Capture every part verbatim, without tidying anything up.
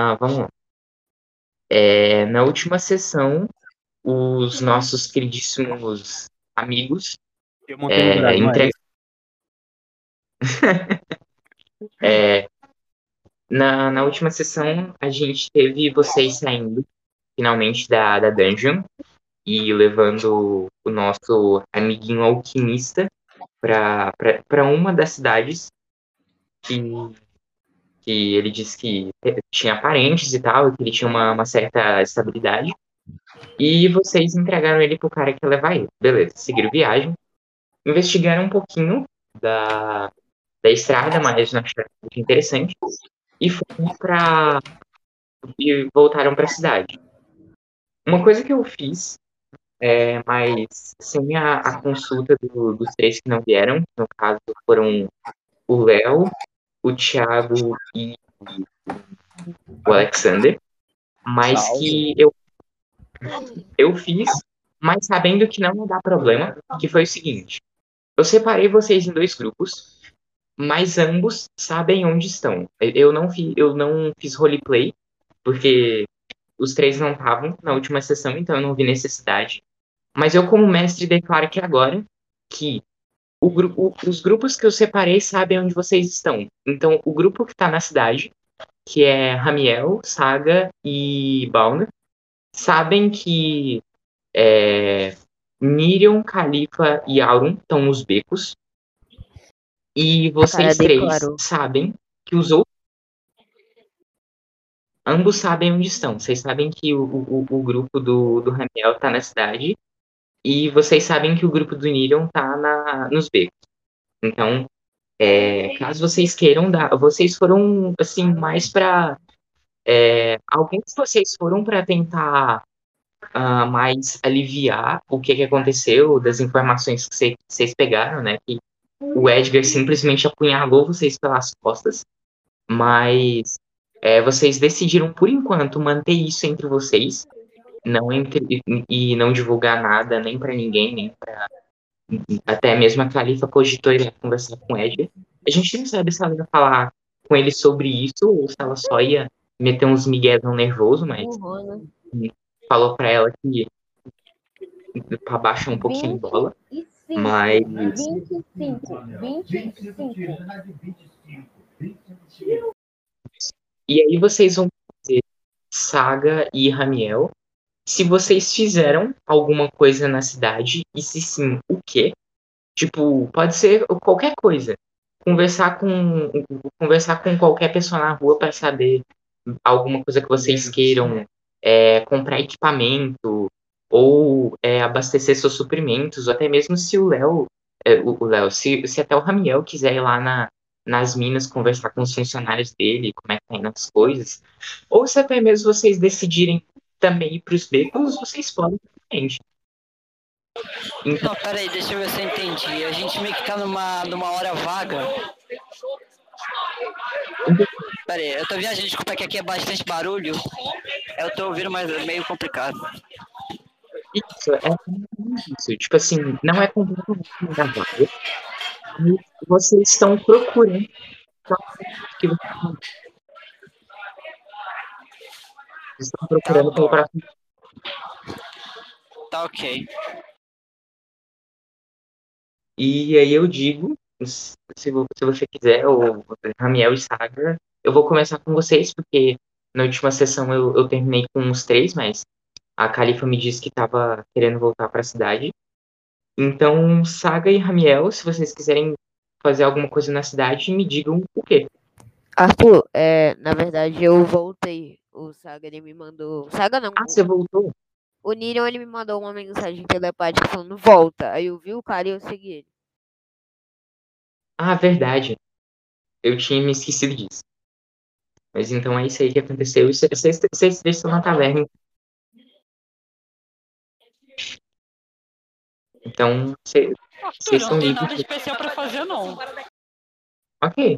Ah, vamos lá. É, na última sessão, os nossos queridíssimos amigos Eu montei no é, dragão, é entre... isso? é, na, na última sessão, a gente teve vocês saindo finalmente da, da dungeon e levando o nosso amiguinho alquimista para uma das cidades que, que ele disse que tinha parentes e tal, e que ele tinha uma, uma certa estabilidade. E vocês entregaram ele pro cara que ia levar ele. Beleza, seguiram viagem. Investigaram um pouquinho da, da estrada, mas não acharam muito interessante. E foram pra. E voltaram pra cidade. Uma coisa que eu fiz, é, mas sem a, a consulta do- dos três que não vieram, no caso foram o Léo, o Thiago e o Alexander, mas Salve. que eu, eu fiz, mas sabendo que não ia dar problema, que foi o seguinte. Eu separei vocês em dois grupos, mas ambos sabem onde estão. Eu não, fi, eu não fiz roleplay, porque os três não estavam na última sessão, então eu não vi necessidade. Mas eu, como mestre, declaro que agora que o grupo, os grupos que eu separei sabem onde vocês estão. Então, o grupo que está na cidade, que é Ramiel, Saga e Balner, sabem que é, Miriam, Califa e Auron estão nos becos. E O cara vocês três declarou. sabem que os outros. Ambos sabem onde estão. Vocês sabem que o, o, o grupo do, do Ramiel tá na cidade. E vocês sabem que o grupo do Nirion tá na, nos becos. Então, é, caso vocês queiram dar. Vocês foram, assim, mais pra. É, alguns de vocês foram para tentar uh, mais aliviar o que, que aconteceu, das informações que vocês pegaram, né? Que o Edgar simplesmente apunhalou vocês pelas costas. Mas é, vocês decidiram, por enquanto, manter isso entre vocês, não entre, e não divulgar nada nem para ninguém, nem para até mesmo a Califa cogitou ir conversar com o Edgar. A gente não sabe se ela ia falar com ele sobre isso ou se ela só ia meter uns miguezão nervoso, mas Uhum, falou para ela que para baixar um pouquinho a bola. Mas vinte e cinco, vinte e cinco. e aí vocês vão fazer Saga e Ramiel. Se vocês fizeram alguma coisa na cidade, e se sim, o quê? Tipo, pode ser qualquer coisa. Conversar com conversar com qualquer pessoa na rua para saber alguma coisa que vocês queiram, é, comprar equipamento ou é, abastecer seus suprimentos, ou até mesmo se o Léo, é, o o Léo, se, se até o Ramiel quiser ir lá na, nas minas conversar com os funcionários dele, como é que tá indo as coisas, ou se até mesmo vocês decidirem também ir para os becos, vocês podem também. Então, Não, pera aí, deixa eu ver se eu entendi. A gente meio que tá numa, numa hora vaga. Pera aí, eu tô viajando, desculpa, é que aqui é bastante barulho. Eu tô ouvindo, mas é meio complicado. isso é isso. Tipo assim, não é completamente da vaga. Mas vocês estão procurando que vocês estão Tá procurando pelo bom, próximo. tá ok. E aí eu digo, se, vo- se você quiser, o Ramiel e Saga, eu vou começar com vocês, porque na última sessão eu, eu terminei com os três, mas a Califa me disse que estava querendo voltar para a cidade. Então, Saga e Ramiel, se vocês quiserem fazer alguma coisa na cidade, me digam o quê. Arthur, é, na verdade eu voltei. O Saga ele me mandou. Saga não. Ah, você voltou? O Nirion ele me mandou uma mensagem telepática falando volta. Aí eu vi o cara e eu segui ele. Ah, verdade. Eu tinha me esquecido disso. Mas então é isso aí que aconteceu. E Vocês vocês- vocês estão na taverna. Então, vocês Arthur, vocês eu estão não tenho livres. nada especial pra fazer, não. Ok.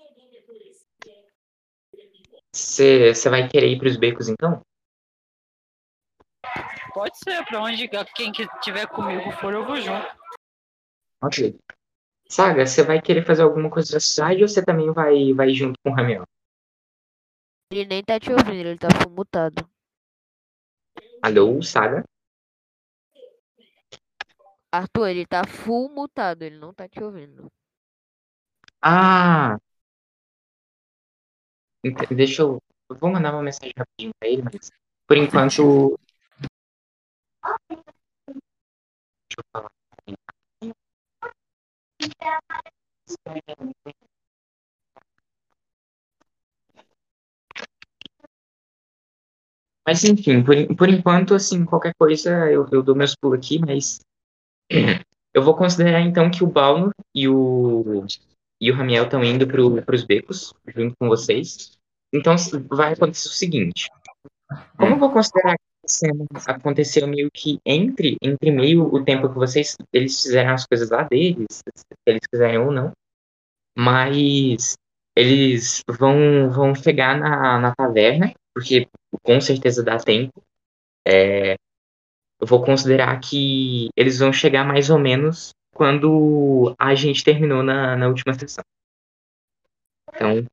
Você você vai querer ir para os becos, então? Pode ser, pra onde quem que tiver comigo for, eu vou junto. Ok. Saga, você vai querer fazer alguma coisa na cidade ou você também vai, vai junto com o Ramiel? Ele nem tá te ouvindo, ele tá full mutado. Alô, Saga? Arthur, ele tá full mutado, ele não tá te ouvindo. Ah, ent- deixa eu. Eu vou mandar uma mensagem rapidinho pra ele, mas por enquanto. Deixa eu falar. Mas enfim, por, en- por enquanto, assim, qualquer coisa eu, eu dou meus pulos aqui, mas eu vou considerar então que o Balno e o, e o Ramiel estão indo para os becos junto com vocês. Então vai acontecer o seguinte: como eu vou considerar que a cena aconteceu meio que entre, entre meio o tempo que vocês eles fizeram as coisas lá deles, se eles fizeram ou não, mas eles vão, vão chegar na, na taverna, porque com certeza dá tempo. Eu vou considerar que eles vão chegar mais ou menos quando a gente terminou na, na última sessão. Então,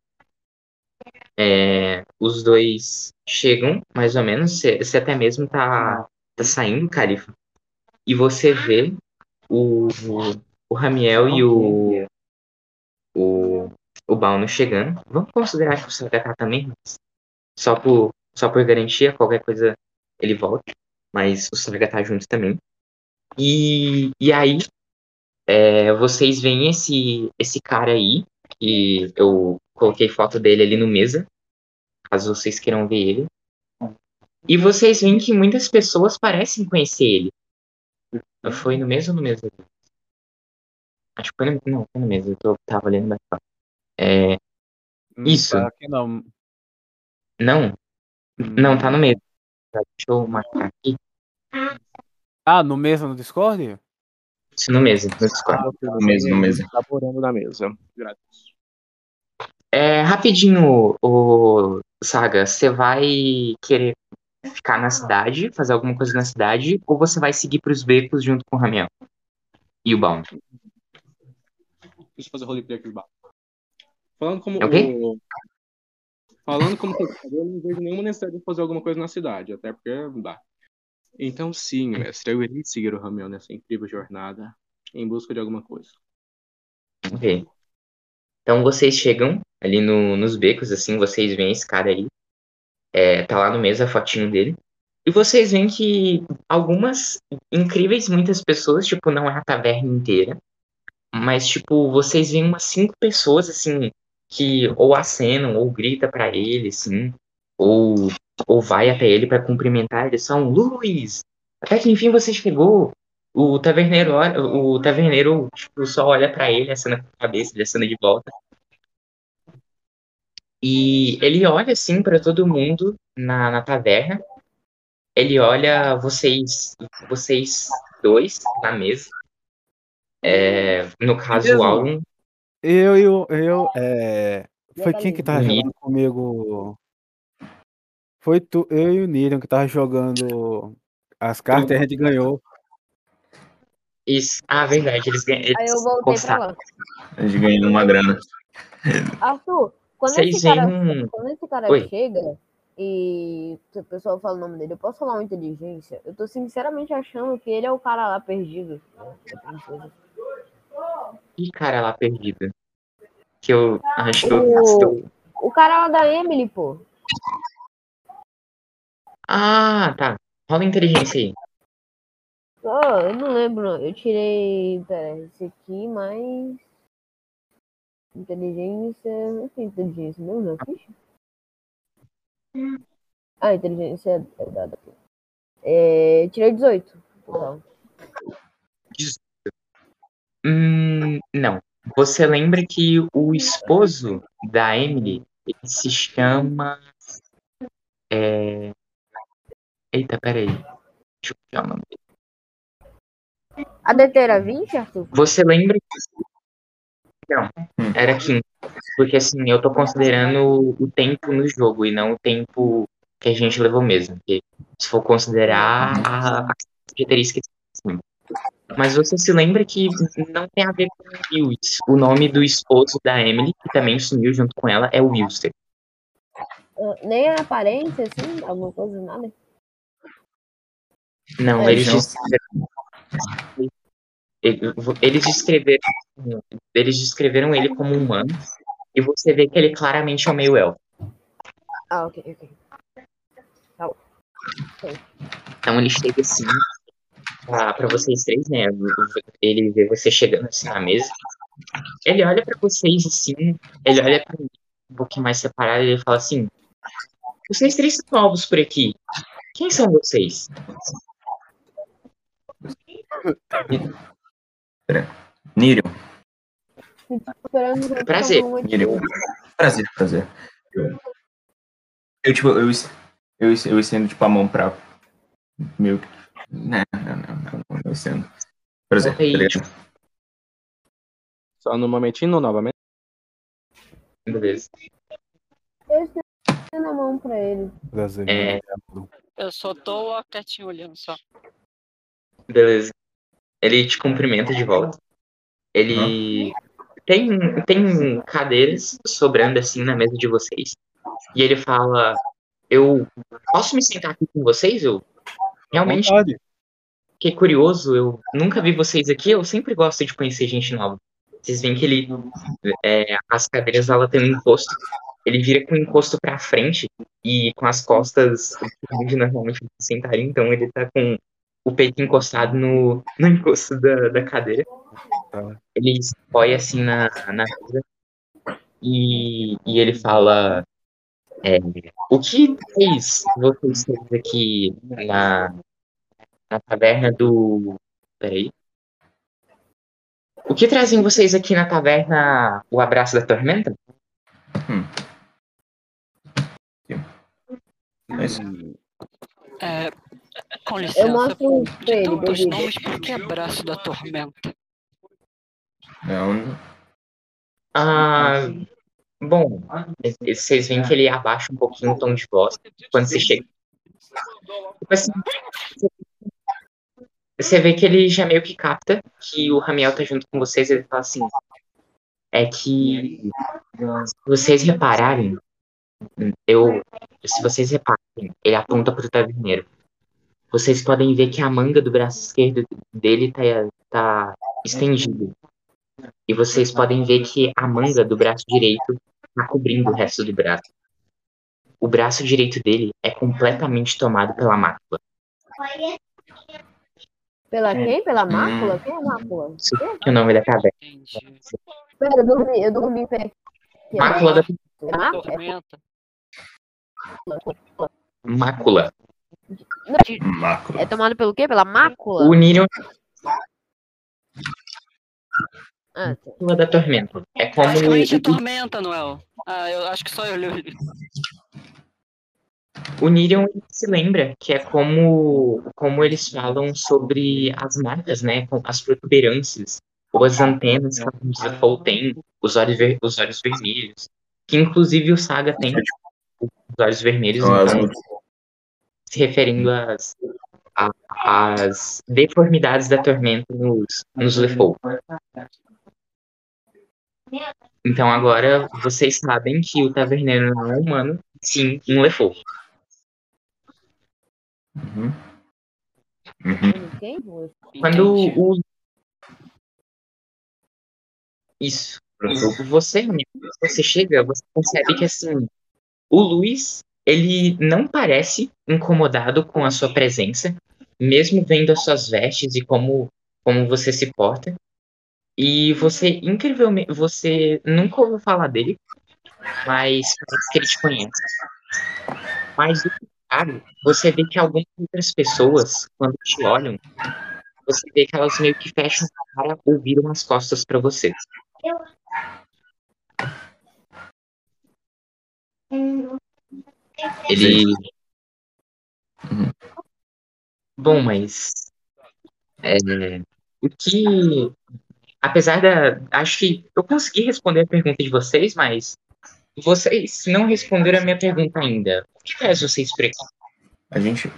é, os dois chegam, mais ou menos. Você até mesmo tá, tá saindo, Califa. E você vê o, o, o Ramiel e o, o, o Balno chegando. Vamos considerar que o Sagatá também, mas só por, só por garantia, qualquer coisa ele volta. Mas o Sagatá junto também. E, e aí, é, vocês veem esse, esse cara aí, que eu coloquei foto dele ali no mesa, caso vocês queiram ver ele. E vocês veem que muitas pessoas parecem conhecer ele. Foi no mesa ou no mesa? Acho que foi no, não, foi no mesa, eu tô, tava olhando mais foto. É, Não isso, tá aqui não. não, não, tá no mesa. Deixa eu marcar aqui. Ah, no mesmo no Discord? Isso no mesa, no Discord. Ah, ok, No mesa, no mesa. tá morando na mesa. Grátis. É, rapidinho, o Saga, você vai querer ficar na cidade, fazer alguma coisa na cidade, ou você vai seguir pros becos junto com o Ramiel e o Balm? Deixa eu fazer roleplay aqui embaixo. Falando como É o quê? o. Falando como eu não vejo nenhuma necessidade de fazer alguma coisa na cidade, até porque não dá. Então, sim, mestre, eu irei seguir o Ramiel nessa incrível jornada em busca de alguma coisa. Ok. Então vocês chegam ali no, nos becos, assim, vocês veem esse cara aí. É, tá lá no mesa a fotinho dele. E vocês veem que algumas incríveis, muitas pessoas, tipo, não é a taverna inteira, mas, tipo, vocês veem umas cinco pessoas, assim, que ou acenam ou grita pra ele, assim, ou, ou vai até ele pra cumprimentar. Eles são Luiz! Até que enfim você chegou. O taverneiro, olha- o taverneiro, tipo, só olha pra ele, acena com a cabeça, ele acena de volta. E ele olha, assim, pra todo mundo na, na taverna. Ele olha vocês, vocês dois na mesa. É, no caso, o Mesmo? Alan Eu e o. Eu, é... Foi quem que e tava o jogando Nick. comigo? Foi tu, eu e o Nirion que tava jogando as cartas e a gente ganhou. Isso. Ah, verdade, eles, ganham- Aí eu eles voltei pra postaram. lá. A gente ganhou uma grana. Arthur, quando Vocês esse cara, veem um. quando esse cara Oi. chega e o pessoal fala o nome dele, eu posso falar uma inteligência? Eu tô sinceramente achando que ele é o cara lá perdido. Né, da princesa. Ih, cara lá perdido. Que eu acho que eu. O, o cara lá da Emily, pô. Ah, tá. Rola inteligência aí. Ah, eu não lembro, não. Eu tirei. Pera, esse aqui, mais. Inteligência. Não tem inteligência mesmo na ficha? Ah, inteligência é dada aqui. É, tirei dezoito. Total. Hum, não. Você lembra que o esposo da Emily ele se chama. É... Eita, peraí. Deixa eu pegar o nome dele. A D T era vinte, Arthur? Você lembra que. Não, era quinze. Porque assim, eu tô considerando o tempo no jogo e não o tempo que a gente levou mesmo. Porque se for considerar a, a eu teria esquecido. Assim. Mas você se lembra que não tem a ver com o Lewis. O nome do esposo da Emily, que também sumiu junto com ela, é Wilster. Ah, nem a aparência, assim, alguma coisa, nada. Não, É, eles Região. descreveram, eles descreveram, eles descreveram ele como um humano, e você vê que ele claramente é um meio elfo. Ah, ok, ok. Tá bom. Então ele chega assim, pra, pra vocês três, né? Ele vê você chegando assim na mesa. Ele olha pra vocês assim, ele olha pra mim um pouquinho mais separado e ele fala assim: vocês três são novos por aqui. Quem são vocês? Nírio. Esperando enquanto Prazer. toma uma Nírio. atitude. Prazer, prazer. Eu, eu tipo, eu, es- eu, es- eu estendo, tipo, a mão pra... Meu... Não, não, não, não, não, eu estendo. Prazer, Volta aí. tá ligado? Só no momentinho, novamente. Beleza. Eu estendo a mão pra ele. Prazer, É. meu nome é Eu só tô ó, quietinho olhando só. Beleza. Ele te cumprimenta de volta. Ele tem, tem cadeiras sobrando assim na mesa de vocês. E ele fala: eu posso me sentar aqui com vocês? Eu realmente Vontade. fiquei curioso. Eu nunca vi vocês aqui. Eu sempre gosto de conhecer gente nova. Vocês veem que ele, é, as cadeiras ela tem um encosto. Ele vira com o encosto pra frente e com as costas onde normalmente ele sentaria. Então ele tá com o peito encostado no, no encosto da, da cadeira. Tá. Ele se apoia assim na, na mesa e, e ele fala: é, o que fez vocês três aqui na, na taverna do. Peraí. O que trazem vocês aqui na taverna O Abraço da Tormenta? Mas, É, com Eu licença. mostro pra De ele, tantos devido. nomes, por que abraço da tormenta? não, Ah, bom, vocês veem que ele abaixa um pouquinho o tom de voz quando você chega. Tipo assim, você vê que ele já meio que capta que o Ramiel tá junto com vocês. Ele fala assim: é que se vocês repararem, eu, se vocês repararem, ele aponta pro taverneiro. Vocês podem ver que a manga do braço esquerdo dele tá, tá estendida. E vocês podem ver que a manga do braço direito tá cobrindo o resto do braço. O braço direito dele é completamente tomado pela mácula. Pela quem? Pela mácula? Quem é a mácula? Isso que é o nome da caverna. Entendi. Pera, eu dormi, eu dormi em pé. Mácula da É mácula? Tormenta. mácula. mácula. É tomado pelo quê? Pela mácula? O Nirion Ah, tá. mácula da tormenta. É como Basicamente é o, tormenta, Noel. Ah, eu acho que só eu li. o Nirion se lembra que é como, como eles falam sobre as marcas, né? Com as protuberâncias, ou as antenas que a Default tem, os olhos, ver, os olhos vermelhos. Que inclusive o Saga tem os olhos vermelhos, Então, as- então, se referindo às, a- às deformidades da tormenta nos, nos Lefou. Então agora vocês sabem que o taverneiro não é humano, sim um Lefou. Uhum. Uhum. Quem? Quando Entendi. o. Isso. Você, você chega, você percebe que assim, o Luiz, ele não parece incomodado com a sua presença, mesmo vendo as suas vestes e como, como você se porta. E você, incrivelmente, você nunca ouviu falar dele, mas parece que ele te conhece. Mas do contrário, você vê que algumas outras pessoas, quando te olham, você vê que elas meio que fecham a cara ou viram as costas pra você. Ele. Uhum. Bom, mas. É, o que. Apesar da. Acho que eu consegui responder a pergunta de vocês, mas. Vocês não responderam a minha pergunta ainda. O que traz vocês por aqui? A gente...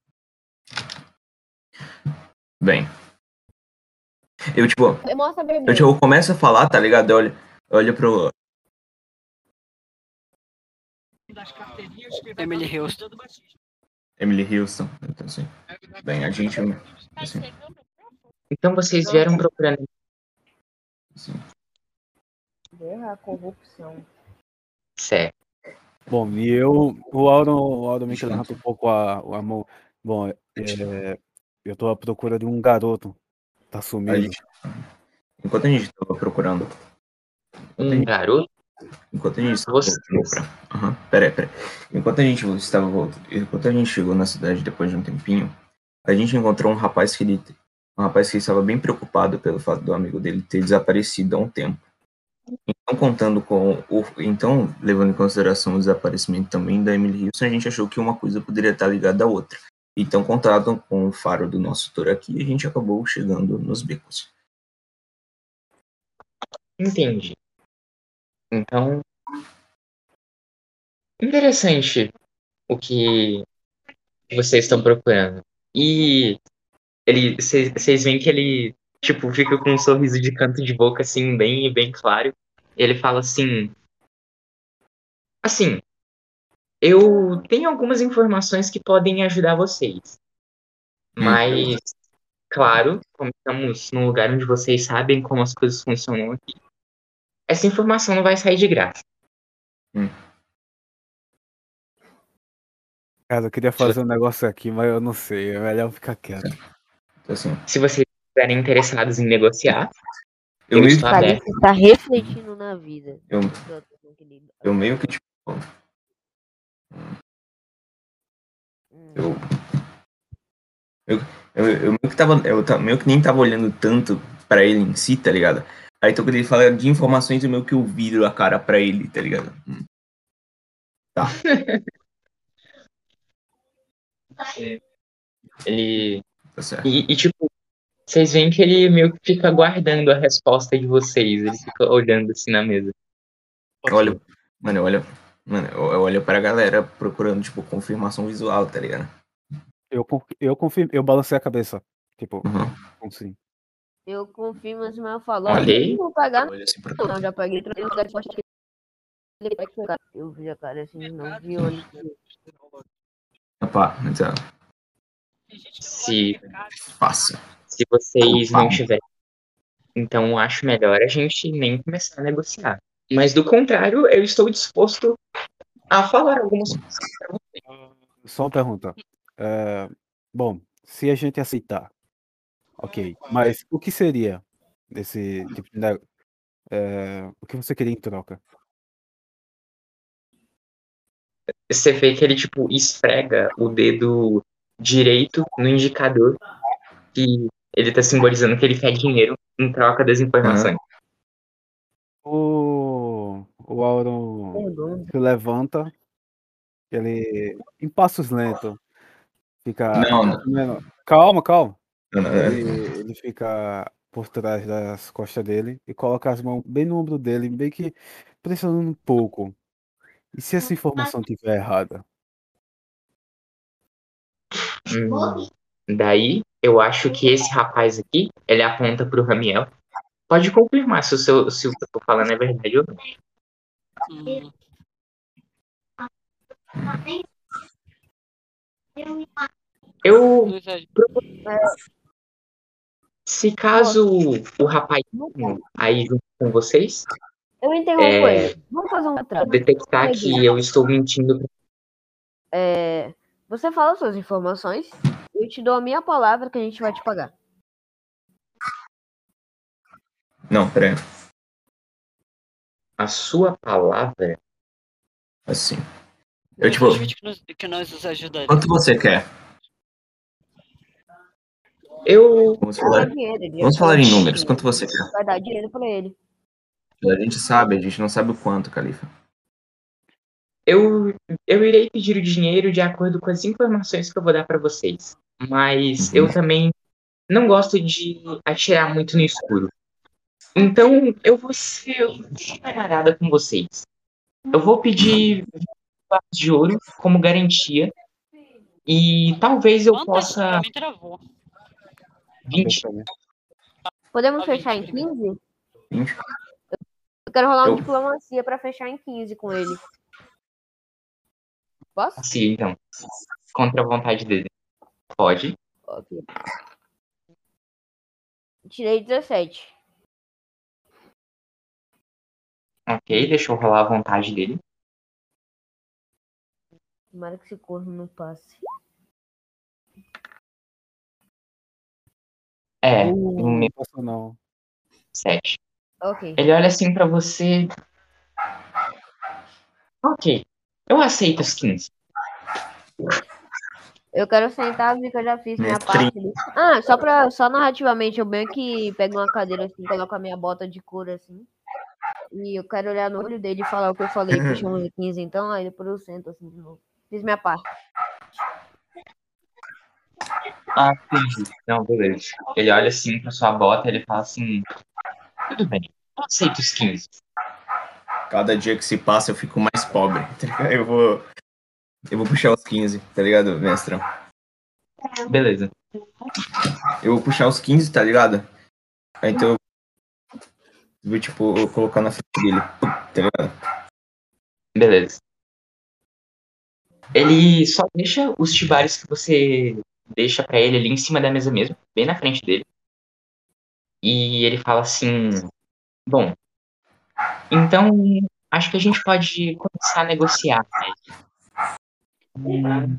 Bem. Eu, tipo, Eu mostro a eu, bebida. tipo, eu começo a falar, tá ligado? Eu olho, eu olho pro... Emily Houston. Emily Houston. Então, assim, bem, a gente... Assim, Então vocês vieram procurando. assim, Guerra, corrupção. Certo. Bom, e eu, o Aldo, o Aldo meio que levanta um pouco a, a mão. Bom, é, eu tô à procura de um garoto. Tá a sumido. gente, enquanto a gente estava procurando, Um garoto? enquanto a gente estava Você. voltando pra... Aham, peraí, peraí. Enquanto a gente estava voltando, enquanto a gente chegou na cidade depois de um tempinho, a gente encontrou um rapaz que ele, um rapaz que estava bem preocupado pelo fato do amigo dele ter desaparecido há um tempo. Então, contando com o, então, levando em consideração o desaparecimento também da Emily Houston, a gente achou que uma coisa poderia estar ligada à outra. Então, contado com o faro do nosso tour aqui, a gente acabou chegando nos becos. Entendi. Então, interessante o que vocês estão procurando. E ele, vocês veem que ele, tipo, fica com um sorriso de canto de boca, assim, bem, bem claro. Ele fala assim, assim, eu tenho algumas informações que podem ajudar vocês. Mas, claro, como estamos num lugar onde vocês sabem como as coisas funcionam aqui, essa informação não vai sair de graça. Cara, eu queria fazer um negócio aqui, mas eu não sei. É melhor ficar quieto. Então, assim, Se vocês estiverem interessados em negociar, eu, eu meio, estou aberto. Califa está refletindo na vida. eu, Pronto, meu querido. eu meio que, tipo, Hum. eu, eu, eu, eu meio que tava, eu ta- meio que nem tava olhando tanto pra ele em si, tá ligado? Aí então quando ele fala de informações, eu meio que eu viro a cara pra ele, tá ligado? Hum. Tá. Ele. Tá certo. E, e, tipo, vocês veem que ele meio que fica aguardando a resposta de vocês. Ele fica olhando assim na mesa. Eu olho, mano, eu olho, mano, eu, eu olho pra galera procurando, tipo, confirmação visual, tá ligado? Eu, conf- eu confirmo, eu balancei a cabeça. Tipo, Uhum. como assim? Eu confirmo, mas eu falo, ó, Olhei. não vou pagar, Eu olho assim pra não, já paguei três lugares de resposta. Eu vi a cara assim, não vi olho. Opa, então, Se, fácil. se vocês não Opa. tiverem. Então, eu acho melhor a gente nem começar a negociar. Mas, do contrário, eu estou disposto a falar algumas coisas pra vocês. Só uma pergunta. É, bom, se a gente aceitar, ok. Mas o que seria desse tipo de nego- é, o que você queria em troca? Você vê que ele, tipo, esfrega o dedo direito no indicador que ele tá simbolizando que ele quer dinheiro em troca das informações. O, o Auron Pergunta. se levanta, ele em passos lentos fica. Não, não. comendo- Calma, calma. Não, não, Ele, não. ele fica por trás das costas dele e coloca as mãos bem no ombro dele, bem que pressionando um pouco. E se essa informação estiver errada? Hum, daí, eu acho que esse rapaz aqui, ele aponta pro Ramiel. Pode confirmar se o, seu, se o que eu tô falando é verdade ou não. Hum, Eu, Luiz, é- se caso o rapaz aí junto com vocês Eu interrompo É, ele. Vamos fazer um retrato. detectar que eu estou mentindo pra É, você fala suas informações, eu te dou a minha palavra que a gente vai te pagar. Não, peraí. a sua palavra. Assim. Eu, Luiz, tipo, admite que nós, que nós nos ajudaria. quanto você quer? Eu, Vamos Vai falar, dar dinheiro, ele vamos já falar em sabe. números. Quanto você quer? Vai dar dinheiro pra ele. A gente sabe, a gente não sabe o quanto, Califa. eu, eu irei pedir o dinheiro de acordo com as informações que eu vou dar pra vocês. Mas Uhum. eu também não gosto de atirar muito no escuro. Então, eu vou ser camarada com vocês. Eu vou pedir vinte barras de ouro como garantia. E talvez eu Quantas? possa. Pra mim travou. vinte. Podemos Ah, fechar em vinte, quinze? vinte. Eu quero rolar uma Eu- diplomacia pra fechar em quinze com ele. Posso? Sim, então. Contra a vontade dele. Pode. Ok. Tirei dezessete. Ok, deixa eu rolar a vontade dele. Tomara que esse corno não passe. É, Uh, um não passou não. sete. Ok. Ele olha assim pra você. Ok, eu aceito os quinze. Eu quero sentar, ver que eu já fiz minha Mestre. parte ali. Ah, só pra. Só narrativamente, eu bem que pego uma cadeira assim, coloco a minha bota de couro assim. E eu quero olhar no olho dele e falar o que eu falei, puxando o quinze então, aí depois eu sento assim de novo. Fiz minha parte. Ah, entendi. Não, beleza. Ele olha assim pra sua bota e ele fala assim: tudo bem, eu aceito os quinze. Cada dia que se passa eu fico mais pobre. tá ligado? Eu vou. Eu vou puxar os quinze, tá ligado, mestrão? Beleza. Eu vou puxar os quinze, tá ligado? Aí então eu vou, tipo, eu colocar na frente dele, tá ligado? Beleza. Ele só deixa os tibares que você deixa pra ele ali em cima da mesa mesmo, bem na frente dele. E ele fala assim: bom, então acho que a gente pode começar a negociar, né? Hum,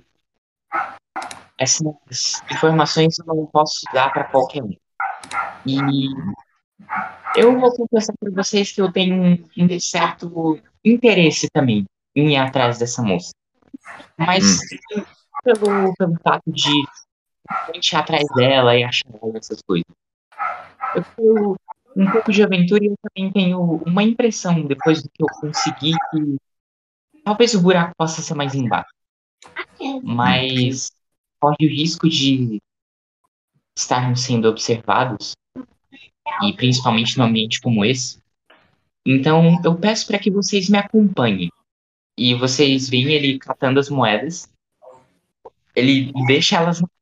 essas informações eu não posso dar pra qualquer um. E eu vou confessar pra vocês que eu tenho um, um certo interesse também em ir atrás dessa moça. Mas pelo, pelo fato de realmente ir atrás dela e achar ela, essas coisas. Eu tenho um pouco de aventura e eu também tenho uma impressão, depois do que eu consegui, que talvez o buraco possa ser mais embaixo. Mas corre o risco de estarmos sendo observados, e principalmente num ambiente como esse. Então eu peço para que vocês me acompanhem. E vocês veem ele catando as moedas. Ele deixa elas na-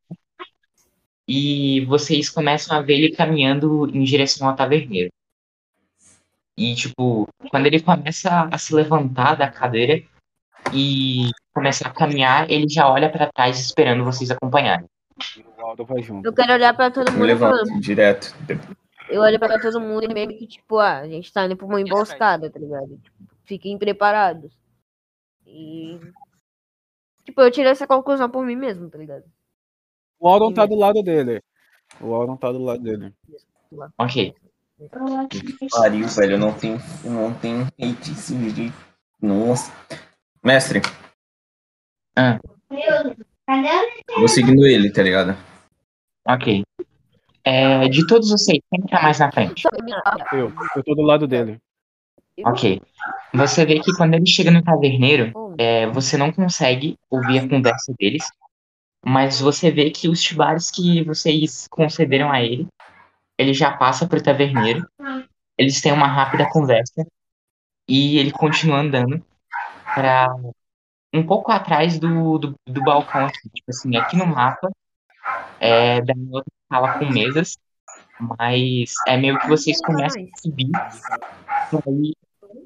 e vocês começam a ver ele caminhando em direção ao taverneiro. E, tipo, quando ele começa a se levantar da cadeira e começa a caminhar, ele já olha pra trás esperando vocês acompanharem. O Aldo vai junto. Eu quero olhar pra todo Me mundo e levanto falando. direto. Eu olho pra todo mundo e meio que, tipo, ah, a gente tá indo pra uma emboscada, tá ligado? Tipo, fiquem preparados. E. Tipo, eu tirei essa conclusão por mim mesmo, tá ligado? O Auron tá do lado dele. O Auron tá do lado dele. Ok. Que pariu, velho. Eu não tenho. Eu não tenho hate esse vídeo. Nossa. Mestre, Ah, vou seguindo ele, tá ligado? ok. É, de todos vocês, quem tá mais na frente? Eu, eu tô do lado dele. Ok. Você vê que quando ele chega no taverneiro, é, você não consegue ouvir a conversa deles, mas você vê que os tibares que vocês concederam a ele, ele já passa pro taverneiro, eles têm uma rápida conversa e ele continua andando para um pouco atrás do, do, do balcão aqui. Tipo assim, aqui no mapa é da minha outra sala com mesas, mas é meio que vocês começam a subir e aí...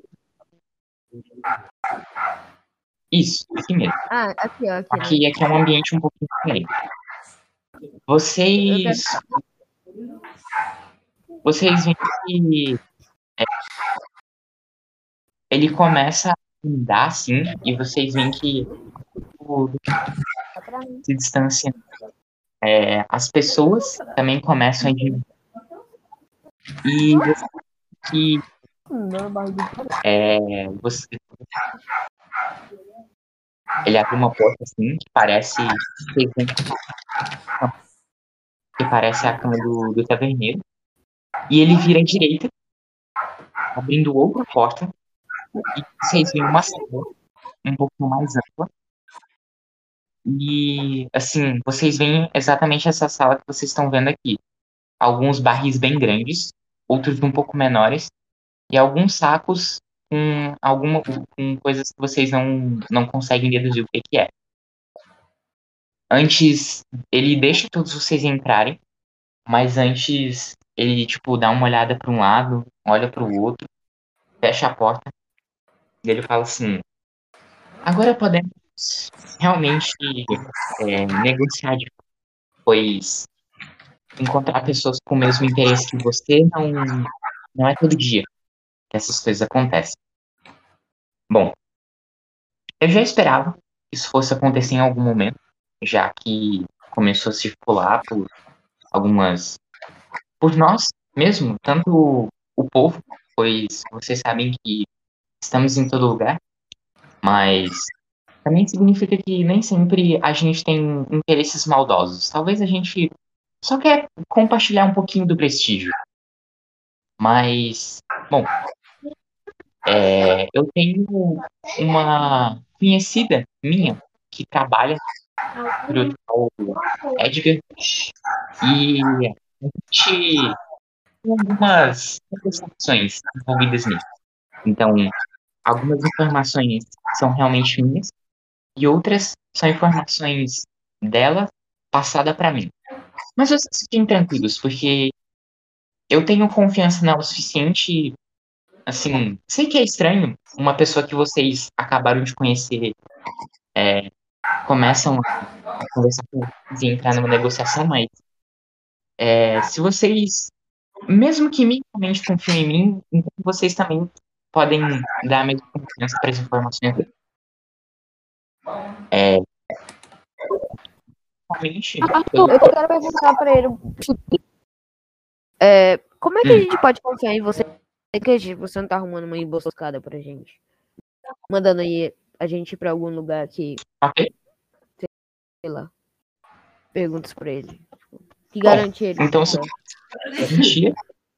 Isso, aqui mesmo. Ah, aqui, ó. Aqui, Aqui, aqui é um ambiente um pouquinho diferente. Vocês. Vocês veem que é, ele começa a andar assim, e vocês veem que o- se distancia. É, as pessoas também começam a diminuir. E você vê que é, você, ele abre uma porta assim, que parece. Vocês veem que parece a cama do, do taverneiro. E ele vira à direita, abrindo outra porta. E vocês veem uma sala um pouco mais ampla. E, assim, vocês veem exatamente essa sala que vocês estão vendo aqui. Alguns barris bem grandes, outros um pouco menores, e alguns sacos com, alguma, com coisas que vocês não, não conseguem deduzir o que, que é. Antes, ele deixa todos vocês entrarem, mas antes ele, tipo, dá uma olhada para um lado, olha para o outro, fecha a porta, e ele fala assim: agora podemos realmente é, negociar, de- pois encontrar pessoas com o mesmo interesse que você não, não é todo dia que essas coisas acontecem. Bom, eu já esperava que isso fosse acontecer em algum momento, já que começou a circular por algumas, por nós mesmo, tanto o, o povo, pois vocês sabem que estamos em todo lugar, mas também significa que nem sempre a gente tem interesses maldosos. Talvez a gente só quer compartilhar um pouquinho do prestígio. Mas, bom, é, eu tenho uma conhecida minha que trabalha pro tal Edgar e a gente tem algumas informações envolvidas nisso. Então, algumas informações são realmente minhas e outras são informações dela passada para mim. Mas vocês fiquem tranquilos, porque eu tenho confiança nela o suficiente. Assim, sei que é estranho uma pessoa que vocês acabaram de conhecer é, começam a conversar com vocês e entrar numa negociação, mas é, se vocês, mesmo que minimamente confiem em mim, então vocês também podem dar a mesma confiança para as informações. É, realmente, Arthur, eu quero perguntar pra ele. É, como é que a Hum. gente pode confiar em você? Que a gente- você não tá arrumando uma emboscada pra gente? Mandando aí a gente ir pra algum lugar que, ok? sei lá. Perguntas pra ele. Que garante ele. então, se- Garantia.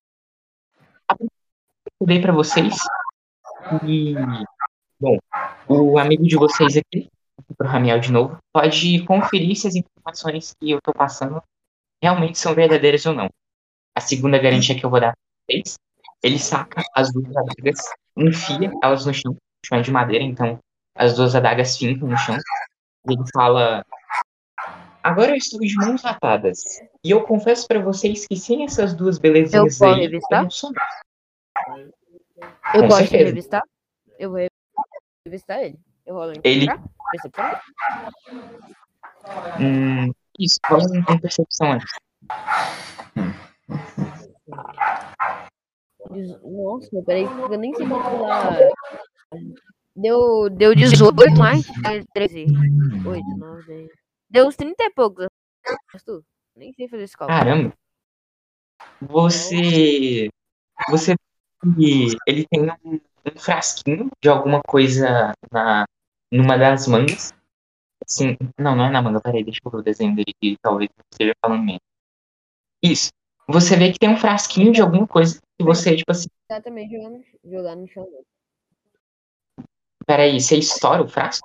Eu dei para vocês e, bom, o amigo de vocês aqui, pro Ramiel de novo, pode conferir se as informações que eu tô passando realmente são verdadeiras ou não. A segunda garantia que eu vou dar pra vocês, ele saca as duas adagas, enfia elas no chão, o chão é de madeira, então as duas adagas fincam no chão, e ele fala: agora eu estou de mãos atadas, e eu confesso pra vocês que sem essas duas Eu belezinhas posso aí, eu revistar? não sou nada. Eu Com gosto de certeza. revistar? Eu vou revistar ele. Eu rolo em Ele- encontrar? Percepção? Hum, isso, rola um um percepção antes. Dezo- Nossa, peraí, eu nem sei calcular. Deu, deu dezoito mais treze. oito, nove, dez. Deu uns trinta e poucos. Arthur. Nem sei fazer esse cálculo. Caramba. Você. Você. Ele tem um, um frasquinho de alguma coisa na, numa das mangas. Assim, não, não é na manga, peraí, deixa eu ver o desenho dele que talvez eu esteja falando mesmo. Isso. Você vê que tem um frasquinho de alguma coisa que você, tipo assim, Exatamente, jogar no, jogar no chão. dele. peraí, você estoura o frasco?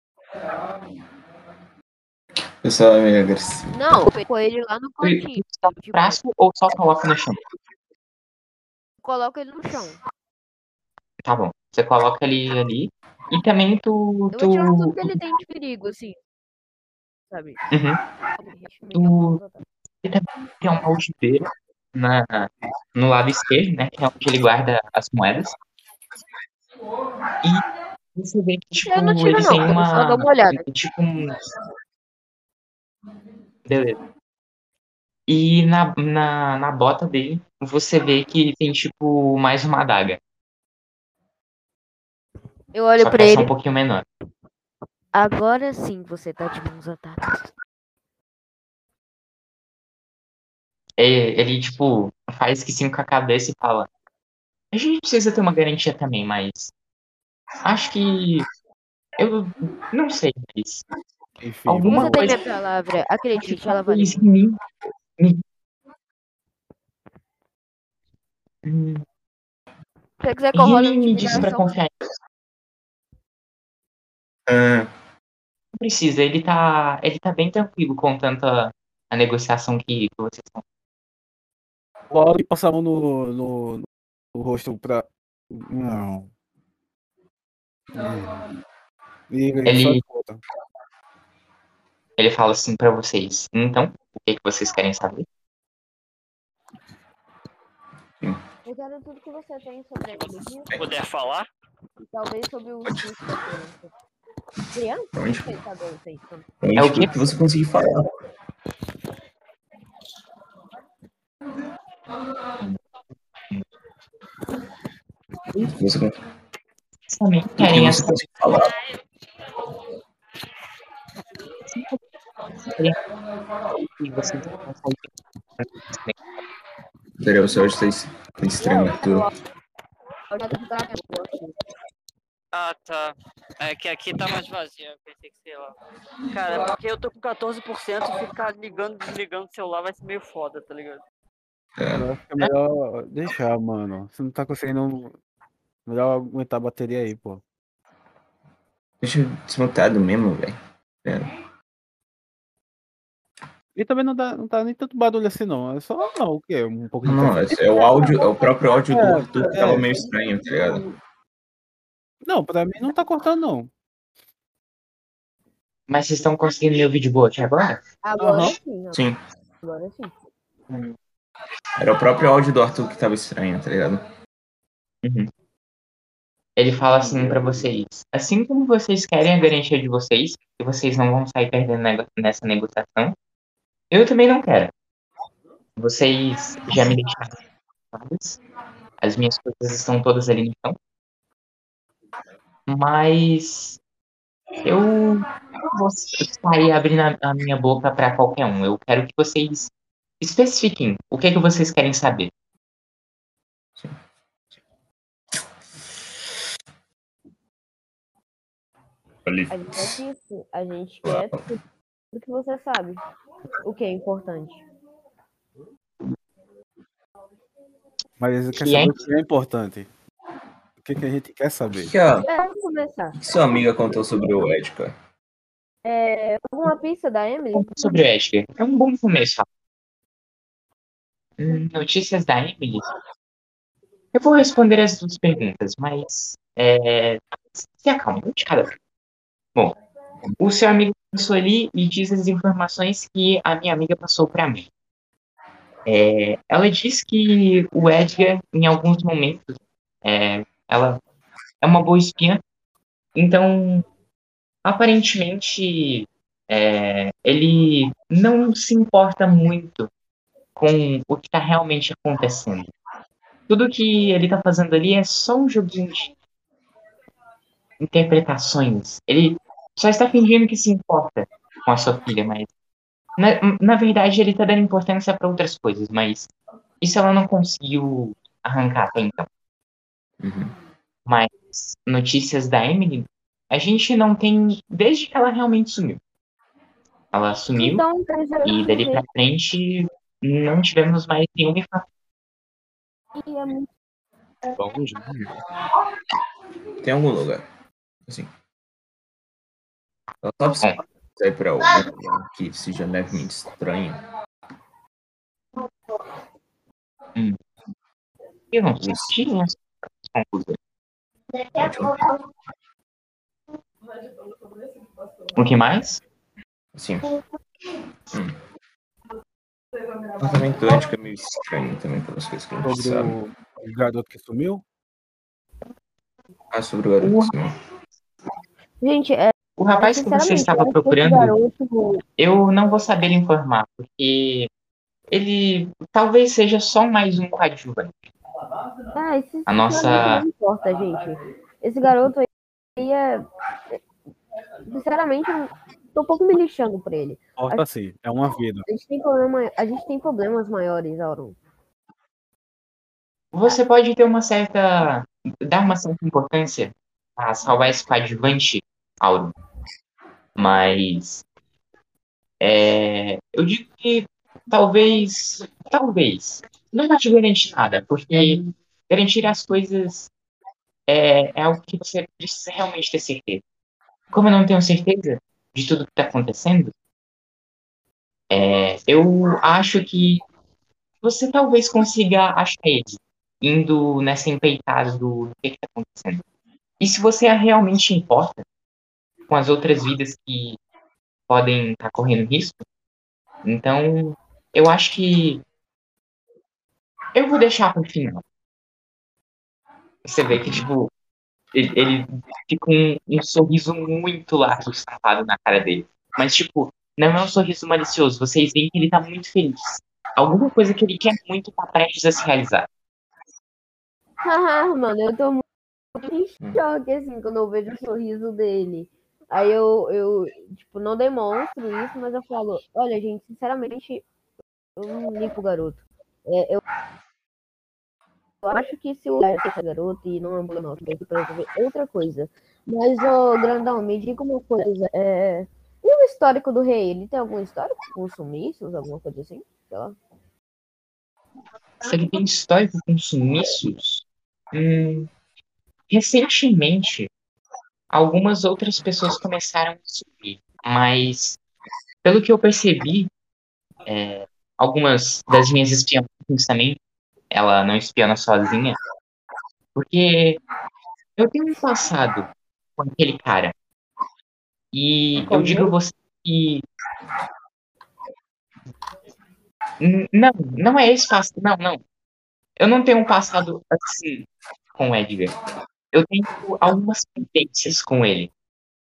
O pessoal é meio agressivo. Não, põe ele lá no Você cantinho. estoura o Tipo, frasco ou só coloca no chão? coloca ele no chão. Tá bom. Você coloca ele ali. E também tu. Eu tu... vou tirar tudo que ele tem de perigo, assim. Sabe? Uhum. Ele também tem uma algibeira na, no lado esquerdo, né? Que é onde ele guarda as moedas. E você vê que, tipo, Eu não tiro, ele não. tem Eu uma. só dou uma olhada. Tipo um. Beleza. E na, na, na bota dele, você vê que tem, tipo, mais uma adaga. Eu olho Só que pra essa é ele. um pouquinho menor. Agora sim você tá de mãos atadas. Ele, ele, tipo, faz que sim com a cabeça e fala: a gente precisa ter uma garantia também, mas. Acho que. Eu não sei, mas. Enfim, Alguma Você tem coisa. minha palavra. Acredite, que ela vale talvez muito. em mim. me- Hum, Se você quiser que eu role Ele me disse pra intimidação, confiar. Ah, Não precisa, ele tá, ele tá bem tranquilo com tanta a negociação que, que vocês estão. Logo e passar a mão no, no, no rosto pra. Não. Hum. E ele Ele- só escuta. Ele fala assim pra vocês: então, o que, que vocês querem saber? eu quero tudo que você tem sobre a energia Puder falar? e talvez sobre o custo da criança. Criança? Onde? Não sei se adulto é isso. Onde É o quê? tudo que você conseguir falar. Tudo que você, tudo Também que querem você essa. conseguir falar. E vocês não conseguem. Peraí, você hoje tá es- tá estranho, Arthur. Eu já tô ficando até boa aqui. Ah, tá. É que aqui tá mais vazio, eu pensei que sei lá. Cara, porque eu tô com quatorze por cento e ficar ligando e desligando o celular vai ser meio foda, tá ligado? É. Eu acho que é melhor deixar, mano. Você não tá conseguindo. Melhor aguentar a bateria aí, pô. Deixa eu desmutado mesmo, velho. É. E também não, dá, não tá nem tanto barulho assim, não. É só, não, o quê? Um pouco de Não, é, interferência. é o áudio, é o próprio áudio do É, Arthur que é. tava meio estranho, tá ligado? Não, pra mim não tá cortando, não. Mas vocês estão conseguindo me ouvir de boa aqui agora? Agora Aham. sim, ó. Sim, Agora sim. Hum. era o próprio áudio do Arthur que tava estranho, tá ligado? Uhum. Ele fala assim pra vocês: assim como vocês querem a garantia de vocês, que vocês não vão sair perdendo nego- nessa negociação, eu também não quero. Vocês já me deixaram claras, as minhas coisas estão todas ali no chão, mas eu não vou sair abrindo a, a minha boca pra qualquer um. Eu quero que vocês especifiquem o que é que vocês querem saber. A gente é disso. A gente quer tudo que você sabe. O que é importante. Mas ele quer Que saber é o que é importante. O que, que a gente quer O saber. que, que, a, É, vamos começar. o que sua amiga contou sobre o Ed, cara? É, alguma pista da Emily? sobre o Edgar? É um bom começo. Hum, Notícias da Emily? Eu vou responder as duas perguntas, mas é, se acalma, um de cada vez. Bom, o seu amigo passou ali e diz as informações que a minha amiga passou para mim. É, ela diz que o Edgar, em alguns momentos, é, ela é uma boa espiã, então aparentemente é, ele não se importa muito com o que está realmente acontecendo. Tudo que ele tá fazendo ali é só um joguinho de interpretações. Ele só está fingindo que se importa com a sua filha, mas na, na verdade ele tá dando importância para outras coisas, mas isso ela não conseguiu arrancar até então. Uhum. Mas notícias da Emily, a gente não tem desde que ela realmente sumiu. Ela sumiu Então, quer dizer e dali pra frente não tivemos mais nenhuma informação. que é muito Bom dia. Tem algum lugar. Assim. Ela só precisa sair pra algum lugar que seja levemente estranho. Hum. Eu não sei. Tirem as conclusões. Ótimo. O que mais? Assim. Hum. O apartamento ético é meio estranho também pelas coisas que a gente Sobre sabe. o, o garoto que sumiu. Ah, sobre o garoto. Sim. Gente, é, O rapaz que você sinceramente, estava eu acho que esse procurando, garoto, eu não vou saber informar, porque ele talvez seja só mais um coadjuvante. ah, isso A sinceramente nossa. não importa, gente. Esse garoto aí é, sinceramente, eu tô um pouco me lixando por ele. Importa sim, é uma vida. A gente tem problema, a gente tem problemas maiores, Auron. Você pode ter uma certa. Dar uma certa importância a salvar esse coadjuvante, Auro. Mas. É, eu digo que talvez. Talvez. Não vai te garantir nada, porque garantir as coisas é, é algo que você precisa realmente ter certeza. Como eu não tenho certeza de tudo que está acontecendo, é, eu acho que você talvez consiga achar ele indo nessa empreitada do, do que está acontecendo. E se você realmente importa com as outras vidas que podem estar correndo risco, então eu acho que eu vou deixar para o final. Você vê que, tipo, ele, ele fica um, um sorriso muito largo estampado na cara dele. Mas, tipo, não é um sorriso malicioso. Vocês veem que ele tá muito feliz. Alguma coisa que ele quer muito tá prestes a se realizar. Haha, mano, eu tô muito em choque, assim, quando eu vejo o sorriso dele. Aí eu, eu, tipo, não demonstro isso, mas eu falo, olha, gente, sinceramente, eu não ligo pro garoto. É, eu Eu acho que se o lugar é essa garota e não é um problema que aqui pra resolver outra coisa. Mas, ô, grandão, me diga uma coisa. É... E o histórico do rei? Ele tem algum histórico com sumiços, alguma coisa assim? Sei lá. Se ele tem histórico com sumiços, hum, recentemente, algumas outras pessoas começaram a sumir. Mas, pelo que eu percebi, é, algumas das minhas espiãs também, ela não espiona sozinha, porque eu tenho um passado com aquele cara. E eu digo a você que. n- Não, não é esse passado. Não, não. Eu não tenho um passado assim com o Edgar. Eu tenho algumas pendências com ele.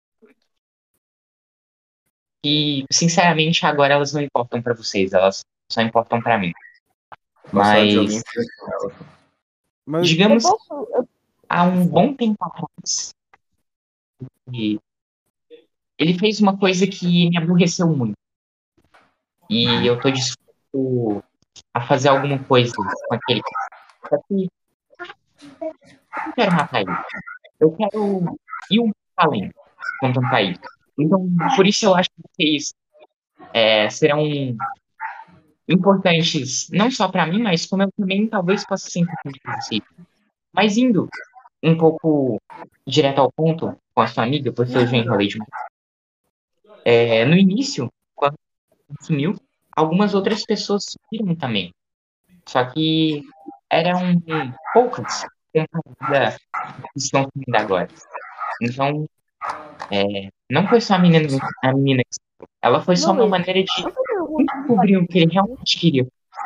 E, sinceramente, agora elas não importam pra vocês. Elas só importam pra mim. Passado de alguém Mas, fez com ela. Mas Eu digamos, posso. Eu... há um bom tempo atrás, e ele fez uma coisa que me aborreceu muito. E eu tô disposto a fazer alguma coisa com aquele cara. Só que eu não quero matar ele. Eu quero ir um pouco além quanto a isso. Então, por isso eu acho que vocês é, serão importantes, não só pra mim, mas como eu também talvez possa ser importante pra vocês. Mas indo um pouco direto ao ponto com a sua amiga, porque eu já enrolei demais. É, no início, quando sumiu, algumas outras pessoas sumiram também. Só que eram poucas comparadas que estão sumindo agora. Então, é, não foi só a menina, a menina que sumiu. Ela foi só uma Luiz, maneira de você tem algum tipo de descobrir o que ele parente? realmente queria.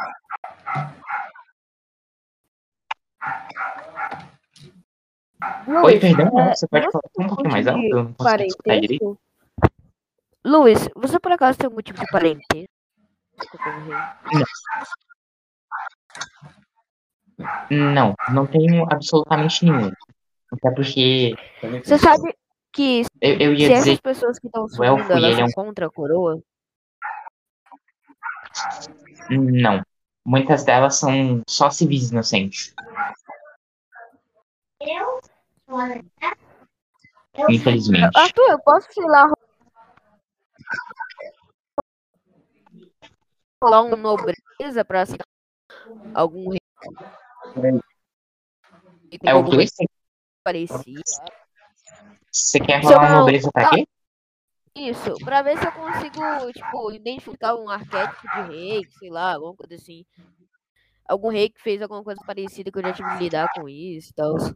Oi, Luiz, perdão, não, é, você pode você falar tem um algum pouquinho mais tipo alto? de Eu não consegui escutar direito. parentesco? Luiz, você por acaso tem algum tipo de parentesco com o rei? Não, não tenho absolutamente nenhum. Até porque Você sabe que eu, eu ia se essas dizer pessoas que estão que o elfo sumindo, e elas ele é são um. contra a coroa? Não. Muitas delas são só civis inocentes. Infelizmente. Arthur, eu posso, sei lá, rolar um nobreza pra aceitar algum rei que tem É o alguma quê? história parecida? Você quer Se eu rolar uma nobreza pra colocar quê? isso, pra ver se eu consigo, tipo, identificar um arquétipo de rei, sei lá, alguma coisa assim. Algum rei que fez alguma coisa parecida que eu já tive que lidar com isso e tal.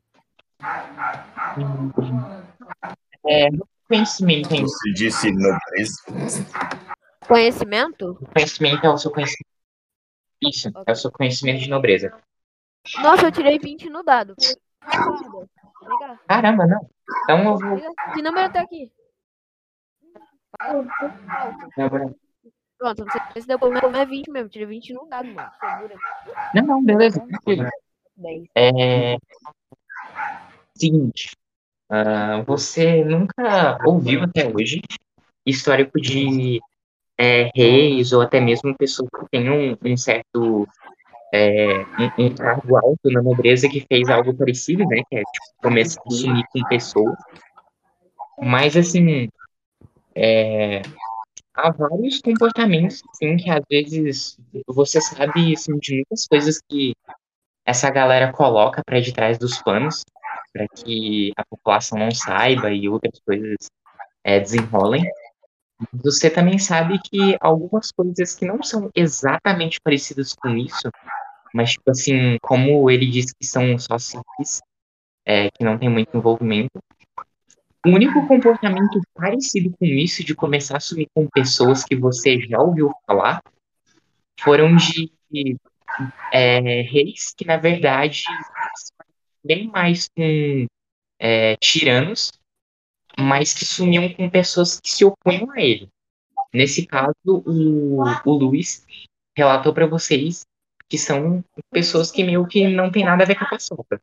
É, conhecimento, hein? Você disse nobreza. Conhecimento? Conhecimento é o seu conhecimento. Isso, é o seu conhecimento de nobreza. Nossa, eu tirei vinte no dado. Guarda. Vem cá, Caramba, não. Então eu vou. vem cá. Que número tá aqui? Alto. Não, não, Pronto, não sei se deu problema, mas é vinte mesmo. Tirei vinte no dado, mano. Segura. não, não, beleza, tranquilo. dez. É. Seguinte. ah, você nunca ouviu até hoje histórico de é, reis ou até mesmo pessoas que têm um, um certo é, um, um cargo alto na nobreza que fez algo parecido, né? Que é tipo, começar a sumir com pessoas. Mas assim, é, há vários comportamentos assim, que às vezes você sabe assim, de muitas coisas que essa galera coloca para detrás dos panos para que a população não saiba e outras coisas é, desenrolem. Você também sabe que algumas coisas que não são exatamente parecidas com isso, mas, tipo assim, como ele disse que são só simples, é, que não tem muito envolvimento. O único comportamento parecido com isso, de começar a sumir com pessoas que você já ouviu falar, foram de é, reis que, na verdade, bem mais com é, tiranos, mas que sumiam com pessoas que se opunham a ele. Nesse caso, o, o Luiz relatou para vocês que são pessoas que meio que não tem nada a ver com a paçoca.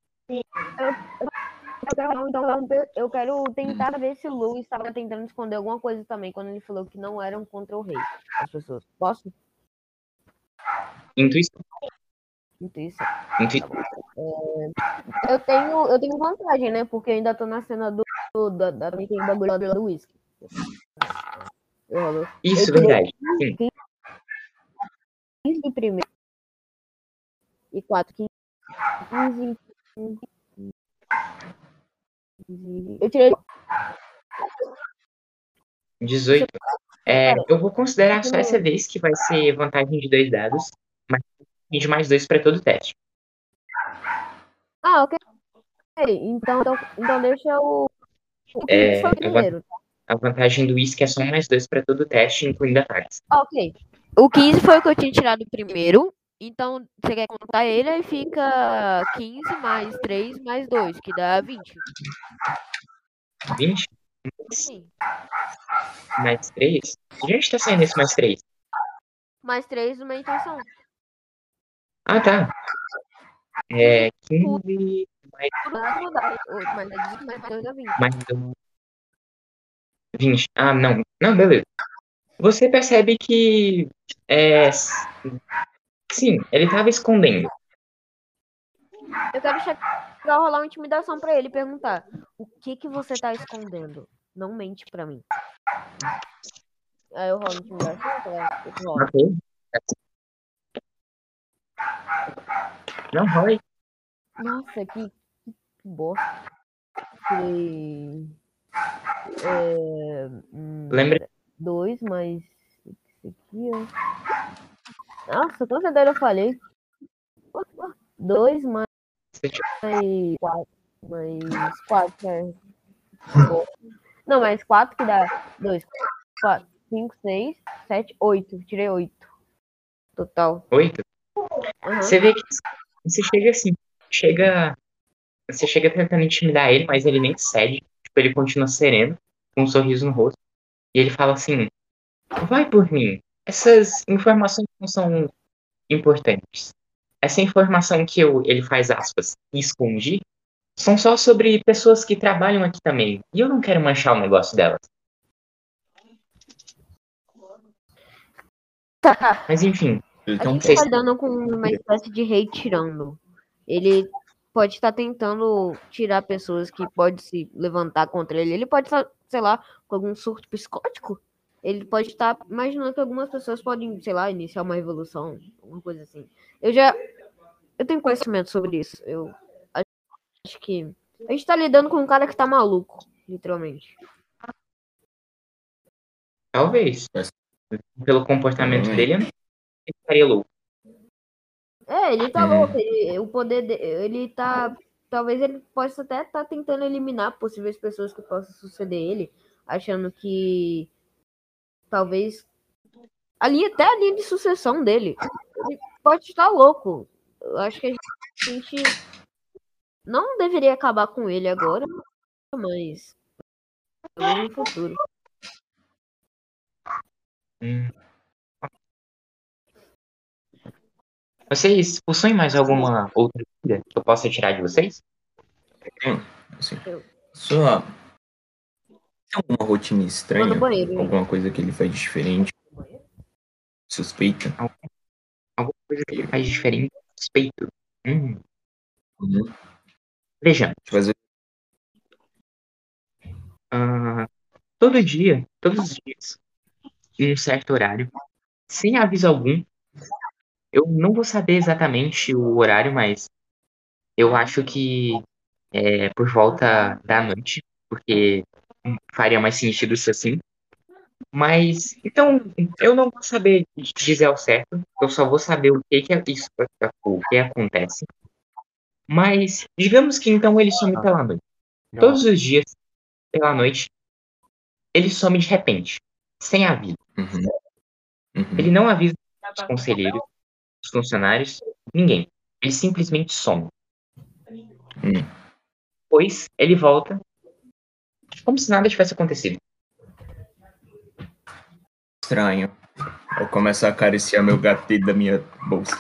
Então, então, eu quero tentar ver se o Lu estava tentando esconder alguma coisa também, quando ele falou que não eram contra o rei, as pessoas. Posso? Intuição. Intuição. Intuição. É, eu, tenho, eu tenho vantagem, né? Porque eu ainda tô na cena do. do da, da, também tem o bagulho lá do whisky. Eu, Isso, eu tirei verdade. Sim. quinze de primeiro. E quatro, quinze. quinze. Eu tirei. dezoito. É, eu vou considerar só essa vez que vai ser vantagem de dois dados, mas de mais dois para todo teste. Ah, ok. Então, então, então deixa o. O que É, foi o primeiro? A vantagem do uísque é só mais dois para todo teste, incluindo ataques. Ok. O quinze foi o que eu tinha tirado primeiro. Então, você quer contar ele, aí fica quinze mais três mais dois, que dá vinte. vinte? Sim. Mais três? De onde tá saindo esse mais três? Mais três uma intuição. Ah, tá. É quinze mais, Mais dois dá vinte. mais dois. vinte. Ah, não. Não, beleza. Você percebe que. É, sim, ele tava escondendo. Eu quero chegar pra rolar uma intimidação pra ele e perguntar: o que que você tá escondendo? Não mente pra mim. Aí eu rolo intimidação pra eu rolo. Ok. Não, rola aí. Nossa, que, que bosta. Tirei. É, hum, Lembra? dois mais. Isso aqui, ó. Nossa, com certeza eu falei. Dois mais. Mais quatro. Mais quatro. É. Não, mais quatro que dá. Dois, quatro, cinco, seis, sete, oito. Tirei oito. Total. Oito? Uhum. Você vê que você chega assim. Chega. Você chega tentando intimidar ele, mas ele nem cede. Tipo, ele continua sereno, com um sorriso no rosto. E ele fala assim: vai por mim. Essas informações não são importantes. Essa informação que eu, ele faz aspas, escondi, são só sobre pessoas que trabalham aqui também. E eu não quero manchar o negócio delas. Mas enfim. Ele A tem um gente Vocês- tá lidando com uma espécie de rei tirando. Ele pode estar tentando tirar pessoas que podem se levantar contra ele. Ele pode estar, sei lá, com algum surto psicótico. Ele pode estar imaginando que algumas pessoas podem, sei lá, iniciar uma revolução, alguma coisa assim. Eu já. Eu tenho conhecimento sobre isso. Eu acho que. A gente tá lidando com um cara que tá maluco, literalmente. Talvez. Mas- Pelo comportamento Provavelmente. dele, eu não ficaria louco. É, ele tá Uhum. louco. Ele, o poder dele. Ele tá. Talvez ele possa até estar tá tentando eliminar possíveis pessoas que possam suceder ele, achando que talvez a linha, até a linha de sucessão dele. Ele pode estar louco. Eu acho que a gente não deveria acabar com ele agora, mas talvez no futuro. Hum. Vocês possuem mais alguma outra dúvida que eu possa tirar de vocês? Tem, assim, Eu- só tem alguma rotina Vou estranha? no banheiro, gente. Alguma coisa que ele faz de diferente? Suspeita? Alguma coisa que ele faz diferente? Suspeito. Hum. Uhum. Vejamos. Tipo, às vezes, Ah, todo dia, todos os dias, em um certo horário, sem aviso algum, eu não vou saber exatamente o horário, mas eu acho que é por volta da noite, porque faria mais sentido se assim. Mas, então, eu não vou saber dizer ao certo, eu só vou saber o que que é isso, o que acontece. Mas, digamos que então ele some pela noite. Todos os dias, pela noite, ele some de repente, sem aviso. uhum. Uhum. Ele não avisa os conselheiros, os funcionários, ninguém. Ele simplesmente some. Hum. depois ele volta como se nada tivesse acontecido. Estranho. Eu começo a acariciar meu gato dentro da minha bolsa.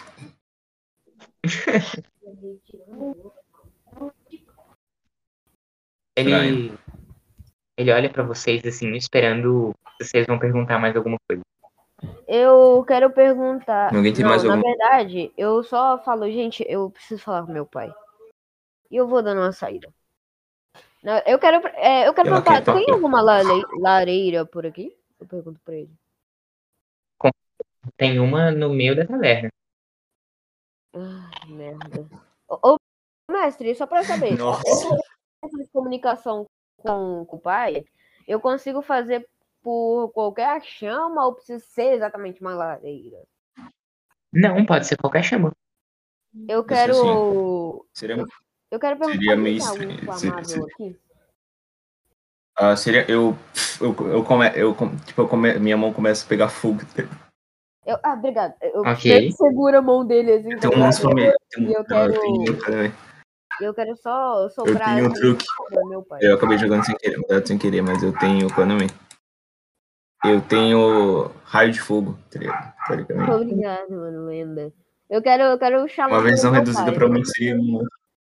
Ele, ele olha pra vocês assim, esperando se vocês vão perguntar mais alguma coisa. Eu quero perguntar. Alguém tem Não, mais na alguma- verdade, eu só falo, gente, eu preciso falar com meu pai. E eu vou dando uma saída. Não, Eu quero, é, eu quero Ela perguntar, quer toque. tem alguma lare- lareira por aqui? Eu pergunto pra ele. Tem uma no meio da taverna. Ai, merda. Ô, ô, mestre, só pra eu saber. Nossa. Essa de comunicação com, com o pai, eu consigo fazer por qualquer chama ou precisa ser exatamente uma lareira? Não, pode ser qualquer chama. Eu Isso quero. Seria, Eu quero perguntar Seria se meio tem algum estranho, inflamável seria- aqui. ah, seria eu, eu, eu, come, eu come- tipo, eu come, minha mão começa a pegar fogo. Eu, ah, obrigado. Eu Ok. meio que seguro a mão dele assim, tá Tem um ligado? família. E eu quero. Eu quero só Eu soprar tenho um assim, truque. pra meu pai. Eu acabei jogando sem querer, mudado sem querer, mas eu tenho Konami. Eu tenho raio de fogo, tá ligado? Teoricamente. Obrigado, mano, lenda. Eu quero, eu quero chamar Uma versão meu reduzida pai. pra mim seria um-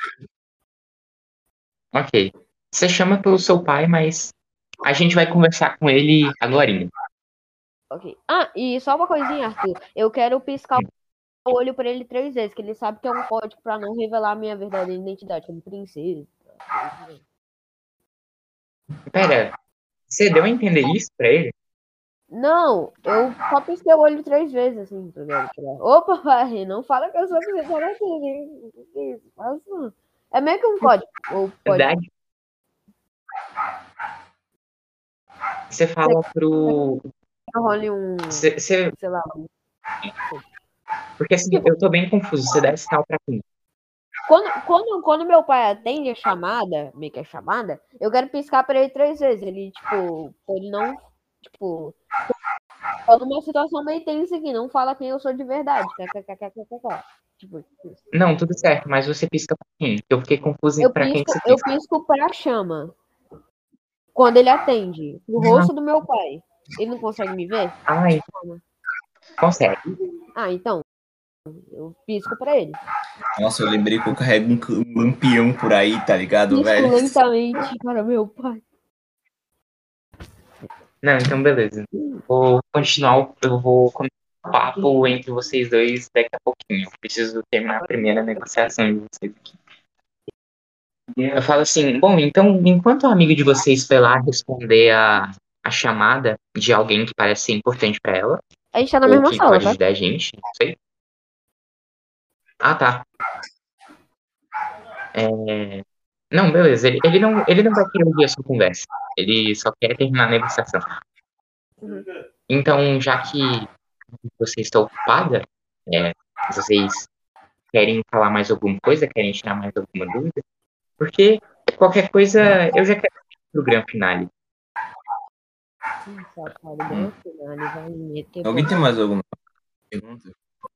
Ok. Você chama pelo seu pai, mas a gente vai conversar com ele agorinha. Ok. Ah, e só uma coisinha, Arthur. Eu quero piscar o olho pra ele três vezes, que ele sabe que é um código pra não revelar a minha verdadeira identidade como princesa. Pera, você deu a entender isso pra ele? Não, eu só pisquei o olho três vezes, assim, tá ligado? Pra- Opa, pai, não fala que eu sou princesa daqui, hein? Que isso? Faço- É meio que um código. Ou pode. Verdade? Você fala pro. Role um. Você, você- Sei lá. um- porque assim, eu tô bem confuso. Você dá esse sinal pra quem? Quando, quando, quando meu pai atende a chamada, meio que a chamada, eu quero piscar pra ele três vezes. Ele, tipo, ele não. Tipo. Tô numa situação meio tensa aqui, não fala quem eu sou de verdade. kkkkkk. Tipo, isso. Não, tudo certo, mas você pisca pra quem? Eu fiquei confuso em Eu pra quem que pisco, você eu pisca. pisco pra chama. Quando ele atende. No rosto do meu pai. Ele não consegue me ver? Ai, consegue. Ah, então. Eu pisco pra ele. Nossa, eu lembrei que eu carrego um, c- um lampião por aí, tá ligado, Pisco velho? lentamente para meu pai. Não, então beleza. Vou continuar, o- eu vou começar o papo entre vocês dois daqui a pouquinho. Eu preciso terminar a primeira negociação de vocês aqui. Eu falo assim, bom, então, enquanto o amigo de vocês foi lá responder a, a chamada de alguém que parece ser importante pra ela, A gente tá na ou mesma que sala, pode tá? ajudar a gente, não sei. Ah, tá. É, não, beleza. Ele, ele, não, ele não vai querer ouvir a sua conversa. Ele só quer terminar a negociação. Uhum. Então, já que você está ocupada, é, vocês querem falar mais alguma coisa? Querem tirar mais alguma dúvida? Porque qualquer coisa, eu já quero ir pro Grand Finale. Ih, safado, bem final, ele vai meter Alguém porrada. tem mais alguma pergunta?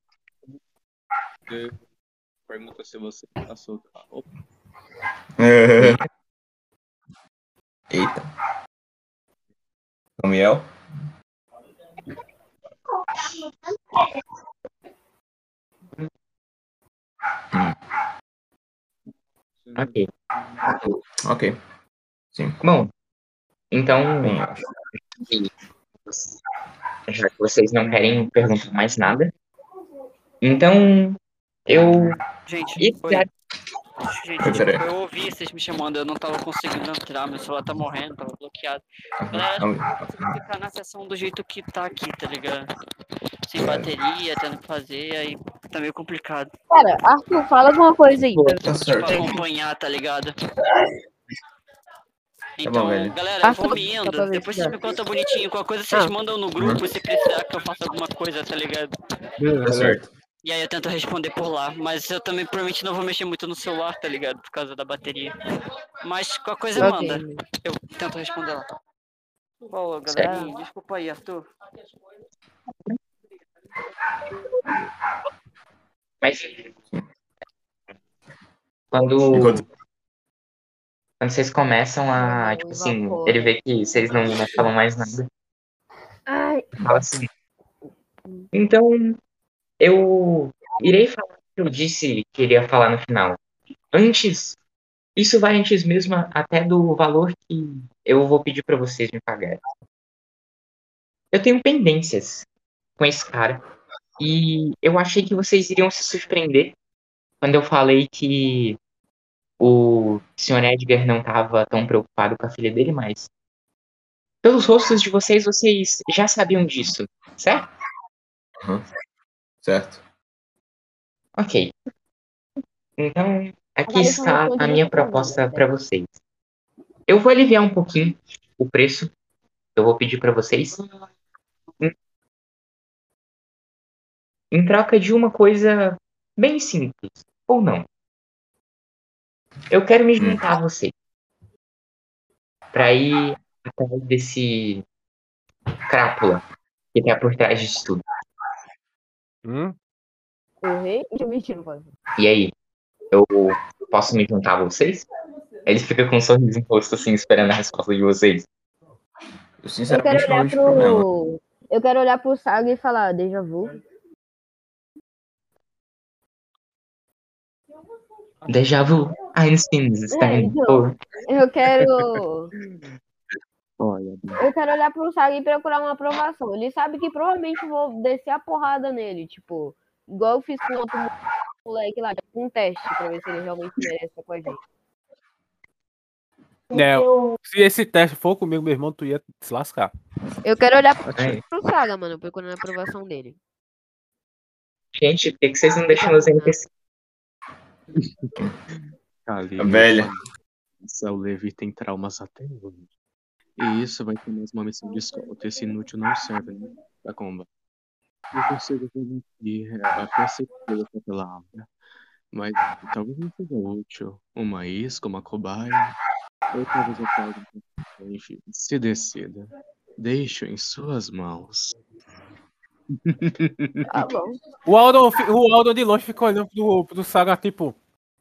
Pergunta se você passou. Opa, Eita. Daniel? Ok. Ok. Sim. Bom, então, Bem, eu acho. já que vocês não querem perguntar mais nada, então eu. Gente, Esse oi. cara- Gente, Oi, desculpa, peraí. eu ouvi vocês me chamando, eu não tava conseguindo entrar, meu celular tá morrendo, tava bloqueado. Galera, Não, eu não consigo ficar na sessão do jeito que tá aqui, tá ligado? Sem bateria, tendo que fazer, aí tá meio complicado. Cara, Arthur, fala alguma coisa aí. pra- Tá Tipo, certo. acompanhar, tá ligado? bom, Então, velho. galera, eu vou Arthur, me só indo. pra ver Depois se vocês dá. me contam bonitinho. Qualquer coisa vocês Ah. mandam no grupo se precisar que eu faça alguma coisa, tá ligado? Tá certo. E aí eu tento responder por lá. Mas eu também provavelmente não vou mexer muito no celular, tá ligado? Por causa da bateria. Mas qualquer coisa Ok. manda. Eu tento responder lá. Boa, galerinha. Desculpa aí, Arthur. Mas quando Enquanto- Quando vocês começam a, tipo assim, ele vê que vocês não, não falam mais nada. Ai, Fala assim. Então, eu irei falar o que eu disse que iria falar no final. Antes, isso vai antes mesmo até do valor que eu vou pedir pra vocês me pagarem. Eu tenho pendências com esse cara. E eu achei que vocês iriam se surpreender quando eu falei que o senhor Edgar não estava tão preocupado com a filha dele, mas pelos rostos de vocês, vocês já sabiam disso, certo? Uhum. Certo. Ok. Então, aqui Agora está informações a minha muito profundas, proposta né? para vocês. Eu vou aliviar um pouquinho o preço. Eu vou pedir para vocês. Em, em troca de uma coisa bem simples. Ou não. Eu quero me Hum. juntar a vocês. Para ir atrás desse crápula que tá por trás disso tudo. Hum? O rei e o mentira, pode. E aí? Eu posso me juntar a vocês? Ele fica com um sorriso no rosto, assim, esperando a resposta de vocês. Eu Eu quero sinceramente não olhar vejo problema. pro. Eu quero olhar pro Saga e falar, déjà vu. Déjà vu. Einstein's É, stand então, for. eu quero. Olha, Eu quero olhar pro Saga e procurar uma aprovação. Ele sabe que provavelmente eu vou descer a porrada nele, tipo, igual eu fiz com o outro moleque lá, tipo, um teste pra ver se ele realmente merece estar com a gente. É, se esse teste for comigo, meu irmão, tu ia se lascar. Eu quero olhar pro, Aí. pro Saga, mano, procurando a aprovação dele. Gente, por que, que vocês não deixam os N P C? Califa, Velha. o Levi tem traumas até hoje. E isso vai ter mais uma missão de escolta. Esse inútil não serve, né? Pra combate. Eu consigo garantir a percepção da palavra. Mas talvez não seja útil. Uma isca, uma cobaia. Ou talvez eu traga um enfim, se decida. Deixo em suas mãos. Tá bom. O Aldo, o Aldo de longe ficou olhando pro, pro Saga, tipo.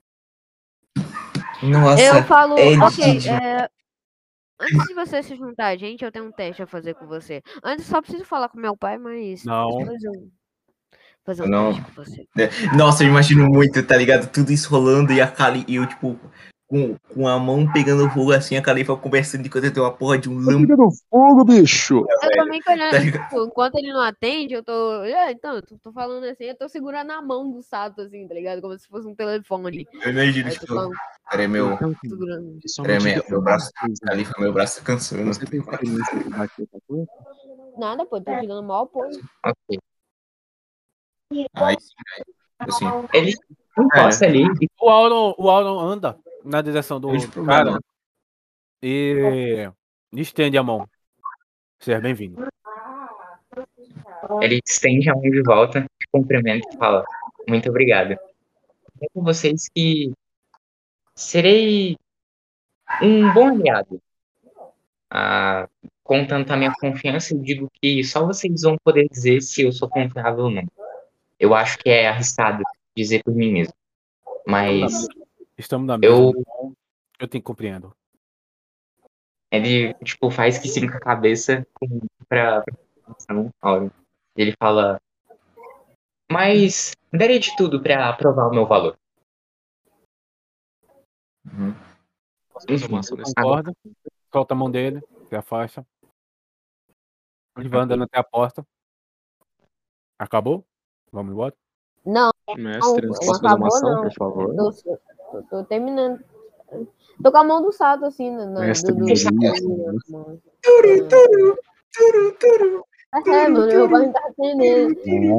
Nossa, Eu falo, é ok, de- é, antes de você se juntar a gente, eu tenho um teste a fazer com você. Antes só preciso falar com meu pai, mas Não. depois eu fazer um Não. teste com você. Nossa, eu imagino muito, tá ligado? Tudo isso rolando e a Cali, e eu, tipo, com, com a mão pegando fogo assim, a Califa conversando enquanto eu tenho uma porra de um lampo. Pegando fogo, bicho! Eu também Tá olhando, ligado? tipo, enquanto ele não atende, eu tô. É, então, eu tô, tô falando assim, eu tô segurando a mão do Sato, assim, tá ligado? Como se fosse um telefone. Eu imagino, Aí eu tô tipo, falando, peraí, meu, Então, segurando. só peraí, me meu, diga meu uma braço, coisa. Califa, meu braço tá cansando. Você tem experiência com bater pra coisa? Nada, pô, tô te dando maior apoio. Ok. Aí sim, aí, assim, Ele encosta ali e O Aldo, o Aldo anda na direção do, Não tem do problema. cara e estende a mão. Seja bem-vindo. ele estende a mão de volta, te cumprimenta e fala: muito obrigado. É com vocês que serei um bom aliado. Ah, contando a minha confiança, eu digo que só vocês vão poder dizer se eu sou confiável ou não. Eu acho que é arriscado dizer por mim mesmo. Mas Estamos na eu, mesma. então Eu te compreendo. ele, tipo, faz que sim com a cabeça com- pra, pra ação, ó. Ele fala: mas darei de tudo pra provar o meu valor. Uhum. Posso fazer uma Enfim, ação nesse Concorda? Solta a mão dele, se afasta. Ele vai andando até a porta. Acabou? Vamos embora? Não, mestre? não, Antes, não posso fazer uma acabou, ação, não. por favor? Tô, tô, tô terminando. Tô com a mão do Sato, assim, na, na, Mestre do, do, Levi, do- assim, mão. Turu, turu, turu, turu. É, mano, meu pai não tá atendendo.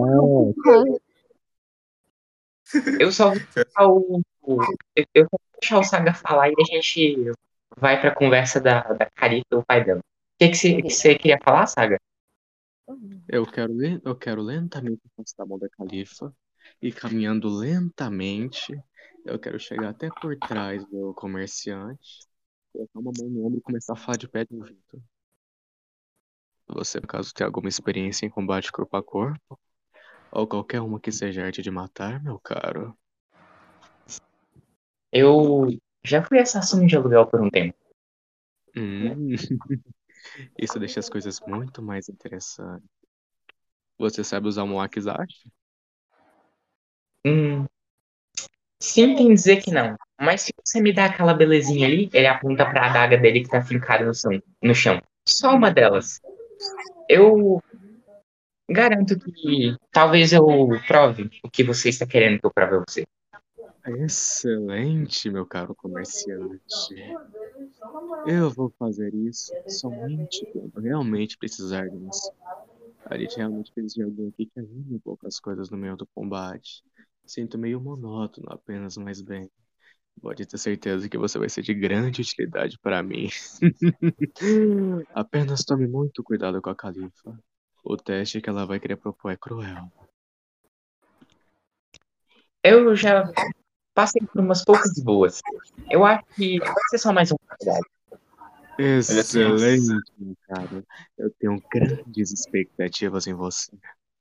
eu só vou deixar o, o- eu, eu só vou deixar o Saga falar e a gente vai pra conversa da, da Carita e o pai dela. O que, que, você, que você queria falar, Saga? Eu quero, le- eu quero lentamente afastar a mão da Califa e caminhando lentamente, eu quero chegar até por trás do comerciante, colocar uma mão no ombro e começar a falar de pé de ouvido. Você, caso tenha alguma experiência em combate corpo a corpo, ou qualquer uma que seja arte de matar, meu caro. Eu Já fui assassino de aluguel por um tempo. Hum, isso deixa as coisas muito mais interessantes. Você sabe usar um Wakizashi? Hum, sinto em dizer que não. Mas se você me dá aquela belezinha ali, ele aponta pra adaga dele que tá fincada no chão. No chão. Só uma delas. Eu garanto que talvez eu prove o que você está querendo que eu prove a você. Excelente, meu caro comerciante. Eu vou fazer isso somente quando realmente precisar disso. A gente realmente precisa de alguém aqui que anime um pouco as coisas no meio do combate. Sinto meio monótono apenas, mas bem, pode ter certeza que você vai ser de grande utilidade para mim. Apenas tome muito cuidado com a Califa. O teste que ela vai querer propor é cruel. Eu já passei por umas poucas boas. Eu acho que vai ser só mais um cuidado. Excelente, meu cara. Eu tenho grandes expectativas em você.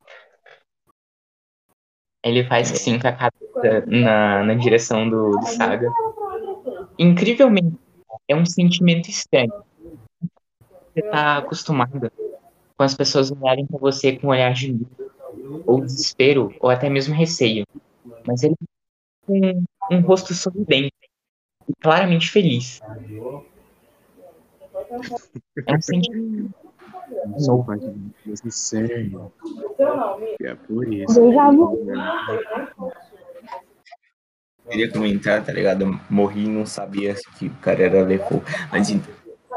Ele faz que sim com a cabeça na, na direção do, do Saga. Incrivelmente, é um sentimento estranho. Você tá acostumado com as pessoas olharem pra você com um olhar de medo, ou desespero, ou até mesmo receio. Mas ele tem um, um rosto sorridente e claramente feliz. É um sentimento Isso novo. faz uma coisa séria. E é por isso que eu Queria comentar, tá ligado? Eu morri e não sabia que o cara era Lefou. Mas então,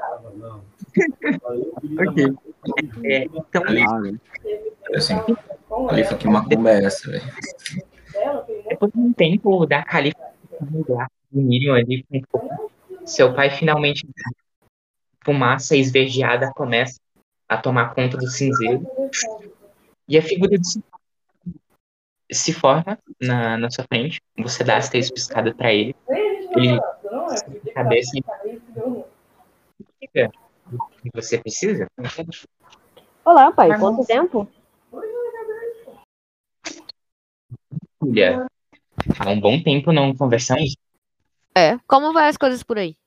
Ok. É, então, Ali- Ah, né? assim, Califa, que macumba é essa, velho? depois de um tempo da Califa mudar, o Miriam ali com fogo, seu pai finalmente, fumaça esverdeada começa a tomar conta do cinzeiro e a figura de se, se forma na, na sua frente. Você dá as três piscadas pra ele. Ele a cabeça e fica o que você precisa. Olá, pai. Quanto tempo? Olha, há um bom tempo não conversamos. É. Como vai as coisas por aí?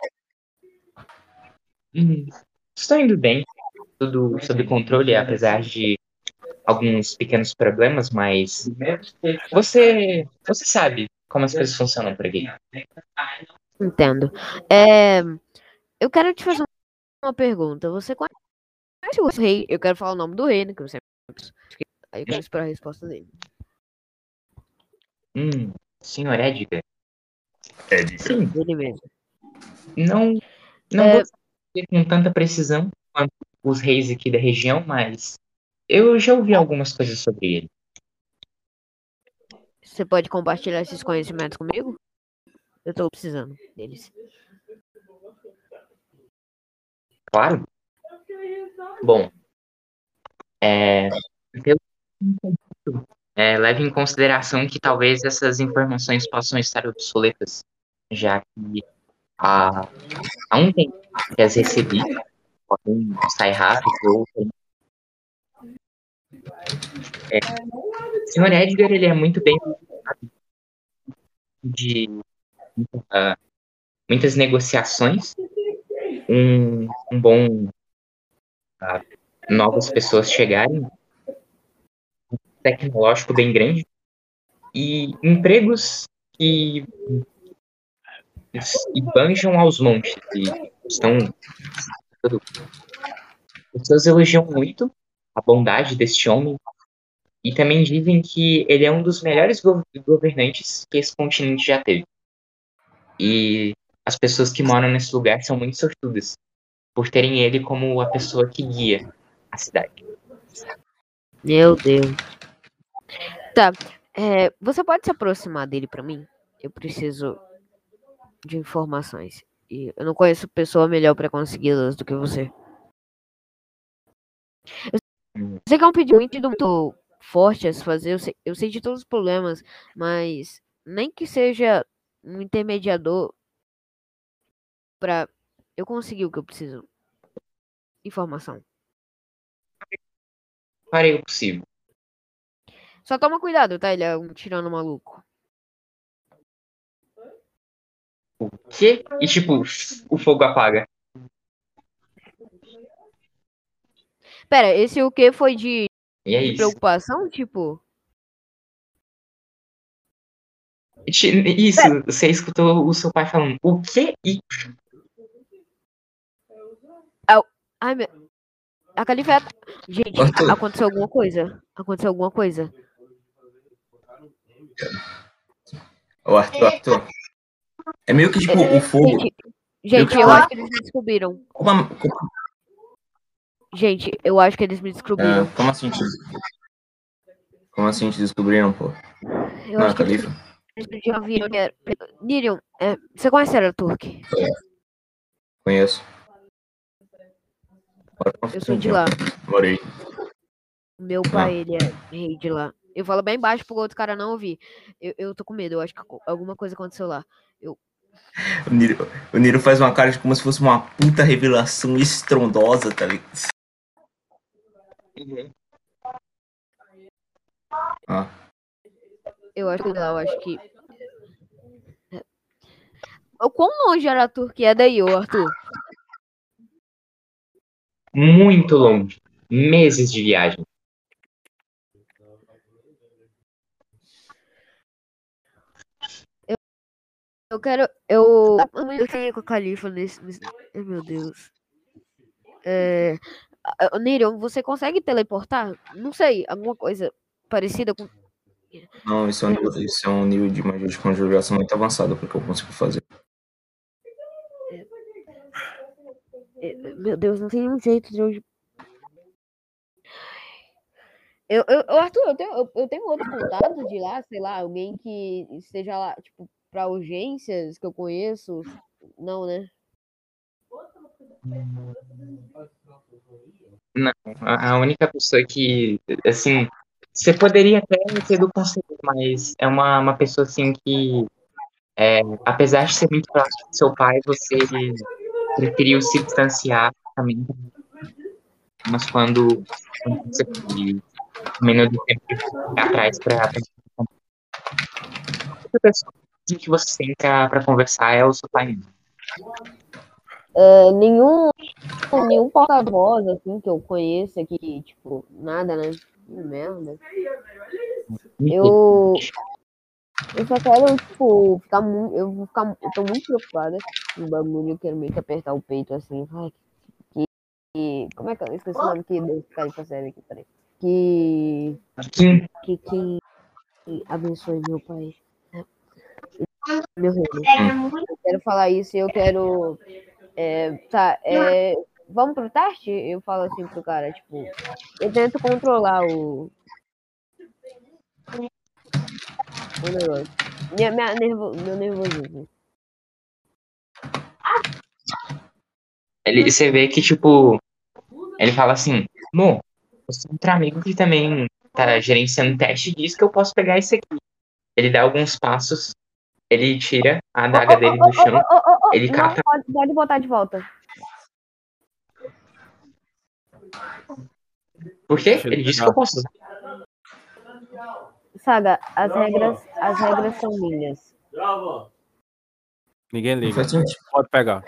Hum, estou indo bem, tudo sob controle, apesar de alguns pequenos problemas, mas você, você sabe como as coisas funcionam por aqui. Entendo. É, eu quero te fazer uma pergunta. Você conhece o rei? Eu quero falar o nome do rei, né? Que você... Aí eu quero esperar a resposta dele. Hum, senhor Edgar. Edgar. Sim, Ele mesmo. não, não É, vou saber com tanta precisão quanto os reis aqui da região, mas eu já ouvi algumas coisas sobre ele. você pode compartilhar esses conhecimentos comigo? Eu tô precisando deles. Claro. Bom, é, pelo é, leve em consideração que talvez essas informações possam estar obsoletas, já que há, há um tempo que as recebi, podem estar erradas ou é, o senhor Edgar, ele é muito bem de uh, muitas negociações, um, um bom uh, novas pessoas chegarem, um tecnológico bem grande e empregos que esbanjam aos montes e estão tudo. As pessoas elogiam muito a bondade deste homem e também dizem que ele é um dos melhores go- governantes que esse continente já teve. E as pessoas que moram nesse lugar são muito sortudas por terem ele como a pessoa que guia a cidade. Meu Deus. Tá. É, você pode se aproximar dele pra mim? Eu preciso de informações. E eu não conheço pessoa melhor pra consegui-las do que você. Hum, Eu sei que é um pedido muito, muito forte a se fazer. Eu sei, eu sei de todos os problemas, mas nem que seja um intermediador pra eu conseguir o que eu preciso. Informação. farei o possível. Só toma cuidado, tá? Ele é um tirano maluco. O quê? E tipo, o fogo apaga. Pera, esse o que foi de, E é de isso. preocupação? Tipo. Ti- Isso, você escutou o seu pai falando, o quê? E Ai, meu. A Califa. é- Gente, Arthur. aconteceu alguma coisa? Aconteceu alguma coisa? Ô, Arthur, Arthur. É meio que tipo o fogo. Gente, gente, que eu tá- acho que eles me descobriram. Como, como, Gente, eu acho que eles me descobriram. é, como assim? te- Como assim te descobriram, pô? Eu Não, acho que eles, Califa? eles já viram que era. Nirion, é, você conhece a Turk? Conheço. Eu sou de lá. Morei. Meu pai, ele é rei de lá. Eu falo bem baixo pro outro cara não ouvir. Eu, eu tô com medo, eu acho que alguma coisa aconteceu lá. Eu, O Niro, o Niro faz uma cara de como se fosse uma puta revelação estrondosa, tá ligado? Ah, eu acho que lá, eu acho que. O quão longe era a Turquia daí, ô Arthur? muito longe. Meses de viagem. Eu quero. Eu. Eu tenho com a Califa nesse. nesse- Ai, meu Deus. É. ah, ah, Nirion, você consegue teleportar? Não sei, alguma coisa parecida com. não, isso é, um nível, isso é um nível de magia de conjuração muito avançado porque eu consigo fazer. É, Meu Deus, não tem nenhum jeito de hoje. Eu, eu, eu, Arthur, eu tenho, eu, eu tenho outros contatos de lá, sei lá, alguém que esteja lá, tipo, pra urgências que eu conheço. Não, né? Não, a a única pessoa que, assim, você poderia até ser do conselho, mas é uma, uma pessoa, assim, que, é, apesar de ser muito próximo do seu pai, você preferiu se distanciar também, mas quando, quando você foi menos do tempo de ficar atrás para outra pessoa que você tem pra, pra conversar é o seu pai mesmo. É, nenhum, nenhum porta-voz, assim, que eu conheça que, tipo, nada, né? Que merda. Eu, eu só quero, tipo, ficar muito. Eu vou ficar. Eu tô muito preocupada com o bagulho. Eu quero meio que apertar o peito assim. Ai, que. que- como é que eu esqueci o nome que Deus cai pra série aqui, peraí. Que. Kim, Que quem abençoe meu pai. né? Meu reino. Eu quero falar isso e eu quero. É, tá, é, vamos pro teste? Eu falo assim pro cara, tipo. Eu tento controlar o. O negócio. Minha, minha nervo, meu nervosismo. ele, você vê que, tipo, ele fala assim, Mo, você é outro amigo que também tá gerenciando teste diz que eu posso pegar isso aqui. Ele dá alguns passos, ele tira a adaga dele do chão, Oh, oh, oh, ele não, cata. pode, pode botar de volta. Por quê? Deixa ele Ele disse que pegar. eu posso usar. Saga, as regras, as regras são minhas. Ninguém Não liga. faz sentido. Pode pegar.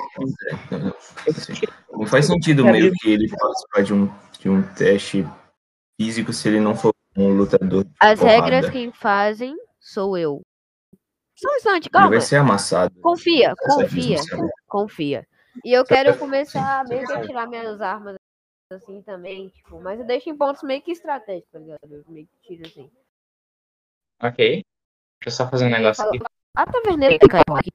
Não faz sentido meio que ele participar de um, de um teste físico se ele não for um lutador de As porrada. regras quem fazem sou eu. Só um instante, Ele vai calma. ser amassado. Confia, Essa confia, mesmo, sabe? confia. E eu quero começar meio que a tirar minhas armas assim também, tipo, mas eu deixo em pontos meio que estratégicos, tá ligado? Eu meio que tiro assim. Ok. Deixa eu só fazer um E eu negócio falo, aqui. a taverneira que caiu aqui.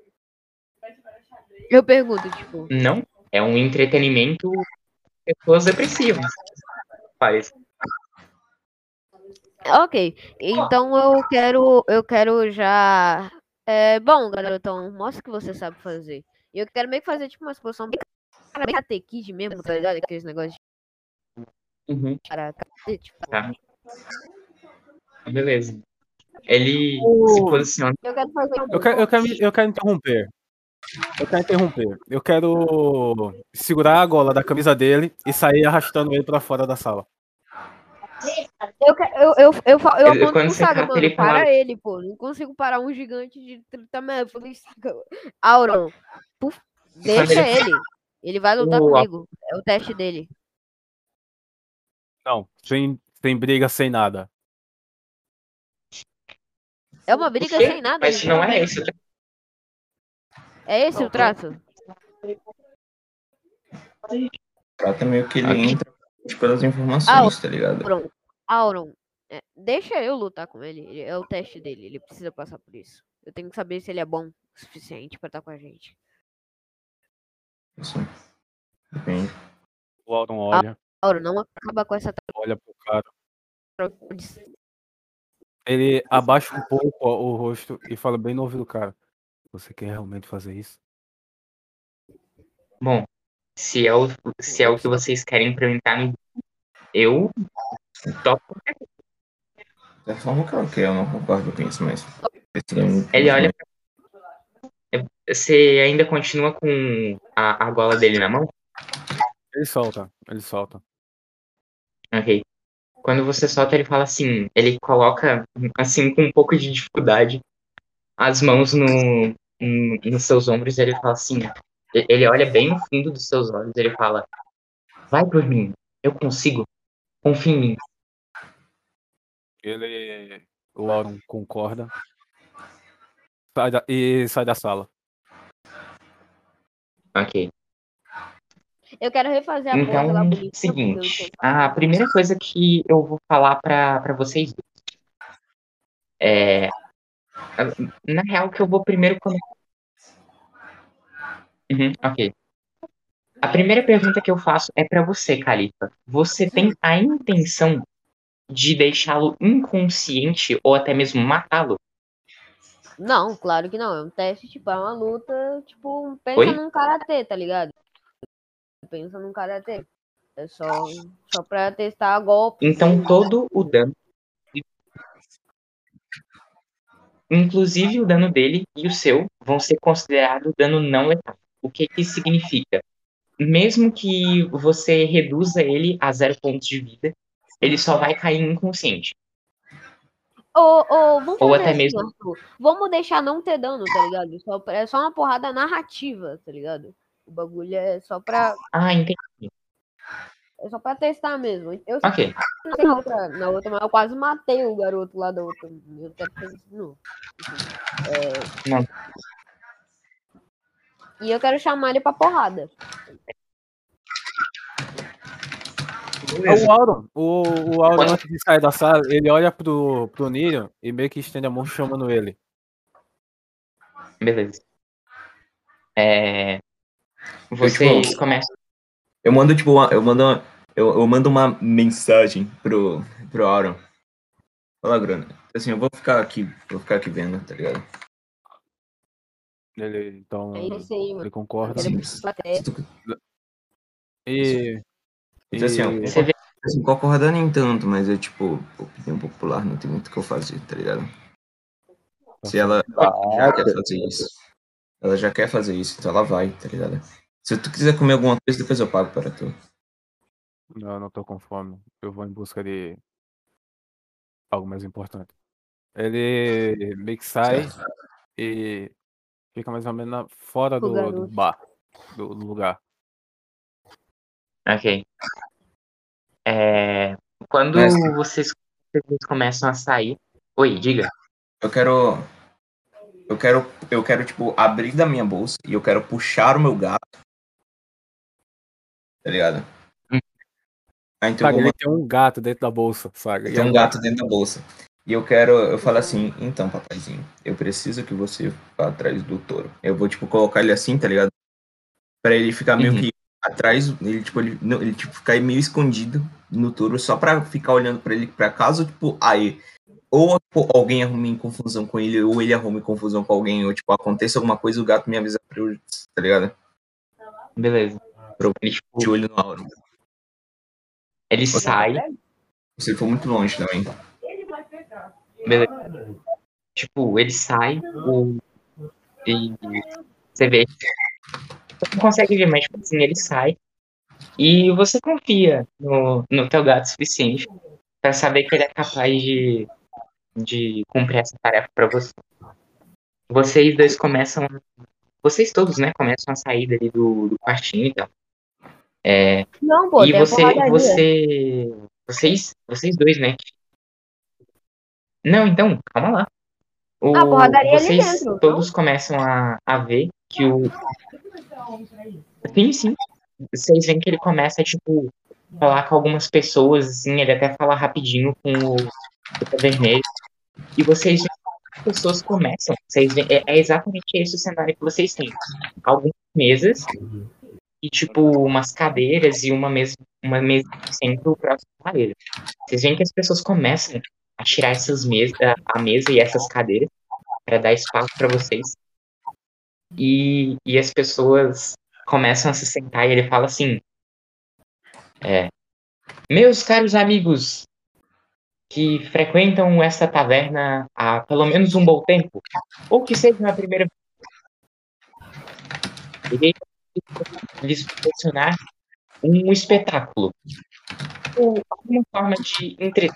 Eu pergunto, tipo, Não, é um entretenimento que pessoas apreciam. Faz. ok, então eu quero, eu quero já. É, bom, garotão, mostra o que você sabe fazer. E eu quero meio que fazer tipo uma exposição bem, bem Karate Kid mesmo, tá ligado? Aqueles negócios de Uhum. karate, tipo. Tá. Beleza. Ele O- se posiciona. Eu quero fazer Eu quero, eu, quero, eu quero interromper. Eu quero interromper. Eu quero segurar a gola da camisa dele e sair arrastando ele pra fora da sala. Eu, que- eu, eu, eu, fa- eu Ele- aponto quando pro você Saga, cata, mano, ele fala. para ele, pô. Não consigo parar um gigante de trinta metros. Eu falei, Saga, Auron, puf, deixa ele- ele. Ele vai lutar O- comigo. É o teste dele. Não, sem, sem briga, sem nada. É uma o briga quê? sem nada, Mas não é literalmente. isso. É esse o traço? Trata meio que ele Ok. entra pelas informações, tá ligado? Auron, Auron, é, deixa eu lutar com ele. Ele- É o teste dele. Ele precisa passar por isso. Eu tenho que saber se ele é bom o suficiente pra estar com a gente. Assim, depende. O Auron olha, Auron, não acaba com essa olha pro cara. troca de- Ele abaixa um pouco ó, o rosto e fala bem no ouvido do cara. Você quer realmente fazer isso? Bom, se é o, se é o que vocês querem pra eu entrar no. Eu topo. Da forma que eu quero, eu não concordo com isso, mas. Ele olha. Você ainda continua com a, a gola dele na mão? Ele solta, ele solta. Ok. Quando você solta, ele fala assim. Ele coloca, assim, com um pouco de dificuldade, as mãos no, no, nos seus ombros e ele fala assim. e- Ele olha bem no fundo dos seus olhos. Ele fala: Vai por mim. Eu consigo. Confia em mim. Ele. O Auron concorda. Sai da, e sai da sala. Ok. Eu quero refazer a pose lá Então, bonita. seguinte. A primeira coisa que eu vou falar pra, pra vocês dois é. Na real, que eu vou primeiro começar. Uhum, ok. A primeira pergunta que eu faço é pra você, Califa. Você tem a intenção de deixá-lo inconsciente ou até mesmo matá-lo? Não, claro que não. É um teste, tipo, é uma luta. Tipo, pensa Oi? num karatê, tá ligado? Pensa num karatê. É só, só pra testar golpes. Então e- todo o dano, inclusive o dano dele e o seu, vão ser considerados dano não letal. O que que isso significa? Mesmo que você reduza ele a zero pontos de vida, ele só vai cair inconsciente. Ô, ô, vamos Ou fazer até assim, mesmo. Arthur. Vamos deixar não ter dano, tá ligado? Só, pra- é só uma porrada narrativa, tá ligado? O bagulho é só pra, Ah, entendi. é só pra testar mesmo. Eu Ok. sei na outra, na outra, mas eu quase matei o garoto lá da outra. Eu quero fazer isso de novo. É, Não. E eu quero chamar ele pra porrada. Beleza. O Auron, o, o Auron, antes de sair da sala, ele olha pro, pro Nirion e meio que estende a mão chamando ele. Beleza. É... Vocês tipo, começam. Eu mando, tipo, uma, eu mando uma, eu, eu mando uma mensagem pro, pro Auron. Fala, Grana. Assim, eu vou ficar aqui, vou ficar aqui vendo, tá ligado? Ele, então, É isso aí, mano. ele concorda. Ele- Assim, plateia. se tu- E, então, assim, ó, e Você vê. assim, concordar nem tanto, mas é tipo, opinião popular, não tem muito o que eu fazer, tá ligado? Se ela, ela já quer fazer isso, ela já quer fazer isso, então ela vai, tá ligado? Se tu quiser comer alguma coisa, depois eu pago para tu. Não, eu não tô com fome. Eu vou em busca de algo mais importante. Ele meio que sai e fica mais ou menos na- fora O do, do garoto. bar, do, do lugar. Ok. É... Quando Mas- vocês, vocês começam a sair. Oi, diga. Eu quero. Eu quero, eu quero, tipo, abrir da minha bolsa e eu quero puxar o meu gato. Tá ligado? Hum. Aí, então, eu Saga, vou ele tem um gato dentro da bolsa, saga. E tem um agora? gato dentro da bolsa. E eu quero, eu falo assim, então, papaizinho, eu preciso que você vá atrás do touro. Eu vou, tipo, colocar ele assim, tá ligado? Pra ele ficar meio Uhum. que atrás, ele, tipo, ele, não, ele, tipo, ficar meio escondido no touro, só pra ficar olhando pra ele, pra caso, tipo, aí, ou tipo, alguém arrume confusão com ele, ou ele arrume confusão com alguém, ou, tipo, aconteça alguma coisa, o gato me avisa pra eu, tá ligado? Beleza. Pra eu Ele, de olho no auro. ele sai. Se ele for muito longe também. Beleza. Tipo, ele sai. O... E você vê. Você não consegue ver, mas tipo assim, ele sai. E você confia no, no teu gato o suficiente pra saber que ele é capaz de, de cumprir essa tarefa pra você. Vocês dois começam. Vocês todos, né? Começam a sair dali do, do quartinho e tal. É, Não, pô, e tem a você, porradaria. você. Vocês. Vocês dois, né? Não, então, calma lá. O, Ah, porradaria ali vocês dentro, todos começam a, a ver que o. Sim, sim. Vocês veem que ele começa a, tipo, falar com algumas pessoas, assim, ele até fala rapidinho com o Puta Vermelho. E vocês veem que as pessoas começam. Vocês veem, é, é exatamente esse o cenário que vocês têm. Algumas mesas e, tipo, umas cadeiras e uma mesa, uma mesa no centro próximo à parede. Vocês veem que as pessoas começam a tirar essas mesas, a mesa e essas cadeiras para dar espaço para vocês. E, e as pessoas começam a se sentar e ele fala assim: é, meus caros amigos que frequentam esta taverna há pelo menos um bom tempo, ou que seja a primeira vez, irei lhes proporcionar um espetáculo ou alguma forma de entretenimento.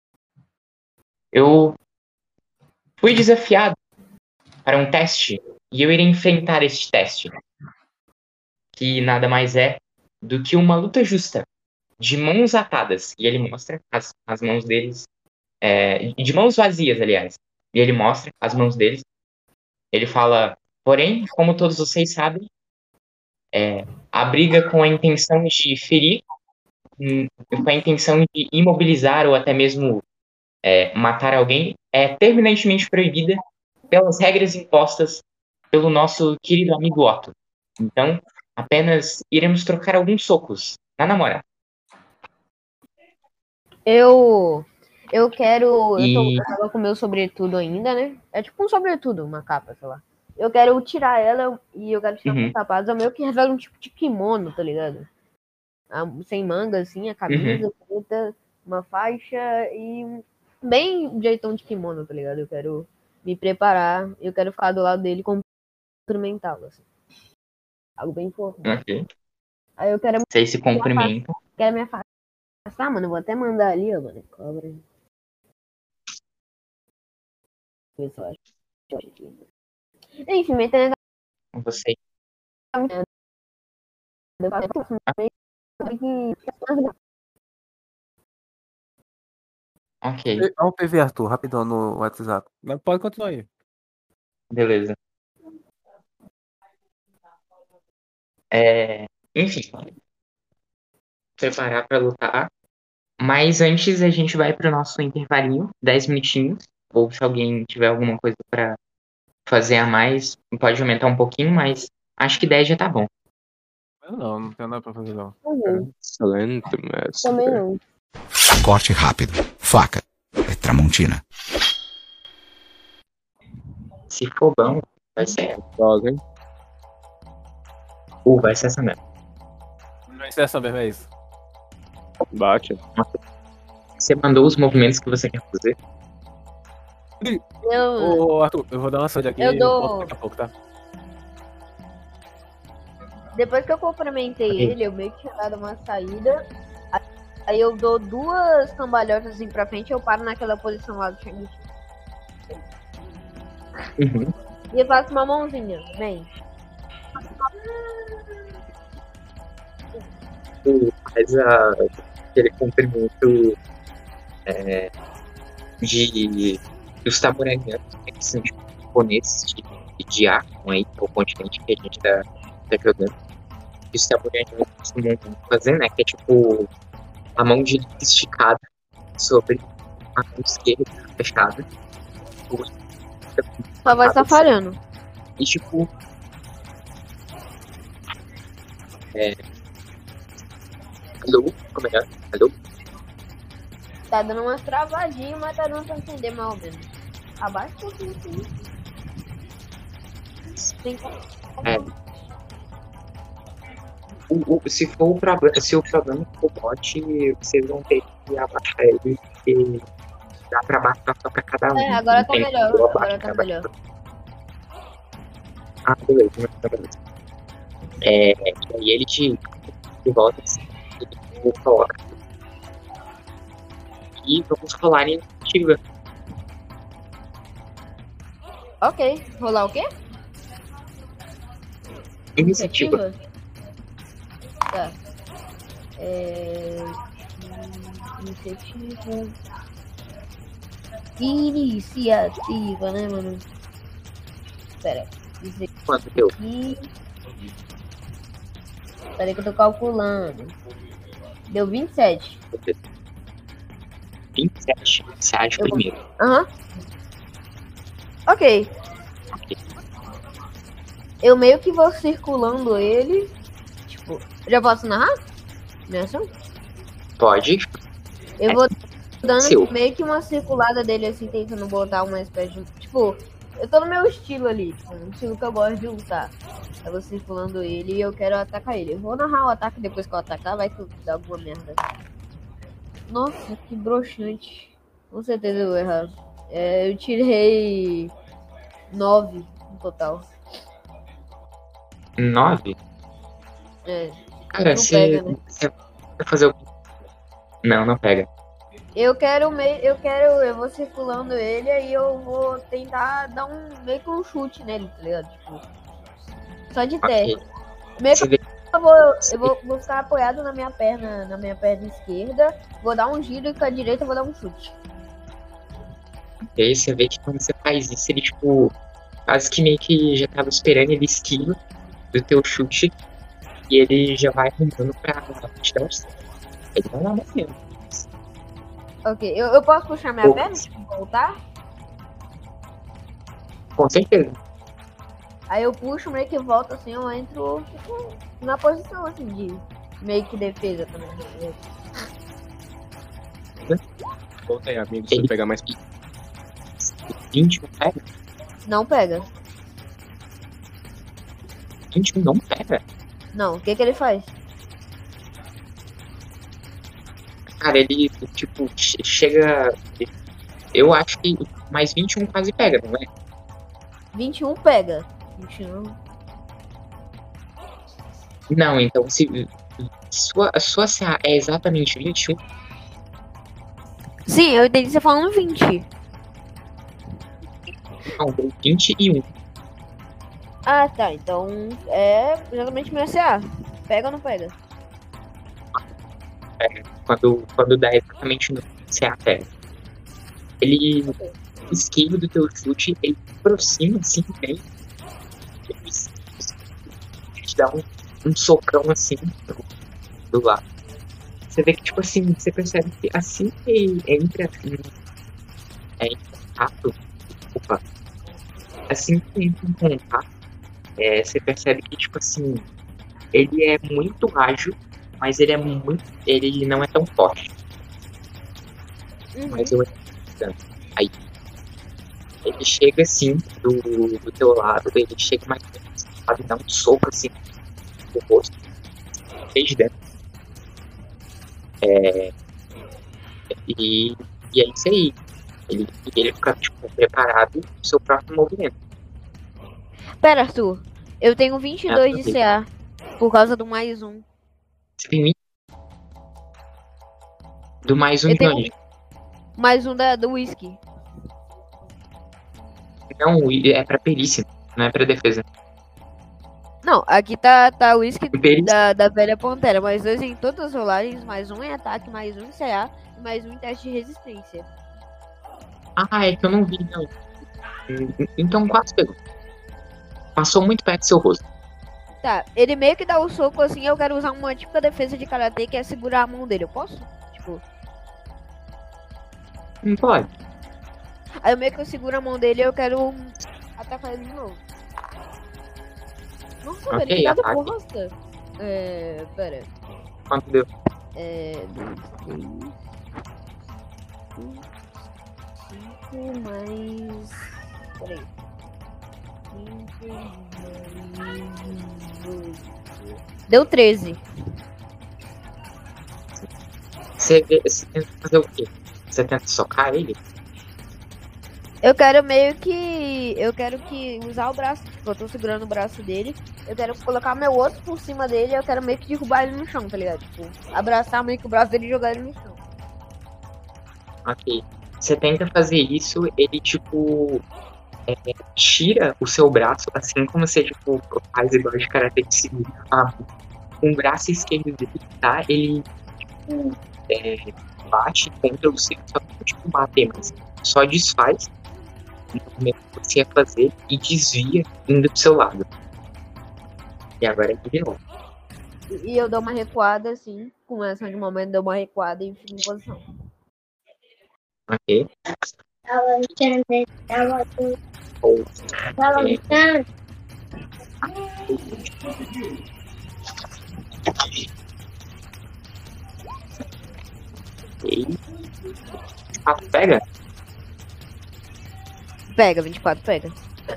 Eu fui desafiado para um teste e eu irei enfrentar este teste, que nada mais é do que uma luta justa, de mãos atadas. E ele mostra as, as mãos deles, é, de mãos vazias, aliás. E ele mostra as mãos deles. Ele fala, porém, como todos vocês sabem, é, a briga com a intenção de ferir, hum, com a intenção de imobilizar ou até mesmo é, matar alguém, é terminantemente proibida pelas regras impostas pelo nosso querido amigo Otto. Então, apenas iremos trocar alguns socos, na namorada. Eu. Eu quero. Eu, tô, E- eu tava com o meu sobretudo ainda, né? É tipo um sobretudo, uma capa, sei lá. Eu quero tirar ela e eu quero tirar Uhum. os sapatos. É meio que revela um tipo de kimono, tá ligado? Ah, sem manga, assim, a camisa preta, uma faixa e um- bem um jeitão de kimono, tá ligado? Eu quero me preparar, eu quero ficar do lado dele e cumprimentá-lo, assim. Algo bem fofo. Ok. Aí eu quero, Vocês se cumprimentam. quero me afastar, mano. Eu vou até mandar ali, ó, mano. Cobra. Ver se eu acho aqui. Enfim, metendo Vocês. Ok, Dá um P V, Arthur, rapidão no WhatsApp. Mas pode continuar aí. beleza. É, enfim. Preparar pra lutar. Mas antes a gente vai pro nosso intervalinho, dez minutinhos. Ou se alguém tiver alguma coisa pra fazer a mais, pode aumentar um pouquinho, mas acho que dez já tá bom. Eu não, não tenho nada pra fazer não. Excelente, mestre. Também não. Corte rápido. Faca. É Tramontina. Se for bom, vai ser. Droga, hein? Uh, vai ser essa mesmo. Não é essa mesmo, é isso. Bate. Você mandou os movimentos que você quer fazer? Eu, Ô, Arthur, eu vou dar uma saída aqui Eu e dou- volto daqui a pouco, tá? depois que eu cumprimentei Ok. ele, eu meio que tinha dado uma saída. Aí eu dou duas cambalhotas assim pra frente e eu paro naquela posição lá do Shang. Uhum. E eu faço uma mãozinha, vem. Tu faz a, aquele cumprimento é, de dos taboranianos, né, que são tipo, japoneses de, de Akon aí, que é o continente que a gente tá, tá jogando. E os taboranianos costumam fazer, né, que é tipo a mão direita esticada sobre a mão esquerda fechada. Sua voz tá falhando. E tipo. É. Alô? Como é? Alô? Tá dando umas travadinhas, mas tá dando pra entender mais ou menos. Abaixa um pouquinho, sim. Tem como. É. O, o, se for o problema, se o problema for o bot, vocês vão ter que abaixar ele e dá pra baixar só pra cada um. É, agora Não tá tem melhor. como Agora abaixar, tá abaixar. melhor. Ah, beleza, então beleza. É, e aí ele te, te volta assim, e tu coloca. E vamos rolar iniciativa. Ok. Rolar o quê? Iniciativa. Tá. É... Iniciativa. Iniciativa, né, mano? Pera. Isso Quanto deu? aqui. Pera aí que eu tô calculando. Deu vinte e sete. vinte e sete. Você age Eu vou- primeiro. Aham. Ok. Eu meio que vou circulando ele. Tipo, já posso narrar? Minha ação? Pode. Eu vou dando Seu. meio que uma circulada dele assim, tentando botar uma espécie de. Tipo, eu tô no meu estilo ali, tipo, um estilo que eu gosto de usar. Eu vou circulando ele e eu quero atacar ele. Eu vou narrar o ataque depois que eu atacar, vai que dá alguma merda. Nossa, que broxante. Com certeza eu vou errar. É, eu tirei nove no total. nove? É, Cara, Não você pega, né? você vai fazer o. Não, não pega. eu quero meio. Eu quero. Eu vou circulando ele aí eu vou tentar dar um. Meio que um chute nele, tá ligado? Tipo. Só de terra. Ok. Meio Você que vê eu vou, eu vou, vou ficar apoiado na minha perna, na minha perna esquerda, vou dar um giro e com a direita eu vou dar um chute. E aí você vê que quando você faz isso, ele, tipo, quase que meio que já tava esperando, ele esquiva do teu chute e ele já vai arrumando pra te dar um certo. Ele vai lá mesmo. Ok, eu, eu posso puxar minha Pô. perna? Tipo, voltar? Com certeza. Aí eu puxo, meio que volto assim, eu entro tipo, na posição assim de meio que defesa também. Volta aí, amigo, se Ele- eu pegar mais. vinte não pega? Não pega. vinte não pega? Não, o que que ele faz? Cara, ele, tipo, che- chega. Eu acho que mais vinte e um quase pega, não é? vinte e um pega. vinte e um. Não, então se. Sua, a sua C A é exatamente vinte e um, Sim, eu entendi você falando vinte. não, deu vinte e um. Ah, tá. Então é exatamente meu C A. Pega ou não pega? Quando, quando dá exatamente no C A pega. Ele esquiva do teu chute, ele aproxima assim bem. Ele te dá um, um socão assim do, do lado. Você vê que, tipo assim, você percebe que assim que entra em, é, em contato, opa, assim que entra em contato, é, você percebe que, tipo assim, ele é muito ágil, mas ele é muito, ele não é tão forte. Uhum. Mas eu aí ele chega assim do, do teu lado, ele chega mais sabe, dá um soco assim no rosto, fez dentro. É, e, e é isso aí. Ele, ele fica tipo, preparado pro seu próprio movimento. Pera, Arthur. Eu tenho vinte e dois Ah, de ok. C A. Por causa do mais um. Você tem vinte do mais um Eu de tenho- onde? Mais um da, do whisky. Não, é pra perícia, não é pra defesa. Não, aqui tá, tá o whisky Perícia. da, da velha Pantera. Mais dois em todas as rolagens. Mais um em ataque, mais um em C A. E mais um em teste de resistência. Ah, é que eu não vi, não. Então quase pegou. Passou muito perto do seu rosto. Tá, ele meio que dá o soco assim. Eu quero usar uma típica defesa de karatê que é segurar a mão dele. Eu posso? Tipo. Não pode. Aí eu meio que eu seguro a mão dele e eu quero atacar ele de novo. Nossa, Ok, velho, que dado ataque. bosta. É. Pera. Quanto deu? É. dois, três. cinco mais. Peraí. cinco mais. dois. Deu treze. Você, vê- você tenta fazer o quê? Você tenta socar ele? Eu quero meio que. Eu quero que usar o braço. Tipo, eu tô segurando o braço dele. Eu quero colocar meu outro por cima dele e eu quero meio que derrubar ele no chão, tá ligado? Tipo, abraçar meio que o braço dele e jogar ele no chão. Ok. Você tenta fazer isso, ele, tipo, é, tira o seu braço, assim como você, tipo, faz igual de karatê que segura a mão. Com o braço esquerdo dele, tá? Ele, tipo, é, bate contra o seu, só que não, tipo, bater, mas só desfaz o movimento que você ia fazer e desvia indo pro seu lado. E agora é de novo. E e eu dou uma recuada, assim, com essa de momento, dou uma recuada e fico em posição. Ok? Tava lutando, tava Ou, tava é, lutando. ok. Ah, pega? Pega, vinte e quatro, pega.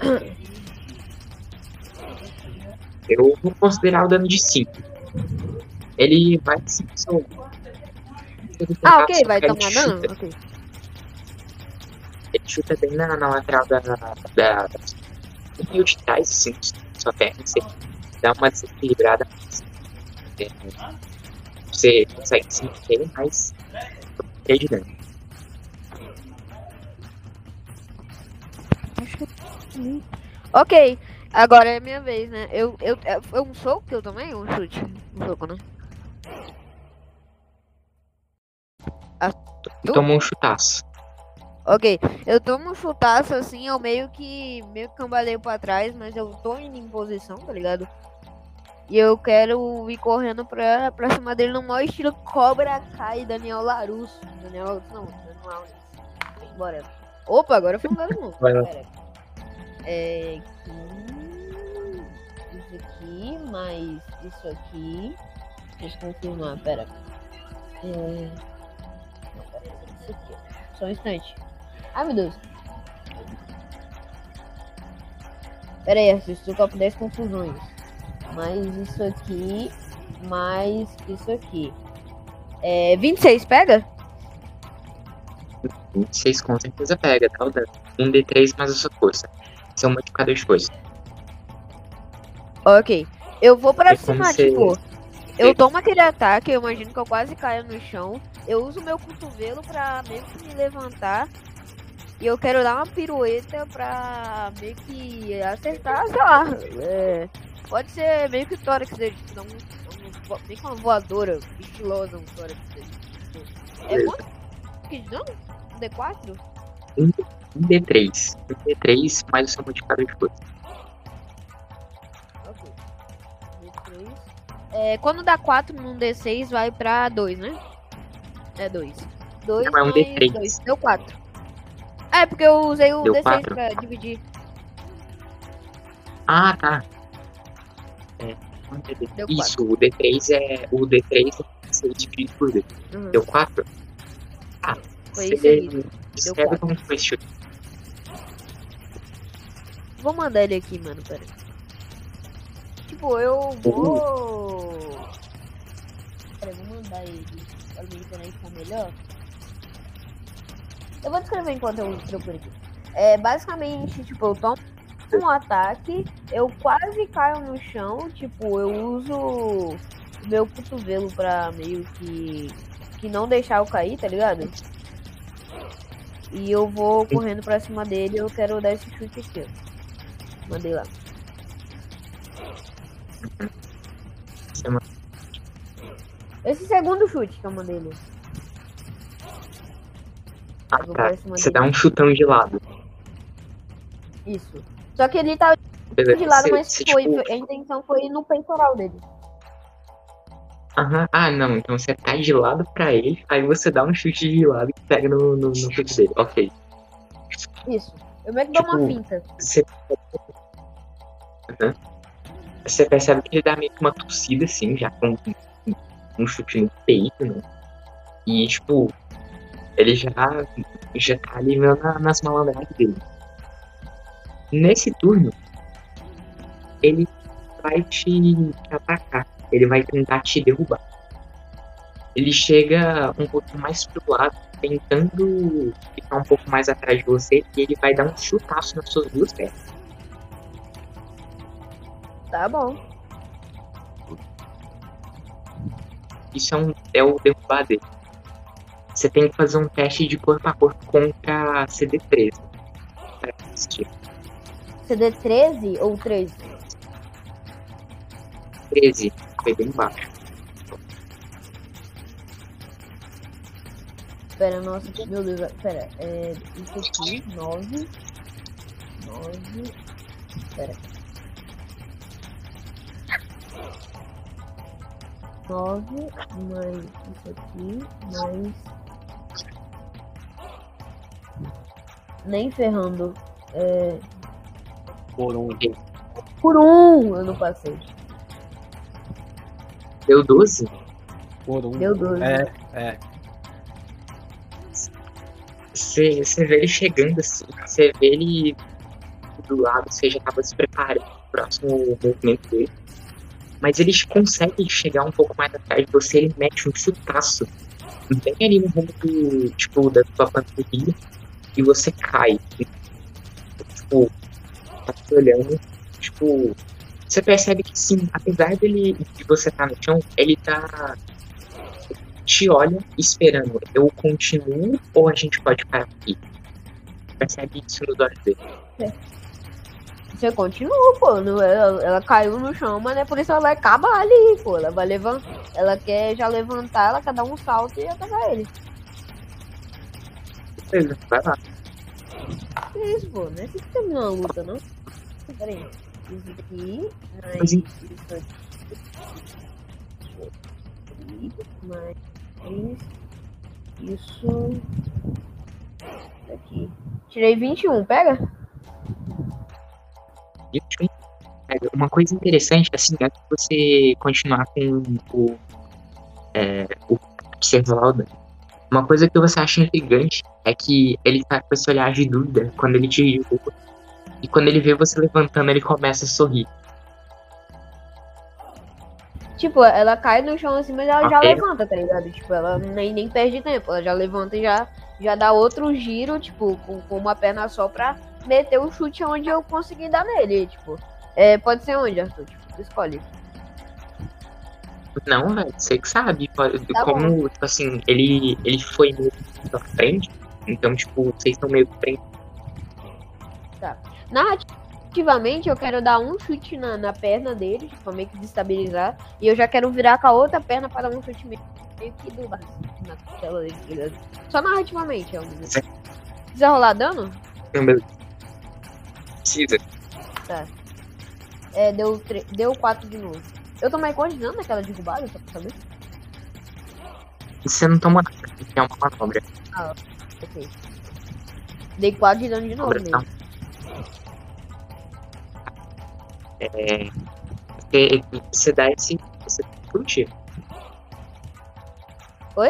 Eu vou considerar o dano de cinco. Ele vai se resolver. Se ele Ah, tentar ok, vai socar, ele tomar chuta. dano? Ok. Ele chuta bem na, na lateral da, da. Um meio de trás, assim, sua perna. Você dá uma desequilibrada. É, você consegue se manter, mas é de dano. Ok, agora é minha vez, né? Eu, eu, é- foi um soco que eu tomei? Um chute? Um soco, né? Ah, tu? Tomou um chutaço. Ok, eu tomo um chutaço assim, eu meio que meio que cambaleio pra trás, mas eu tô indo em posição, tá ligado? E eu quero ir correndo pra, pra cima dele no maior estilo Cobra Kai, Daniel Larusso. Daniel, não, Daniel Alves. Bora. Opa, agora foi um dano novo. Vai lá. Pera. É aqui, isso aqui, mais isso aqui. Deixa eu confirmar, pera. É... Não, pera, isso aqui, ó. Só um instante. Ai, meu Deus. Pera aí, assisto o top dez confusões. Mais isso aqui, mais isso aqui. É, vinte e seis, pega? vinte e seis com certeza pega, tá? O dano. Um D três mais a sua força. Esse é um modificador de força. Ok. Eu vou pra É como cima, se- tipo... Eu tomo aquele ataque, eu imagino que eu quase caio no chão. Eu uso meu cotovelo pra meio que me levantar. E eu quero dar uma pirueta pra meio que acertar, sei lá. É, pode ser meio que o tórax dele, tipo, dar um, um, meio que uma voadora estilosa, um tórax dele. É quanto que de dano? Um D quatro? Um D três. Um D três mais o seu modificador de força. Ok. D três. É, quando dá quatro num D seis, vai pra dois, né? É dois. dois Não, é um mais D três. dois. Deu quatro. É, porque eu usei o Deu D seis quatro? pra dividir. Ah, tá. É, um D três. Deu Isso, o D três é. O D três é seis dividido por dois. Uhum. Deu quatro? Ah, Foi você isso aí. descreve quatro. como foi esse chute. Vou mandar ele aqui, mano, pera aí. Tipo, eu vou... Pera, eu vou mandar ele pra minha internet ficar melhor. Eu vou descrever enquanto eu procuro aqui. É, basicamente, tipo, eu tomo um ataque, eu quase caio no chão, tipo, eu uso o meu cotovelo pra meio que... que não deixar eu cair, tá ligado? E eu vou correndo pra cima dele, eu quero dar esse chute aqui, ó. Mandei lá. Você manda- Esse segundo chute que eu mandei ali. Ah, Eu vou tá. pra cima Você dele. dá um chutão de lado. Isso. Só que ele tá Beleza. de lado, Você- mas você, foi, tipo, a intenção foi ir no peitoral dele. aham. Ah, não. Então você tá de lado pra ele, aí você dá um chute de lado e pega no, no, no chute dele. Ok. Isso. Eu meio que dou uma Tipo, finta. Você... Aham. Você percebe que ele dá meio que uma tossida, assim, já com um, um chute no peito, né? E, tipo, ele já, já tá ali meio na, nas malandragens dele. Nesse turno, ele vai te, te atacar. Ele vai tentar te derrubar. Ele chega um pouco mais pro lado, tentando ficar um pouco mais atrás de você, e ele vai dar um chutaço nas suas duas pernas. Tá bom. Isso é, um, é o derrubar dele. Você tem que fazer um teste de corpo a corpo contra C D treze. Pra assistir. C D treze ou treze? treze, foi bem baixo. Pera, nossa, meu Deus, pera, é, isso aqui, nove, nove, pera. nove, mais isso aqui, mais... Nem ferrando, é... Por um. Por um eu não passei. Deu doze? Por um. Deu doze. É, é. Você, você vê ele chegando assim, você vê ele do lado, você já tava se preparando pro próximo movimento dele. Mas ele consegue chegar um pouco mais atrás de você, ele mete um chutaço bem ali no rumo do, tipo, da tua panturrilha e você cai. E, tipo, tá te olhando, tipo, você percebe que sim, apesar dele, de você estar no chão, ele tá te olha esperando. Eu continuo ou a gente pode parar aqui? Percebe isso nos olhos dele. Você continua, pô. Não, ela, ela caiu no chão, mas não é por isso que ela vai acabar ali, pô. Ela vai levantar. Ela quer já levantar, ela quer dar um salto e atacar ele. Beleza, vai lá. Que isso, pô? Não é assim que termina a luta, não? Pera aí. Isso aqui, mais Mas, isso aqui. Mais isso. Aqui. Tirei vinte e um, pega? Uma coisa interessante, assim, é que você continuar com o, é, o Servalda. Uma coisa que você acha intrigante é que ele tá com esse olhar de dúvida quando ele te derruba. E quando ele vê você levantando, ele começa a sorrir. Tipo, ela cai no chão assim, mas ela já Ok. levanta, tá ligado? Tipo, ela nem, nem perde tempo. Ela já levanta e já, já dá outro giro, tipo, com, com uma perna só pra meter o chute onde eu consegui dar nele. Tipo, é, pode ser onde, Arthur? Tipo, tu escolhe. Não, velho, você que sabe. pode- Tá como, tipo assim, ele, ele foi meio pra frente. Então, tipo, vocês estão meio pra frente. Narrativamente, eu quero dar um chute na, na perna dele, tipo, pra meio que desestabilizar. E eu já quero virar com a outra perna pra dar um chute meio, meio que do lado, assim, na tela dele, tá ligado? Só narrativamente, é um Precisa rolar dano? Então, beleza. Precisa. Tá. É, deu, tre- deu quatro de novo. Eu tomei quanto de dano naquela derrubada, só pra saber? Você não toma nada, é uma manobra. Ok. Dei quatro de dano de novo Manobra, nele. tá? É, você, você dá esse. Você chute. Oi?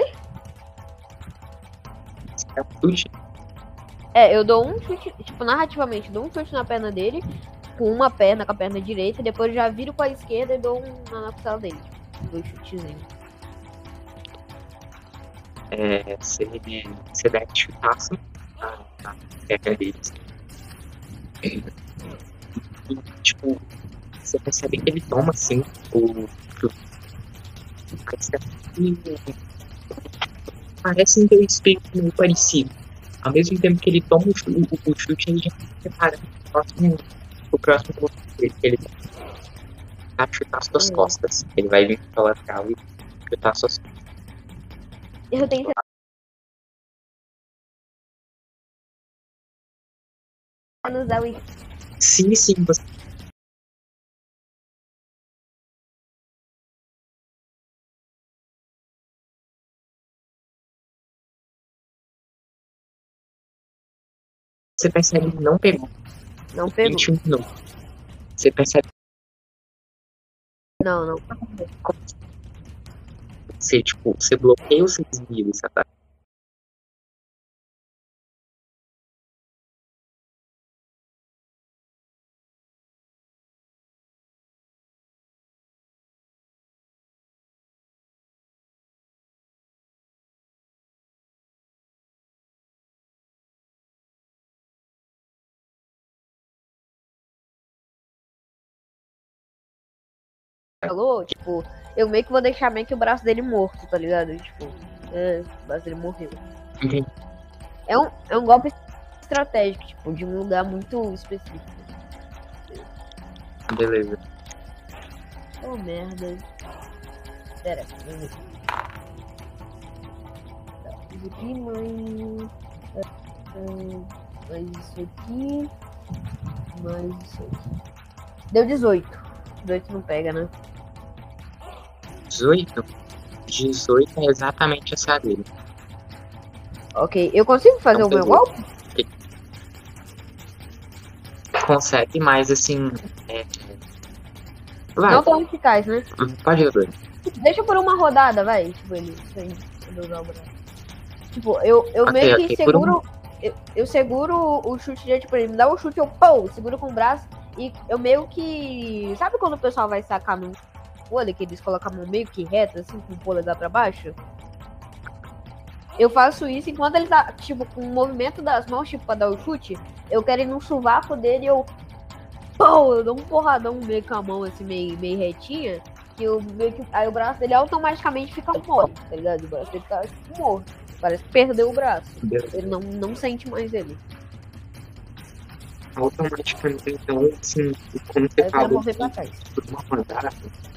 Você dá um chute. É, eu dou um chute, tipo, narrativamente, dou um chute na perna dele, com uma perna, com a perna direita, e depois eu já viro com a esquerda e dou um na, na costela dele. Tipo, dois chutezinhos. É, você, você dá esse chutaço na, na perna deles. E, tipo, você percebe que ele toma assim o chute. E parecem ter um espírito meio parecido. Ao mesmo tempo que ele toma o chute, o, o chute ele já se prepara pro próximo, pro próximo movimento dele, que ele vai chutar as suas Hum. costas. Ele vai vir pra lateral e chutar as suas costas. Eu tenho que usar o Sim, sim, você você percebe que não pegou. Não pegou. vinte e um minutos. Você percebe Não, não. como você, tipo, você bloqueia ou você desvia desse ataque. Falou, tipo, eu meio que vou deixar meio que o braço dele morto, tá ligado? Tipo, É, mas ele morreu. Entendi. É um, é um golpe estratégico, tipo, de um lugar muito específico. Beleza. Oh, merda. Pera, vamos ver. Tá, isso aqui, mais... mais isso aqui. Mais isso aqui. Deu dezoito. dezoito não pega, né? dezoito? dezoito é exatamente essa dele. Ok, eu consigo fazer Então, o meu dezoito. golpe? Consegue, mas assim. É... Vai, Não tão eficaz, né? pode ir, doido. Deixa por uma rodada, vai. Tipo, ele sem sem usar o braço. Tipo, eu, eu Ok, meio que ok, por seguro. Eu, eu seguro o chute dele, tipo, ele me dá um chute, eu pô, seguro com o braço. E eu meio que. Sabe quando o pessoal vai sacar no vôlei, que eles colocam a mão meio que reta, assim, com o polegar pra baixo? Eu faço isso enquanto ele tá, tipo, com o movimento das mãos, tipo, pra dar o chute. Eu quero ir no sovaco dele e eu. Pô, eu dou um porradão meio com a mão, assim, meio, meio retinha. Que eu meio que. Aí o braço dele automaticamente fica mole, tá ligado? O braço dele tá tipo, morto. Parece que perdeu o braço. Ele não, não sente mais ele. Automaticamente, então, assim, como você Aí eu quero falou, mover pra trás. por uma rodada.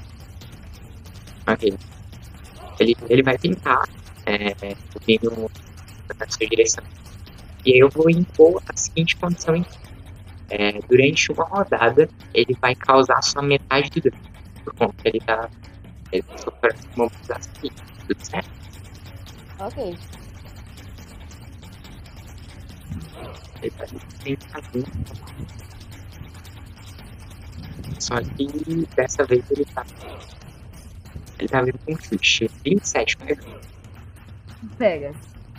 Ok. Ele, ele vai tentar é, vir no- na sua direção. E aí eu vou impor a seguinte condição. Então. É, durante uma rodada, ele vai causar só metade do dano. Por conta que ele tá. Ele tá sofrendo uma mobilização aqui. Tudo certo? Ok. Ele vai tentar vir. Só que dessa vez ele tá. Ele tá vindo com chute. vinte e sete, pega. Pega.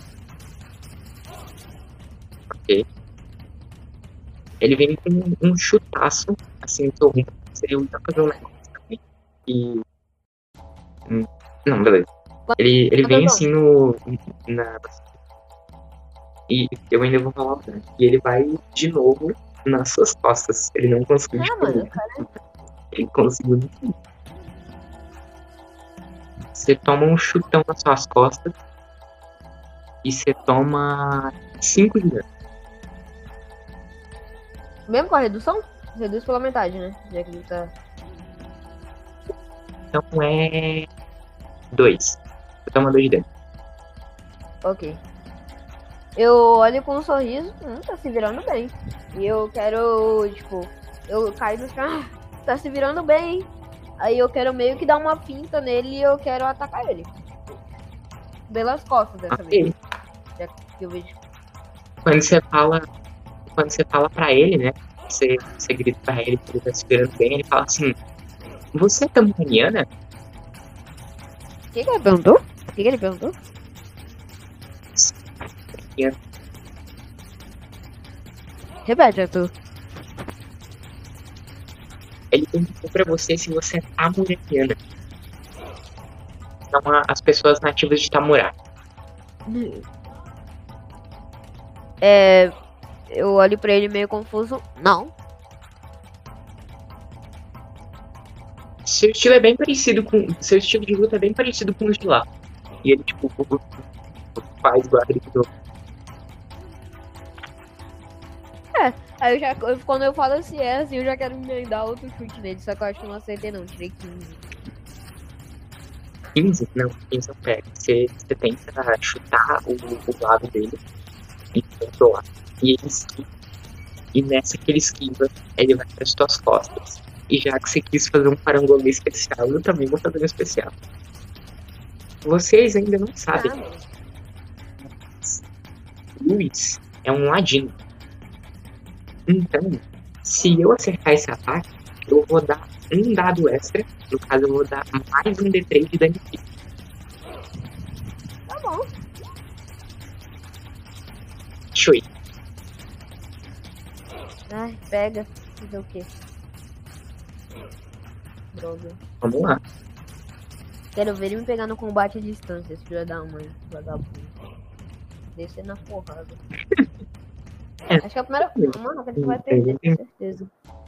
Ok. Ele vem com um chutaço, assim, no seu rumo. Seria o fazer um negócio também. E. Hum, Não, beleza. Ele, ele vem assim no. Na... E eu ainda vou falar. Né? E ele vai de novo nas suas costas. Ele não conseguiu. Ah, mano, cara. Ele conseguiu. Você toma um chutão nas suas costas. E você toma cinco de dano. Mesmo com a redução? Reduz pela metade, né? Já que ele tá. Então é. dois. Você toma dois de dano. Ok. Eu olho com um sorriso, hum, tá se virando bem. E eu quero, tipo, eu caio no chão, ah, tá se virando bem, hein? Aí eu quero meio que dar uma finta nele e eu quero atacar ele. Pelas costas dessa Ok. vez. Já que eu vejo. Quando você fala. Quando você fala pra ele, né? Você, você grita pra ele que ele tá se virando bem, ele fala assim. Você é tamuniana? O que, que ele perguntou? O que, que ele perguntou? Repete, Arthur. Ele perguntou pra você se você é tamuraniana. São a- as pessoas nativas de Tamurá. É. Eu olho pra ele meio confuso. Não. Seu estilo é bem parecido com. Seu estilo de luta é bem parecido com o de lá. E ele, tipo, faz igual ele gritou. Aí eu já, eu- quando eu falo assim, é assim, eu já quero me dar outro chute nele. Só que eu acho que eu não acertei, não. Tirei quinze. quinze? Não, quinze não pega. Você, você tenta chutar o, o lado dele e controlar. E ele esquiva. E nessa que ele esquiva, ele vai para as suas costas. E já que você quis fazer um parangolê especial, eu também vou fazer um especial. Vocês ainda não sabem. Ah, Luiz é um ladino. Então, se eu acertar esse ataque, eu vou dar um dado extra. No caso, eu vou dar mais um D três de dano físico. tá bom. Chui. Ai, pega. Fazer o quê? Droga. Vamos lá. Quero ver ele me pegar no combate à distância, esse filho da mãe, vagabundo. Descer na porrada. É. Acho que é a primeira. Mano, que a gente vai perder, com certeza.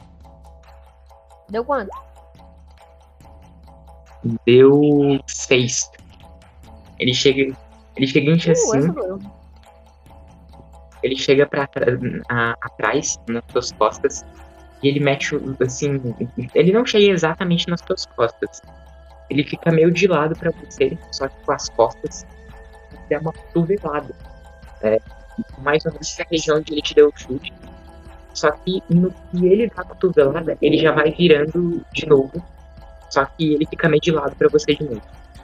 Deu quanto? Deu seis. Ele chega Ele chega em ti Uh, assim, essa doeu. ele chega pra, tra- a- atrás, nas suas costas, e ele mete, o- assim, ele não chega exatamente nas suas costas. Ele fica meio de lado pra você, só que com as costas, e dá uma cotovelada. É, mais ou menos na região onde ele te deu o chute. Só que no que ele dá a cotovelada, ele já vai virando de novo. Só que ele fica meio de lado pra você de novo.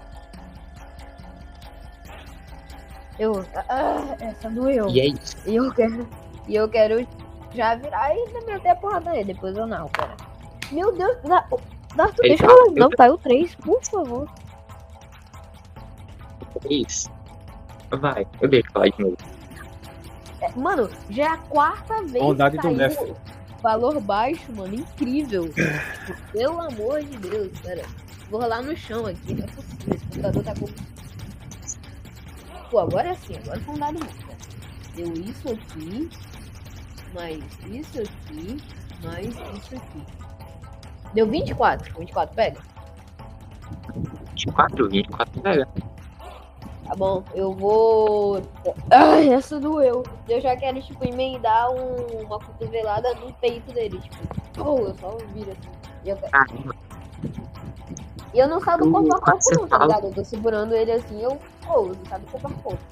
Eu. Ah, essa doeu. E é isso. E eu quero. E eu quero já virar e ainda meter a porrada nele. Depois eu não, cara. Meu Deus, dá, dá, Ele deixa fala, eu. Não, caiu três, por favor. É isso. Vai, eu deixo falar de novo. É, mano, já é a quarta vez Bondade que do saiu mestre. valor baixo, mano. Incrível. Pelo amor de Deus, pera. Vou rolar no chão aqui, não é possível. Esse computador tá com. Pô, agora é assim, agora foi um dado muito. Cara. Deu isso aqui, mais isso aqui, mais isso aqui. Deu vinte e quatro. vinte e quatro, pega? vinte e quatro, vinte e quatro pega. Tá bom, eu vou. Ai, essa doeu. Eu já quero, tipo, emendar um- uma cotovelada no peito dele, tipo. Oh, eu só viro assim. E eu, Ah, e eu não saio do corpo a corpo, Você não, tá fala. ligado? Eu tô segurando ele assim, eu. Oh, não sabe do corpo a corpo.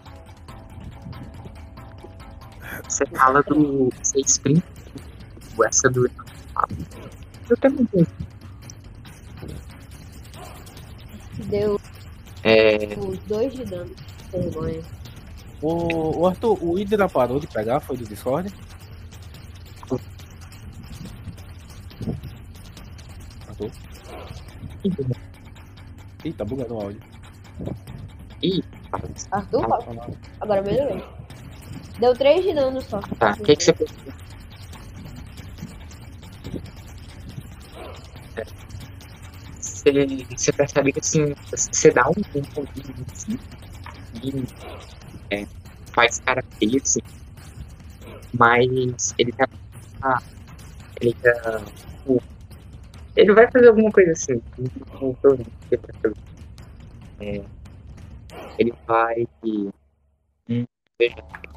você fala do. Você sprint. Essa do. Eu também tenho. Deu É. os dois de dano. Vergonha. O, o Arthur, o Hydra parou de pegar, foi do Discord? Arthur? Ih, tá bugando o áudio. Ih, Arthur, fala. Agora melhorou. Deu três de dano só. tá. O que, que você precisa? Você, você percebe que assim, você dá um um pouquinho assim, e é, faz cara feio assim, mas ele tá. ah, ele tá. tipo, Ele vai fazer alguma coisa assim. Não tô vendo o que ele vai fazer. É, ele vai. Hum, veja.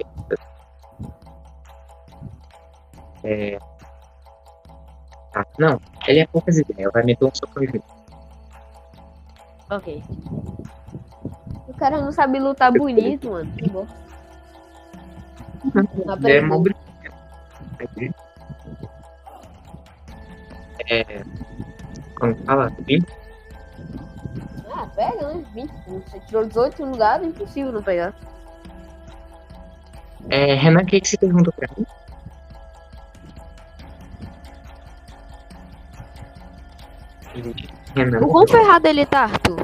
É, ah, não, ele é poucas ideias, vai meter um soco em mim. Ok. O cara não sabe lutar bonito, mano. Que bom. Não Ele é mó aprendeu. brilhante. É. Como fala? vinte? Ah, pega, né? vinte. Você tirou dezoito no lugar, é impossível não pegar. É, Renan, o que, que você perguntou pra mim? Renan. O quão ferrado ele tá, Arthur?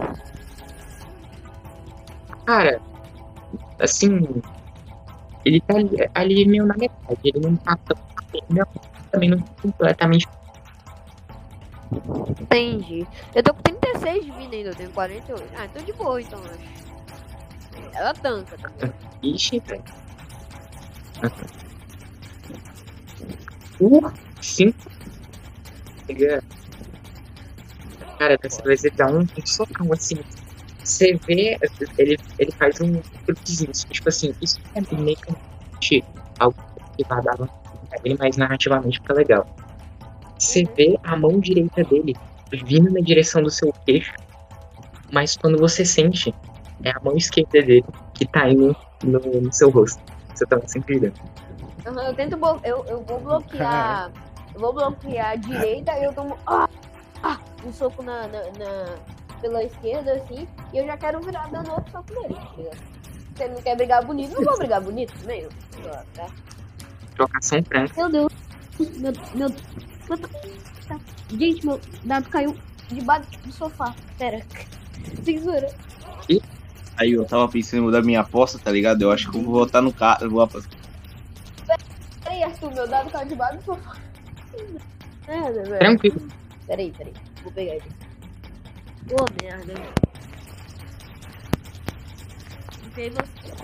Cara, assim, ele tá ali, ali meio na metade, ele não tá tão, não, também não tá completamente. Entendi. Eu tô com trinta e seis de vida ainda, eu tenho quarenta e oito. Ah, então de boa, então, eu acho. Ela tanca, tá ligado? Ixi, velho. Uh, sim. Pega. Cara, dessa vez ele dá um, um socão assim. Você vê, ele, ele faz um truquezinho, tipo assim, isso é mecanicamente algo que vai dar pra ele, mas narrativamente fica legal. Você vê a mão direita dele vindo na direção do seu queixo, mas quando você sente, é a mão esquerda dele que tá indo no, no seu rosto. Você tava sempre virando. Uhum, eu tento blo- eu, eu vou bloquear. Eu vou bloquear a direita e eu tomo ah, ah, um soco na, na, na- pela esquerda, assim, e eu já quero virar dando outro soco nele, tá ligado? Você não quer brigar bonito, não vou brigar bonito também. Tá? Trocação franca. Meu Deus. Meu, meu, meu, tá. Gente, meu dado caiu debaixo do sofá. Pera. Segura. Aí eu tava pensando em mudar minha aposta, tá ligado? Eu acho que eu vou votar no cara. Vou apostar. Peraí, Arthur, meu dado caiu debaixo do sofá. Nada, velho. Tranquilo. Peraí, peraí. Vou pegar ele. Pô, merda. Não tem você.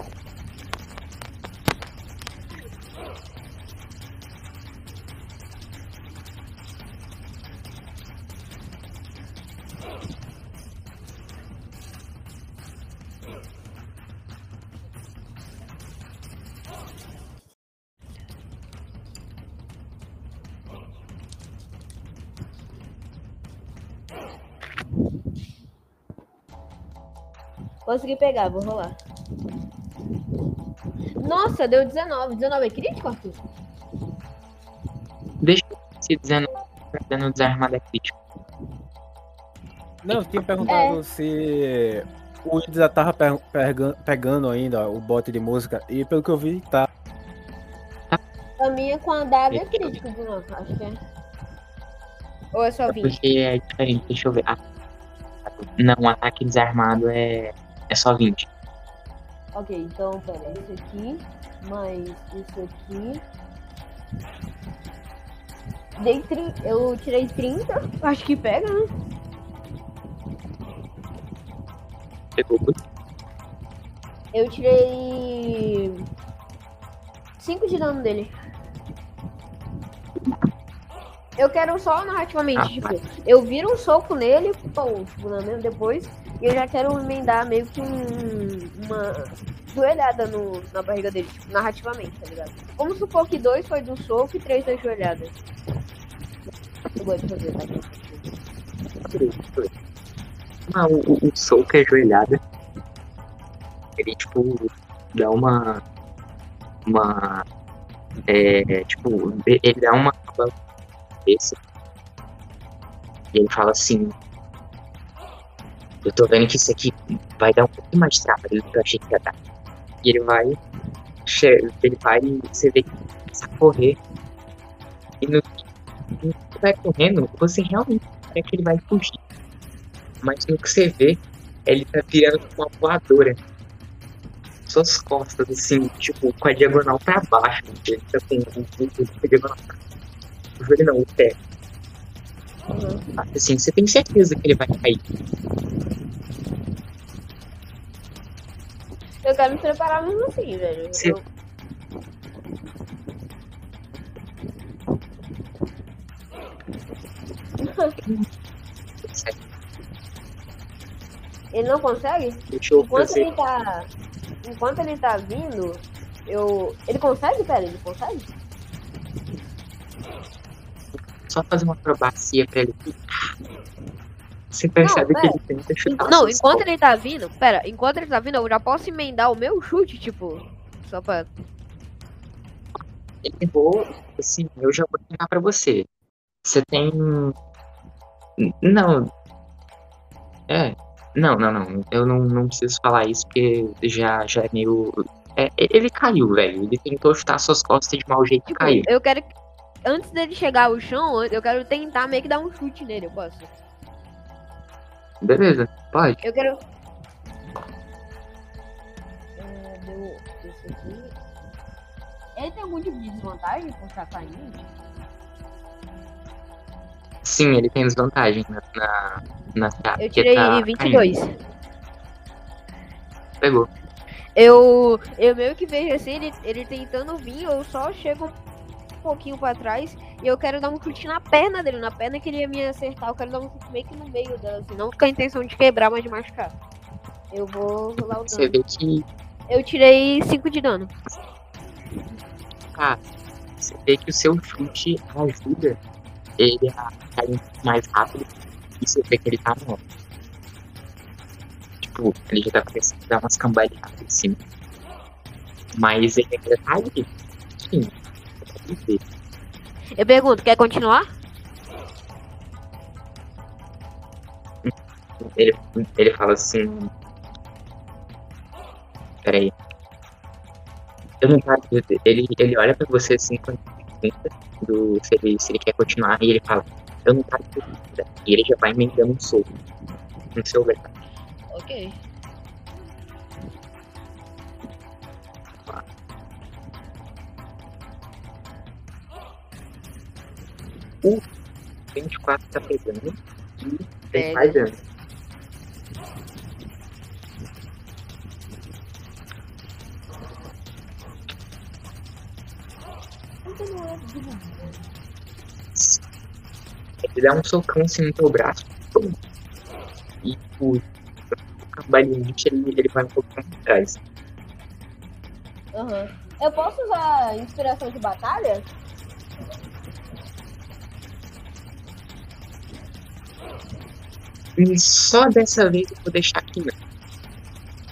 Consegui pegar, vou rolar. Nossa, deu dezenove. dezenove é crítico, Arthur? Deixa eu ver se dezenove tá dando desarmado é crítico. Não, eu tinha perguntado É. se o Ida já tava pe- pega- pegando ainda o bot de música, e pelo que eu vi, tá. A minha com a adaga é crítico, Bruno. Acho que é. Ou é só vinte? Porque é diferente, deixa eu ver. Ah, não, ataque desarmado é, é só vinte. Ok, então, pera, isso aqui, mais isso aqui. Dei tri... Eu tirei trinta, acho que pega, né? Pegou. Eu tirei cinco de dano dele. Eu quero só narrativamente, Ah, tipo, eu viro um soco nele, pô, tipo, na mesma depois, e eu já quero emendar meio que um, uma joelhada no, na barriga dele, tipo, narrativamente, tá ligado? Vamos supor que dois foi do soco e três da joelhada. Eu gosto de fazer, tá? Ah, o, o, o soco é joelhada. Ele, tipo, dá uma. Uma. É, tipo, ele dá uma cabeça. E ele fala assim: eu tô vendo que isso aqui vai dar um pouquinho mais de trabalho do que eu achei que ia dar. E ele vai. Ele vai. Você vê que ele começa a correr. E no que vai correndo, você realmente vê que ele vai fugir. Mas no que você vê, ele tá virando com uma voadora. Suas costas, assim, tipo, com a diagonal pra baixo. Ele tá com a diagonal pra baixo. O joelho não, o pé. Assim, você tem certeza que ele vai cair. Eu quero me preparar mesmo assim, velho. Você- Eu- Ele não consegue? Deixa eu Enquanto fazer. ele tá. Enquanto ele tá vindo, eu. Ele consegue, pera? Ele consegue? Só fazer uma acrobacia pra ele ficar. Você percebe Não, que é. ele tenta chutar. Não, suas enquanto costas. ele tá vindo. Pera, enquanto ele tá vindo, eu já posso emendar o meu chute, tipo. Só pra. Ele errou, assim, eu já vou tentar pra você. Você tem. Não. É. Não, não, não. Eu não, não preciso falar isso porque já, já é meio. É, ele caiu, velho. Ele tentou chutar suas costas de mau jeito e Tipo, caiu. eu quero. que- Antes dele chegar ao chão, eu quero tentar meio que dar um chute nele, eu posso? Beleza, pode. Eu quero. É, deu esse aqui. Ele tem algum tipo de desvantagem por estar caindo? Sim, ele tem desvantagem na. na, na tá, Eu porque tirei tá vinte e dois. caindo. Pegou. Eu, eu meio que vejo assim, ele, ele tentando vir, eu só chego um pouquinho pra trás e eu quero dar um chute na perna dele, na perna que ele ia me acertar, eu quero dar um chute meio que no meio dela, assim, não com a intenção de quebrar, mas de machucar. Eu vou rolar o Você dano. vê que. Eu tirei cinco de dano. Cara, você vê que o seu chute ajuda ele a cair mais rápido e você vê que ele tá morto. Tipo, ele já tá começando a dar umas cambaleadas em cima. Mas ele ainda tá ali. Sim. Eu pergunto, quer continuar? Ele, ele fala assim. Peraí. Eu não quero. Ele, ele olha pra você assim quando pergunta do se ele, se ele quer continuar e ele fala, eu não quero que você. E ele já vai emendando um soco no seu braço. Ok. O vinte e quatro tá pegando e tem Pega. mais dano. Ele dá um socão assim no teu braço. Pum. E o cambalhonite ele, ele vai um pouco pra trás. Aham. Eu posso usar inspiração de batalha? E só dessa vez eu vou deixar aqui, né?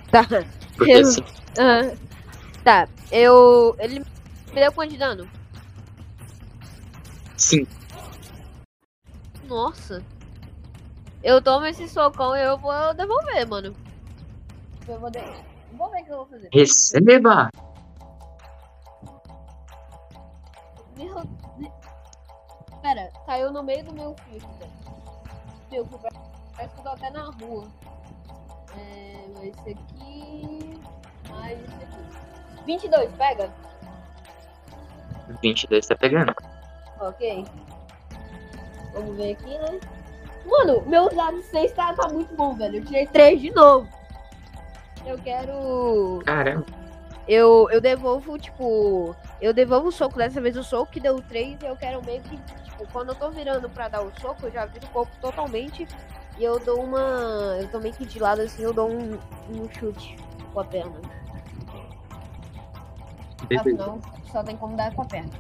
Tá. Porque Eu... assim, Ah, tá, eu... Ele me deu quanto de dano? sim, Nossa. Eu tomo esse socão e eu vou devolver, mano. Eu vou, de... vou ver o que eu vou fazer. receba! Meu Deus. Pera, caiu no meio do meu fio, velho. Meu fio parece que eu tô até na rua. É, esse aqui... Mais esse aqui. vinte e dois, pega? vinte e dois tá pegando. Ok. Vamos ver aqui, né? Mano, meu dado seis tá, tá muito bom, velho. Eu tirei três de novo. Eu quero... Caramba, Eu, eu devolvo, tipo... Eu devolvo o soco, dessa vez o soco que deu três. E eu quero meio que, tipo, quando eu tô virando pra dar o soco, eu já viro o corpo totalmente. E eu dou uma... Eu tô meio que de lado assim, eu dou um, um chute com a perna. beleza. Afinal, só tem como dar com a perna.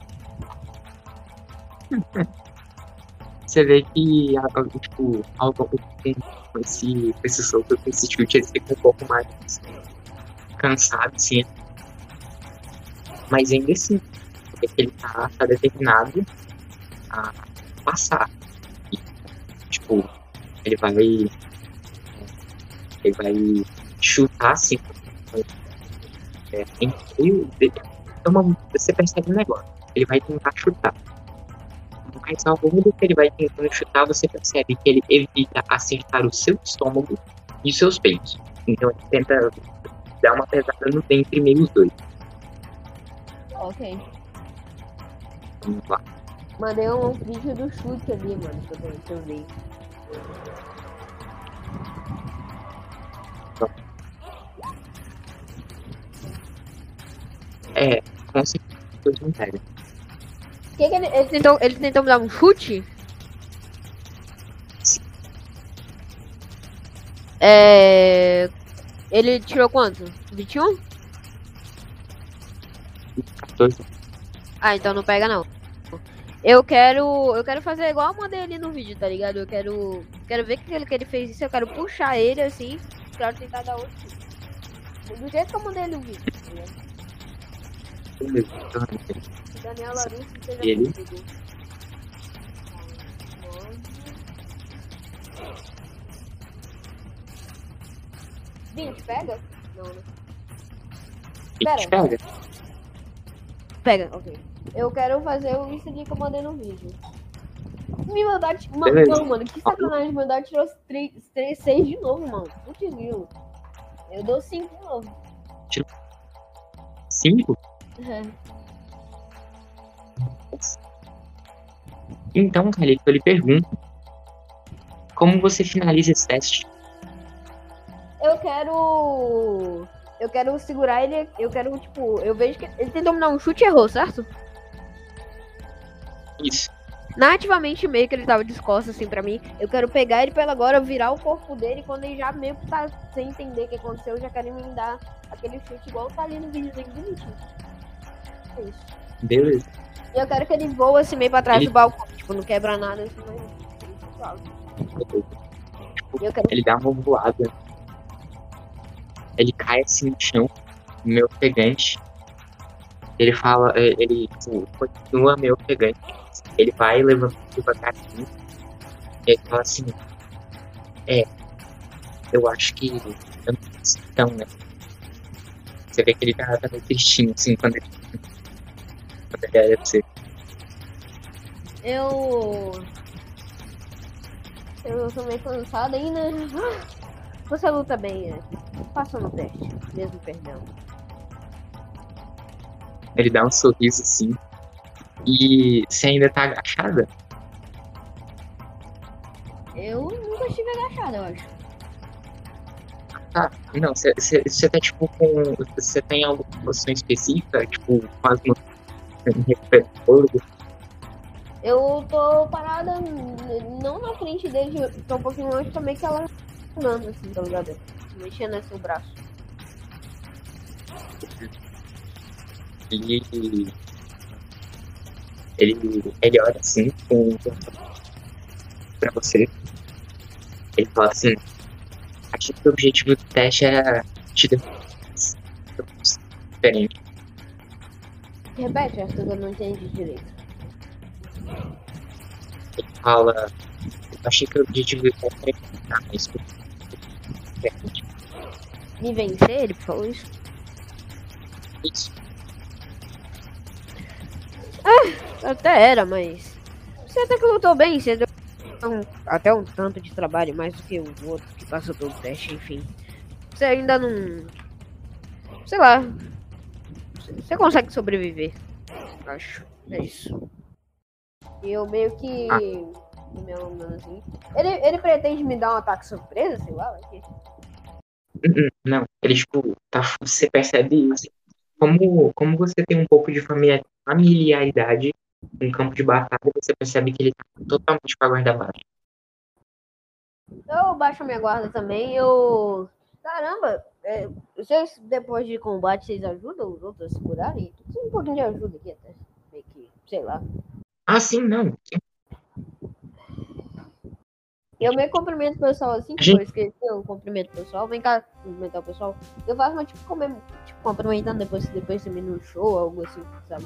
Você vê que, a- a- tipo, ao longo do tempo, com esse, com esse soco, com esse chute, ele fica um pouco mais cansado, assim. Mas ainda assim, porque ele tá, tá determinado a passar. E, tipo, ele vai. Ele vai chutar assim. É, em meio dele. É uma- você percebe um negócio. Ele vai tentar chutar. Mas ao longo do que ele vai tentando chutar, você percebe que ele evita acertar o seu estômago e os seus peitos. Então ele tenta dar uma pesada no ventre meio os dois. Ok. Vamos lá. Mandei um vídeo do chute ali, mano, que eu, tenho- que eu vi. É, com certeza não pega. Que que ele, ele, tentou, ele tentou me dar um chute? É... Ele tirou quanto? vinte e um? quatorze. Ah, então não pega não. Eu quero. Eu quero fazer igual eu mandei ali no vídeo, tá ligado? Eu quero. Quero ver que ele, que ele fez isso, eu quero puxar ele assim, pra tentar dar outro chute. Do jeito que eu mandei ali no vídeo, tá ligado? Beleza. Daniel Larusso seja Ele? comigo. vinte, pega? Não, né? E te Pera. pega. Pega, ok. Eu quero fazer o isso de que eu mandei no vídeo. Me mandar. Mano, Beleza. não, mano, que sacanagem. Me mandar tirou seis de novo, mano. Putz, grilo. Eu dou cinco de novo. Cinco? É. Então, Calito, ele pergunta: como você finaliza esse teste? Eu quero. Eu quero segurar ele. Eu quero, tipo. Eu vejo que. Ele tentou me dar um chute e errou, certo? Isso. Nativamente, meio que ele tava de costas assim pra mim. Eu quero pegar ele pela agora, virar o corpo dele. Quando ele já meio que tá sem entender o que aconteceu, eu já quero me dar aquele chute igual tá ali no videozinho bonitinho. É isso. Beleza. E eu quero que ele voe assim meio pra trás Ele- do balcão. Tipo, não quebra nada assim, mas. Suave. E eu quero. Ele dá uma voada. Ele cai assim no chão, meio ofegante. Ele fala, é, ele tipo, continua meio ofegante. Ele vai levantando devagarzinho. E ele fala assim: É, eu acho que eu não preciso então, né? Você vê que ele tá, tá meio tristinho assim quando ele, quando ele olha pra você. Eu. Eu tô meio cansada ainda. Você luta bem, é. Passou no teste, mesmo perdendo. Ele dá um sorriso assim. E você ainda tá agachada? Eu nunca estive agachada, eu acho. Ah, não, você- você você tá tipo com. Você tem alguma posição específica? Tipo, com as mãos em recuperador? Eu tô parada, n- não na frente dele, eu tô um pouquinho longe também que ela andando assim, tá ligado? Mexendo assim o braço. E ele, ele olha assim com, pra você. Ele fala assim: acho que o objetivo do teste era te deu diferente. Repete, acho que eu não entendi direito. Ele fala, eu achei que o objetivo era enfrentar, mas foi diferente. Me vencer, ele falou isso? Isso. Até era, mas. Você até que lutou bem, você deu um- até um tanto de trabalho, mais do que o outro que passou pelo teste, enfim. Você ainda não. Sei lá. Você consegue sobreviver. Acho. É isso. E eu meio que. Ah. Me alongando assim. Ele, ele pretende me dar um ataque surpresa, sei lá, vai que. Hum, Não, ele, tipo, tá, você percebe assim, como, como você tem um pouco de familia- familiaridade em campo de batalha, você percebe que ele tá totalmente com a guarda baixa. Eu baixo minha guarda também, eu. Caramba, é, vocês depois de combate vocês ajudam os outros a se curarem? Tem um pouquinho de ajuda aqui até. Meio que, sei lá. Ah, sim, não. Sim. Eu meio que cumprimento o pessoal assim, tipo, Gente. eu esqueci, eu cumprimento o pessoal, vem cá cumprimentar o pessoal. Eu faço uma tipo, comem- tipo cumprimentando depois, depois você me no show, algo assim, sabe?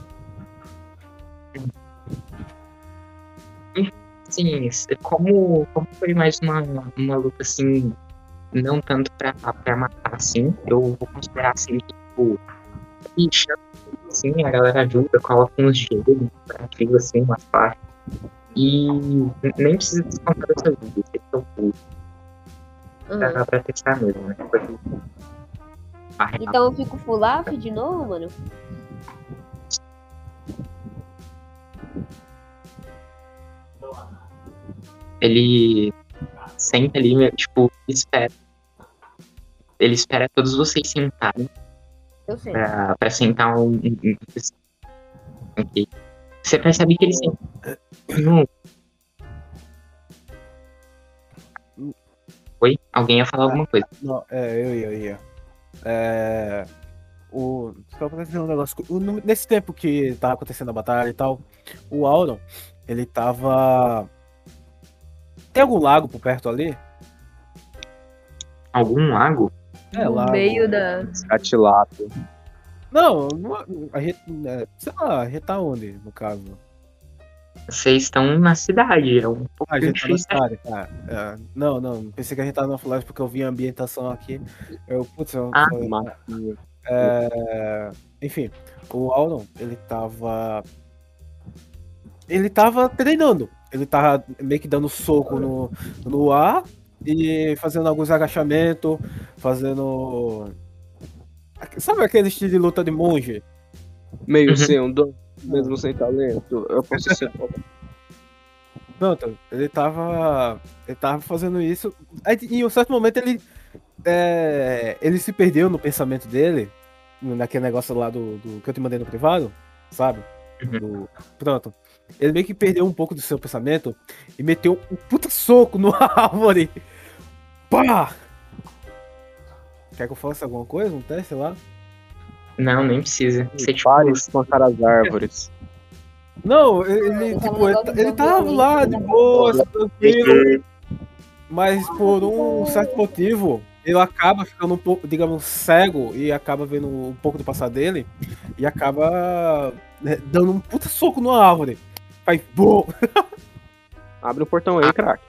Sim, isso- como, como foi mais uma, uma luta assim, não tanto pra, pra matar, assim, eu vou considerar assim, que, tipo, ficha, assim, a galera ajuda, coloca uns gelos pra frio, assim, umas partes. E n- nem precisa descontar dessa vida, esse é o pulo, Uhum. pra, pra testar mesmo, né? Porque a real- Então eu fico full life de novo, mano. ele senta ali, né, tipo, espera. Ele espera todos vocês sentarem Eu sei. pra, pra sentar um, um, um- Ok. Você percebe que ele senta. No... Oi? Alguém ia falar alguma coisa. Não, é, eu ia, eu ia. É. O. Só pra dizer um negócio. o- no- Nesse tempo que tava acontecendo a batalha e tal, o Auron, ele tava. Tem algum lago por perto ali? Algum lago? É, No lago. meio da. Catilato. Não, não- a gente. é, sei lá, a gente tá onde, no caso? Vocês estão na cidade, é um pouco Ah, a gente tá na difícil. cidade, tá. É, não, não, pensei que a gente tava na floresta porque eu vi a ambientação aqui. Eu, putz, eu, Ah, foi- Matinho. É, enfim, o Auron, ele tava. Ele tava treinando. Ele tava meio que dando soco no, no ar e fazendo alguns agachamentos, fazendo. Sabe aquele estilo de luta de monge? Meio Uhum. sendo, mesmo sem talento. Eu posso ser. Pronto, ele tava. Ele tava fazendo isso. Aí, em um certo momento ele. é, ele se perdeu no pensamento dele. Naquele negócio lá do, do que eu te mandei no privado, sabe? Uhum. Do- pronto. Ele meio que perdeu um pouco do seu pensamento e meteu um puta soco no árvore. Pá! Quer que eu faça alguma coisa? Um teste, sei lá? Não, nem precisa. Você, tipo, Pare de espancar as árvores. Não, ele, Ele tava tipo, ele, negócio de ele tava violência, lá de né? boa, tranquilo. Mas por um certo motivo, ele acaba ficando um pouco, digamos, cego e acaba vendo um pouco do passado dele e acaba né, dando um puta soco numa árvore. Aí, bom! Abre o portão aí, craque.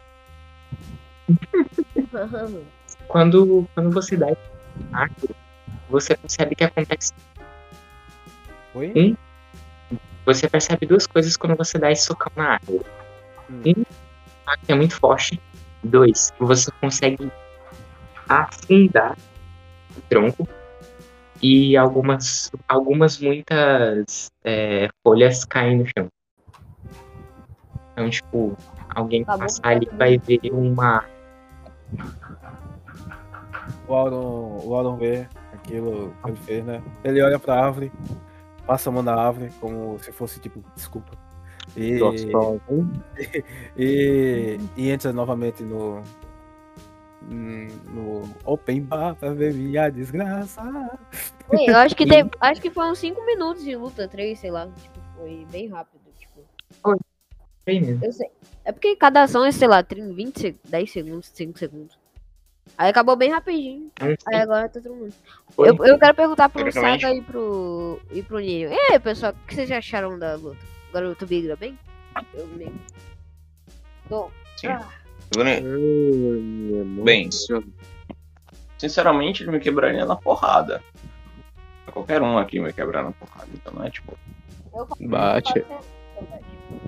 quando, quando você dá esse ataque, você percebe que acontece. Oi? Hum? Você percebe duas coisas quando você dá esse socão na árvore. Hum. Um, o ataque é muito forte. Dois, você consegue afundar o tronco e algumas, algumas muitas é, folhas caem no chão. Então, tipo, alguém Acabou passar com ali tudo. vai ver uma. O Auron, o Auron vê aquilo que ele fez, né? Ele olha pra árvore, passa a mão na árvore, como se fosse tipo, desculpa. E, Gostosa, hein? e, e entra novamente no. No Open Bar pra ver minha desgraça. Oi, eu acho que, tem, acho que foi uns cinco minutos de luta, três, sei lá. Tipo, foi bem rápido. Tipo. Bem mesmo. Eu sei. É porque cada ação é, sei lá, trinta, vinte, seg- dez segundos, cinco segundos. Aí acabou bem rapidinho. É um Aí agora tá todo mundo. Foi. Eu, eu quero perguntar pro Teoricamente. Saga e pro, e pro Ninho. E aí, pessoal, o que vocês acharam da luta? O garoto migra bem? Eu mesmo. Tô. Sim. Ah, Bem, Bem, sinceramente, ele me quebraria na porrada. Qualquer um aqui me quebrar na porrada, então não é tipo. eu faço- Bate. eu faço-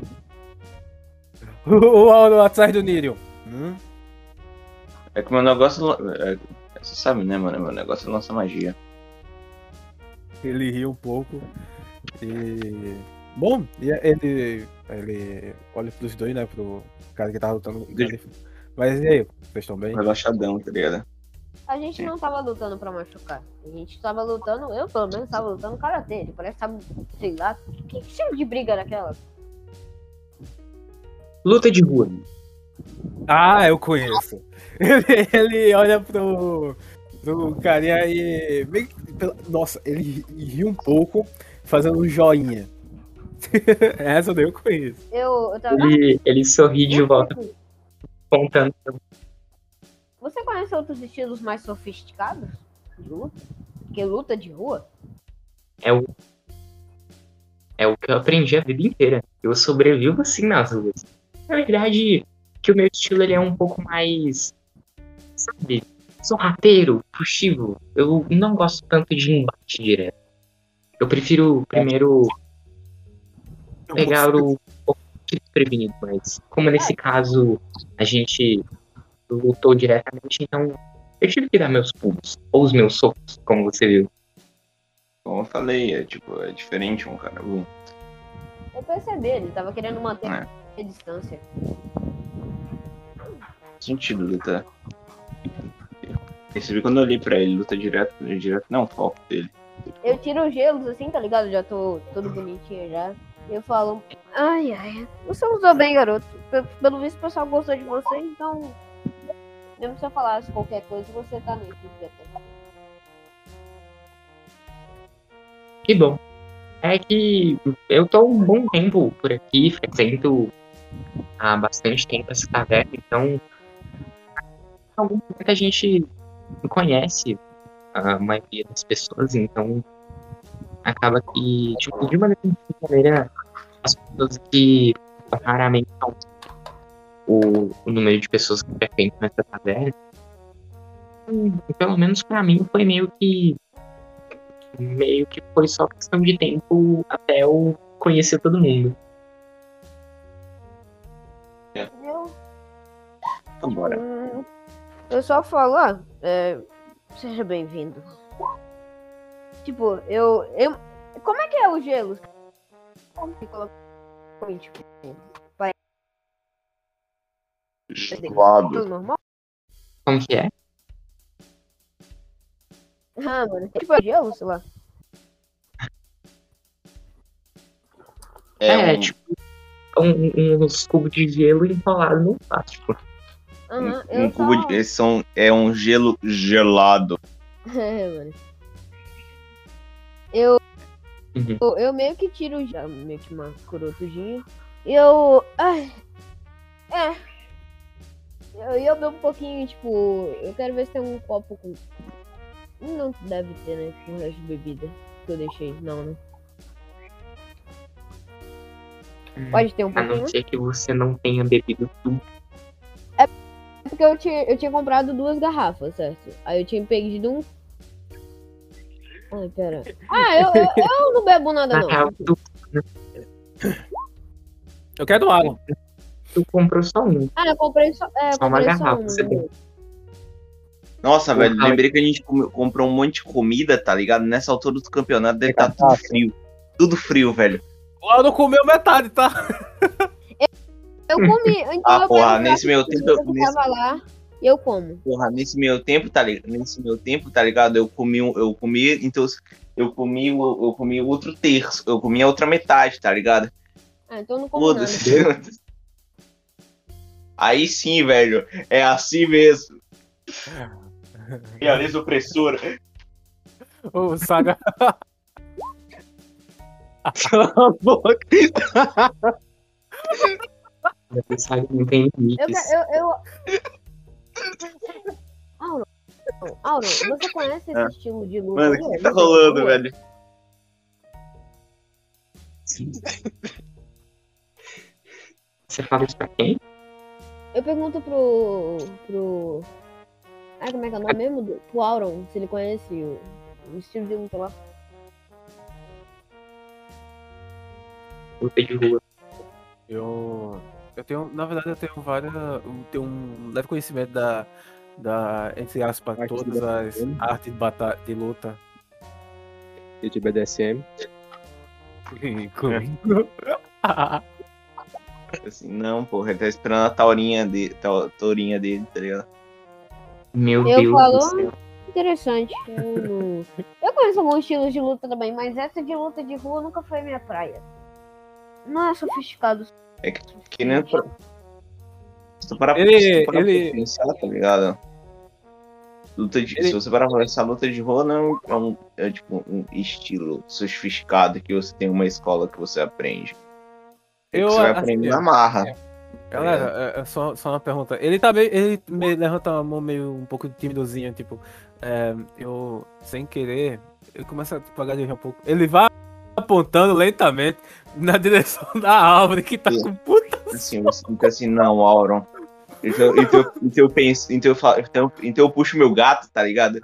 O Aldo atrás do Nirion. Hum? É que meu negócio. É, você sabe, né, mano? Meu negócio é lançar magia. Ele ri um pouco. E. Bom, e ele. Ele olha pros dois, né? Pro cara que tava lutando com ele. Mas e aí, vocês estão bem? Relaxadão, tá ligado? A gente não tava lutando pra machucar. A gente tava lutando, eu pelo menos tava lutando karatê. Ele parece que tava, sei lá, que tipo de briga era aquela? Luta de rua. Ah, eu conheço. Ele, ele olha pro, pro carinha e. meio que- pela- Nossa, ele ri- ri um pouco, fazendo um joinha. Essa daí eu conheço. Eu, eu tava. Ele, ele sorri de volta, contando. Você conhece outros estilos mais sofisticados de luta? Que luta de rua? É o, é o que eu aprendi a vida inteira. Eu sobrevivo assim nas ruas. Na verdade, que o meu estilo ele é um pouco mais, sabe, sorrateiro, furtivo. Eu não gosto tanto de embate direto. Eu prefiro primeiro pegar o o desprevenido, mas como nesse caso a gente lutou diretamente, então eu tive que dar meus pulos, ou os meus socos, como você viu. Como eu falei, é tipo, é diferente um cara. Um. Eu percebi, ele tava querendo manter É. a distância. Sentido luta. Percebi quando eu olhei pra ele, luta direto, direto não, foco dele. Eu tiro os gelos assim, tá ligado? Já tô todo bonitinho já. E eu falo, ai ai, você usou bem, garoto. Pe- Pelo visto o pessoal gostou de você, então. Mesmo se eu falasse qualquer coisa, você tá nesse até. Que bom. É que eu tô um bom tempo por aqui, frequento há bastante tempo essa taverna, então muita gente conhece a maioria das pessoas, então acaba que, tipo, de uma determinada maneira, as pessoas que raramente são o, o número de pessoas que frequentam nessa taverna, hum, pelo menos pra mim foi meio que meio que foi só questão de tempo até eu conhecer todo mundo. Eu, Vambora. hum, eu só falo, ah, é, seja bem-vindo. Tipo, eu, eu. Como é que é o gelo? Como que coloca? Tipo, vai. Gelado. Tudo normal? Como que é? Ah, mano. Tipo, é gelo, sei lá. É, É, um, tipo, um, uns cubos de gelo enrolados no plástico. Aham, um eu cubo só... de. Esses são, é um gelo gelado. É, mano. Eu, Uhum. eu, eu meio que tiro já, meio que uma corotudinha. E eu. Ai. É. Eu, eu bebo um pouquinho, tipo. Eu quero ver se tem um copo com. Não deve ter, né? Com o resto de bebida que eu deixei. Não, né? Pode ter um A pouquinho. não ser que você não tenha bebido tudo. Porque eu tinha, eu tinha comprado duas garrafas, certo? Aí eu tinha pedido um. Ai, pera. Ah, eu, eu, eu não bebo nada, Na não. real, tu, Eu quero água. tu comprou só um. Ah, eu comprei só. É, eu Só uma comprei só garrafa, uma. você né? tem. Nossa, velho, Porra. lembrei que a gente come- comprou um monte de comida, tá ligado? Nessa altura do campeonato deve estar tudo frio. Tudo frio, velho. O Aldo comeu metade, tá? Eu comi. Então Ah, eu porra, pego nesse meu prato de tempo eu- comida que nesse- tava lá e eu como. Porra, nesse meu tempo, tá ligado? Nesse meu tempo, tá ligado? Eu comi, um- eu comi, então eu comi, o- eu comi o outro terço, eu comi a outra metade, tá ligado? Ah, então eu não como nada. Foda-se. Aí sim, velho, é assim mesmo. Realeza opressora. O Saga. Cala a boca. Você sabe que não tem Eu, limites. que- eu, eu, Auron, Auron, você conhece esse Ah. estilo de luta? Mano, aí, o que ó, que tá luta de rolando, rua? velho? Você fala isso pra quem? Eu pergunto pro. pro. Ah, como é que é o nome mesmo? Do, pro Auron, se ele conhece o, o estilo de luta lá. Luta de rua. Eu. Eu tenho. Na verdade, eu tenho várias. Eu tenho um leve conhecimento da. Da. Entre aspas, Arte de todas as batalha. artes de, bata de luta. E de B D S M. Incluindo. Assim, não, porra, ele tá esperando a taurinha dele, ta- taurinha dele, tá ligado? Meu Eu Deus do falo, céu. interessante. Eu, não... eu conheço alguns estilos de luta também, mas essa de luta de rua nunca foi minha praia. Não é sofisticado. É que, que nem pra... Se tu parar, Ele- se tu parar ele- pra pensar, tá ligado? Luta de, Ele- Se você parar pra pensar, luta de rua não é um, é tipo um estilo sofisticado que você tem uma escola que você aprende. É que Eu, você vai assim, aprender na marra. Galera, é, é só, só uma pergunta. Ele tá meio. Ele me levanta a mão meio um pouco timidozinho, tipo. É, eu, sem querer, eu começo a tipo, a gaguejar um pouco. Ele vai apontando lentamente na direção da árvore que tá Sim. com puta. Assim, você fica assim, não, Auron. Então, então, então eu penso, então eu falo, então, então eu puxo meu gato, tá ligado?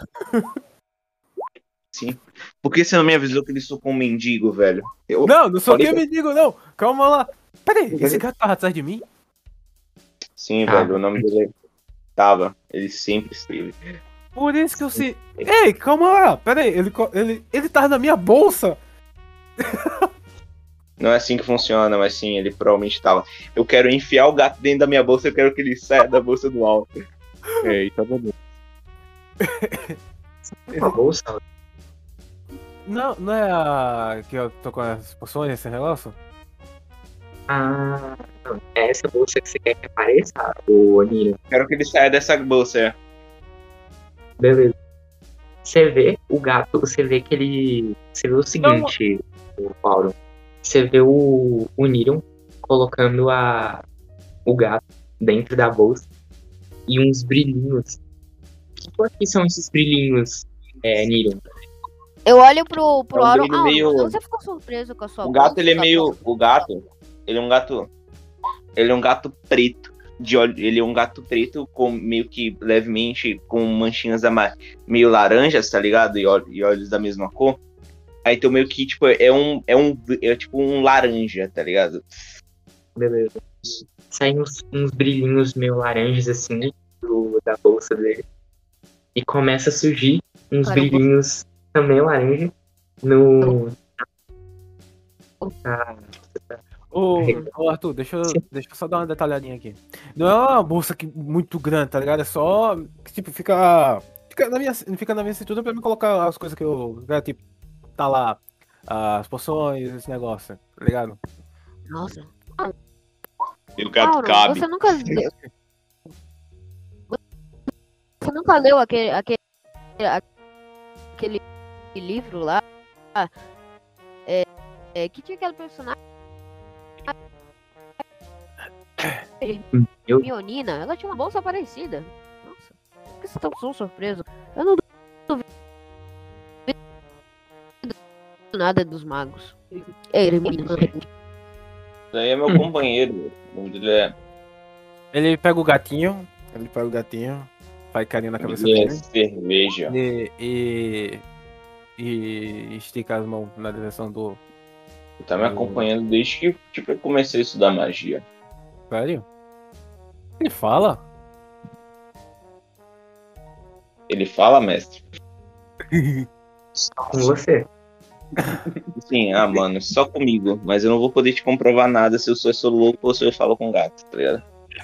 Sim. Por que você não me avisou que ele socou um mendigo, velho? Eu, Não, não sou falei quem pra- me digo, não. Calma lá. Peraí, esse gato tava atrás de mim? Sim, Ah. velho, o nome dele tava. Ele sempre esteve. Por isso que eu sei. Ei, calma lá. Peraí, ele, co- ele, ele tava na minha bolsa. Não é assim que funciona, mas sim, ele provavelmente tava. Eu quero enfiar o gato dentro da minha bolsa, eu quero que ele saia da bolsa do alto. É, tá bom. Uma bolsa? Não, não é a que eu tô com as poções, esse negócio? Ah, não. É essa bolsa que você quer que apareça, o Niro? Quero que ele saia dessa bolsa. é. Beleza. Você vê o gato, você vê que ele. Você vê o seguinte, o Paulo. Você vê o, o Nirion colocando a, o gato dentro da bolsa e uns brilhinhos. O que são esses brilhinhos, é, Nirion? Eu olho pro, pro É um Auron. brilho Auron, meio- você ficou surpreso com a sua O gato, bolsa, ele é tá meio. bom? O gato, ele é um gato. Ele é um gato preto. De olho, ele é um gato preto com meio que levemente com manchinhas ama- meio laranjas, tá ligado? E, olhos, e olhos da mesma cor. Aí então meio que tipo é um é um é tipo um laranja, tá ligado? Beleza. Saem uns, uns brilhinhos meio laranjas assim do, da bolsa dele. E começa a surgir uns Cara, eu vou- brilhinhos também laranja no. Ah, Ô, ô, Arthur, deixa eu, deixa eu só dar uma detalhadinha aqui. Não é uma bolsa que, muito grande, tá ligado? É só. que, Tipo, fica. Fica na minha, fica na minha cintura pra me colocar as coisas que eu. né, Tipo, tá lá. As poções, esse negócio, tá ligado? Nossa. E o gato Auron, cabe. você nunca leu. Você nunca leu aquele, aquele, aquele livro lá? É, é, que tinha aquele personagem. Eu- Mionina, ela tinha uma bolsa parecida. Nossa, por que você tá tão surpreso? Eu não duvido nada dos magos. É, Isso aí é meu Hum. companheiro. O nome dele é, Ele pega o gatinho, ele pega o gatinho, faz carinho na cabeça ele é dele cerveja. e, e, e estica as mãos na direção do. Ele tá me acompanhando desde que tipo, eu comecei a estudar magia. Sério? Ele fala? Ele fala, mestre? com você. Sim, ah, mano, só comigo. Mas eu não vou poder te comprovar nada se eu sou, sou louco ou se eu falo com gato, tá ligado?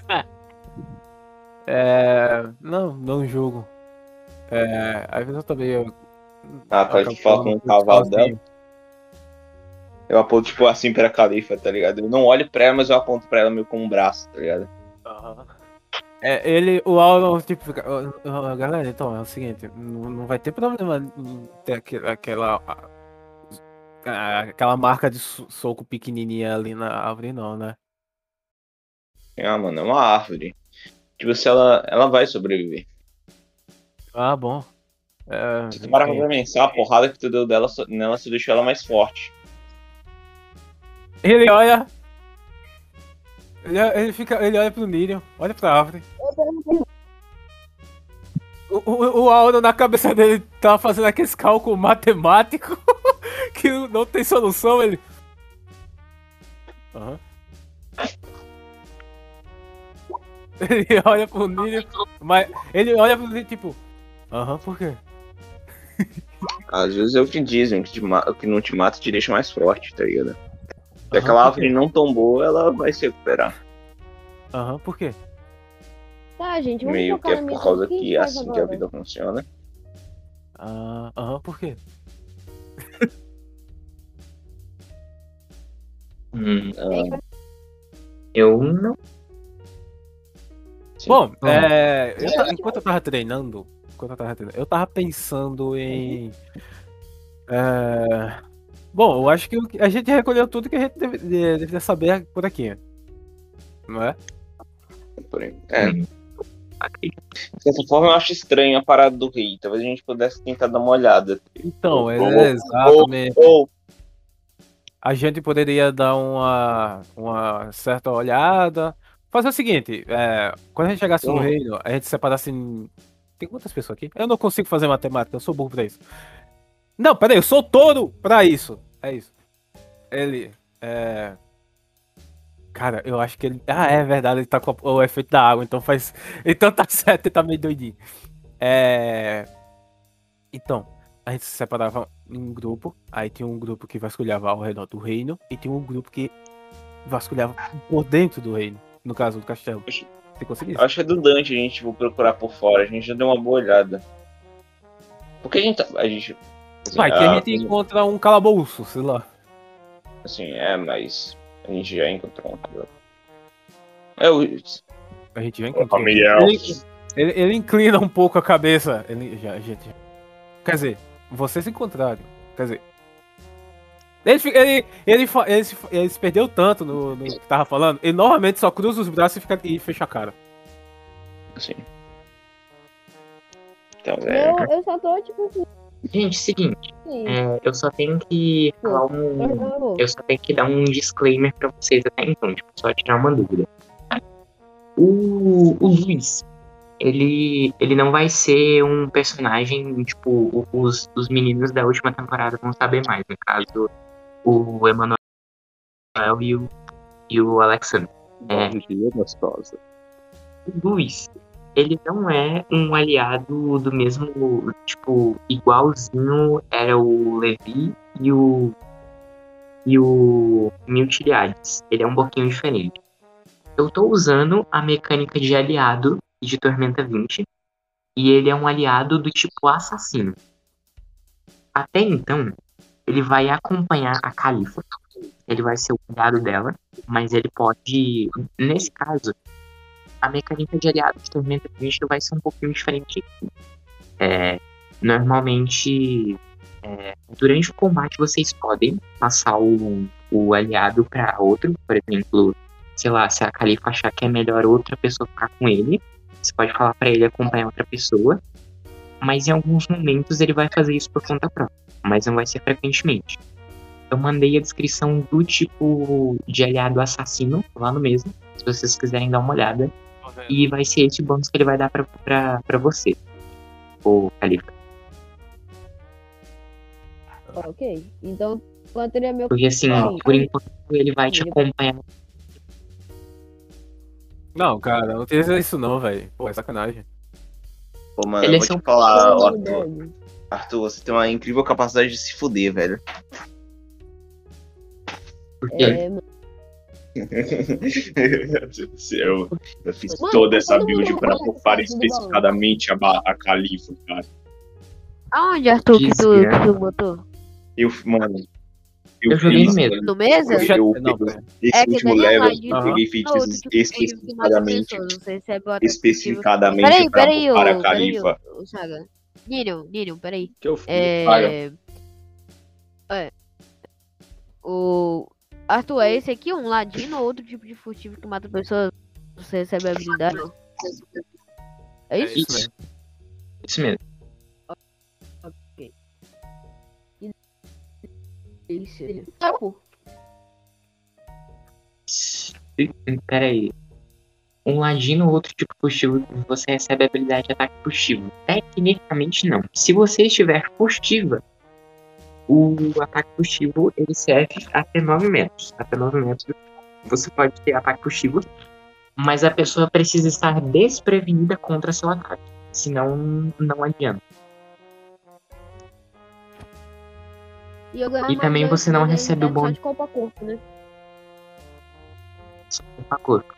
É. Não, não julgo. É. Às vezes eu também. Eu, Ah, tá, acabo tu fala com falando o cavalo dela. sozinho. Eu aponto, tipo, assim pra califa, tá ligado? Eu não olho pra ela, mas eu aponto pra ela meio com um braço, tá ligado? É, ele, o Auron, tipo, fica. ó, ó, galera, então, é o seguinte, não, não vai ter problema em ter aquele- aquela. a- a- aquela marca de so- soco pequenininha ali na árvore, não, né? Ah, mano, é uma árvore. Tipo, se ela, ela vai sobreviver. Ah, bom. É, Se tu parar enfim. pra pensar, a porrada que tu deu dela, só- nela só deixou ela mais forte. Ele olha. Ele, ele fica. Ele olha pro Nirion, olha pra árvore. O, o, o Auro na cabeça dele tá fazendo aqueles cálculos matemáticos que não tem solução, ele. Aham. Ele olha pro Nirion, mas ele olha pro Nirion tipo. Aham, por quê? Às vezes é o que dizem, que, te ma- o que não te mata te deixa mais forte, tá ligado? Se Aham, aquela por árvore quê? não tombou, ela vai se recuperar. Aham, por quê? Tá, gente, vamos Meio que focar é na por missão. causa O que a que gente é faz assim que a agora? vida funciona. Ah, Aham, por quê? Hum, Ah, eu não. sim. Bom, Bom. é, eu ta- enquanto eu tava treinando, enquanto eu tava treinando, eu tava pensando em. é, bom, eu acho que o que- a gente recolheu tudo que a gente deve- de- deveria saber por aqui, não é? Por aí. É, Hum, acredito. de certa forma eu acho estranho a parada do rei. Talvez a gente pudesse tentar dar uma olhada. Então, Ou- é ou- exatamente. Ou, A gente poderia dar uma, uma certa olhada. Fazer o seguinte, é, quando a gente chegasse no Hum. reino, a gente separasse em. Tem quantas pessoas aqui? Eu não consigo fazer matemática, eu sou burro pra isso. Não, peraí, eu sou touro pra isso. É isso. Ele. É. Cara, eu acho que ele. Ah, é verdade, ele tá com o efeito da água, então faz. Então tá certo, ele tá meio doidinho. É. Então, a gente se separava em um grupo, aí tinha um grupo que vasculhava ao redor do reino, e tinha um grupo que vasculhava por dentro do reino, no caso do castelo. Você conseguiu isso? acho redundante a gente tipo, procurar por fora. A gente já deu uma boa olhada. Porque a gente tá. A gente. Assim, Vai, que a ah, gente encontra um calabouço, sei lá. assim, é, mas. A gente já encontrou um. entendeu? É o. A gente já encontrou. Família Ele, ele, ele inclina um pouco a cabeça. Ele já, gente. Quer dizer, vocês encontraram. Quer dizer. Ele, fi- ele, ele, fa- ele, se, ele se perdeu tanto no, no que tava falando. Ele normalmente só cruza os braços e, fica, e fecha a cara. Assim. Então, é. Eu, eu só tô, tipo assim. Gente, seguinte, Sim. é, eu só tenho que falar um. Eu- Eu só tenho que dar um disclaimer pra vocês até então, tipo, só tirar uma dúvida. O, o Luiz, ele, ele não vai ser um personagem, tipo, o- os, os meninos da última temporada vão saber mais. No caso, o Emanuel e o, e o Alexandre. É, Bom dia, gostosa. o Luiz, ele não é um aliado do mesmo, tipo, igualzinho era o Levi e o e o Miltiliades. Ele é um pouquinho diferente. Eu tô usando a mecânica de aliado de Tormenta vinte e ele é um aliado do tipo assassino. Até então, ele vai acompanhar a Califa. Ele vai ser o aliado dela, mas ele pode, nesse caso, a mecânica de aliado de Tormenta vinte vai ser um pouquinho diferente. É, normalmente, é, durante o combate, vocês podem passar o, o aliado para outro. Por exemplo, sei lá, se a Califa achar que é melhor outra pessoa ficar com ele, você pode falar para ele acompanhar outra pessoa. Mas em alguns momentos ele vai fazer isso por conta própria, mas não vai ser frequentemente. Eu mandei a descrição do tipo de aliado assassino lá no mesmo, se vocês quiserem dar uma olhada. E vai ser esse bônus que ele vai dar pra, pra, pra você, o Califa. Ok. Então, quanto ele é meu. Porque assim, Sim. por enquanto ele vai te acompanhar. Não, cara, não utiliza isso não, velho. Pô, é sacanagem. Pô, mano, Ele eu é vou seu te falar, ó, Verdade. Arthur. Arthur, você tem uma incrível capacidade de se fuder, velho. Porque É, mano. eu, eu fiz Mano, toda essa todo build mundo pra fala bufar que tá tudo especificadamente a, ba- a Califa, cara. Aonde, Arthur, que tu, Desgraça. que tu botou? Eu, mano. eu joguei no fiz- mesmo. No mesa? Eu, eu, Não, eu- pera. esse É que último tem level, online eu Aham. peguei No feitiços outro tipo de furtivo que mata especificadamente, pessoas. Você recebe o ataque especificadamente Peraí, pra peraí, ô, bufar a peraí, Califa. ô, ô, Saga. Nino, Nino, peraí. Que eu fiz, paga. É... é. O... Arthur, é esse aqui um ladino ou outro tipo de furtivo que mata pessoas? Você recebe a habilidade? É É isso? isso mesmo. Isso mesmo. Ok. Isso. Tá, pô. Peraí. Um ladino ou outro tipo furtivo, você recebe a habilidade de ataque furtivo. Tecnicamente não. Se você estiver furtiva, o ataque furtivo ele serve até nove metros. Até nove metros você pode ter ataque furtivo, mas a pessoa precisa estar desprevenida contra seu ataque. Senão, não adianta. E, eu ganho E também mais você não dois recebe o só bônus de corpo a corpo, né? de corpo.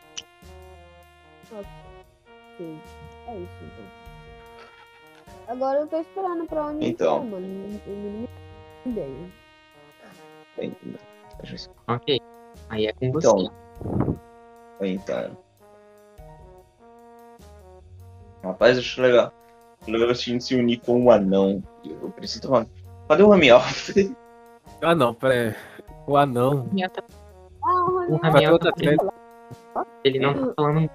Sim. É isso, então. Agora eu tô esperando pra onde Então. for, mano. Eu não tenho ideia. Ok. Aí é com você. Então. Então. Rapaz, acho legal. Legal a gente se unir com um anão. Eu preciso tomar. Cadê o Ramiel? Ah, não, pera aí. O anão. Ah, o O Raniel Vai ter Ramiel outra tá treta. Ele não tá falando.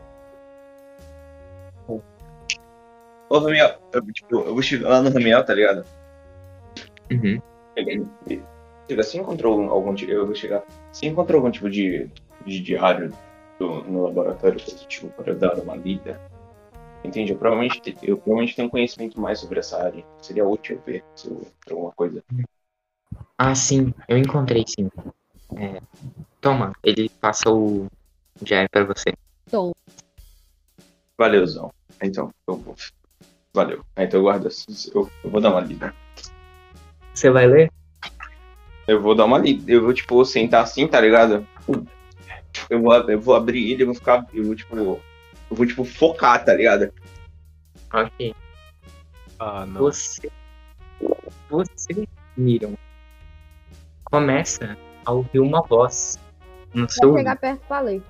Ô, Ramiel, eu, tipo, eu vou chegar lá no Ramiel, tá ligado? Uhum. Chega, você encontrou algum tipo. Eu vou chegar. Você encontrou algum tipo de, de diário do- no laboratório positivo para dar uma lida? Entende? Eu provavelmente, te- eu provavelmente tenho conhecimento mais sobre essa área. Seria útil ver se eu encontro alguma coisa. Ah, sim. Eu encontrei, sim. É, toma. Ele passa o diário pra você. Tom. Valeuzão. Então, eu vou. Valeu. Ah, então eu guardo. Eu, eu vou dar uma lida. Você vai ler? Eu vou dar uma lida. Eu vou, tipo, sentar assim, tá ligado? Eu vou, eu vou abrir ele, eu vou ficar. Eu vou, tipo. Eu vou, tipo, focar, tá ligado? Ok. Ah, não. Você. Você, Miriam, começa a ouvir uma voz no seu Vai ouvido. chegar perto pra ler.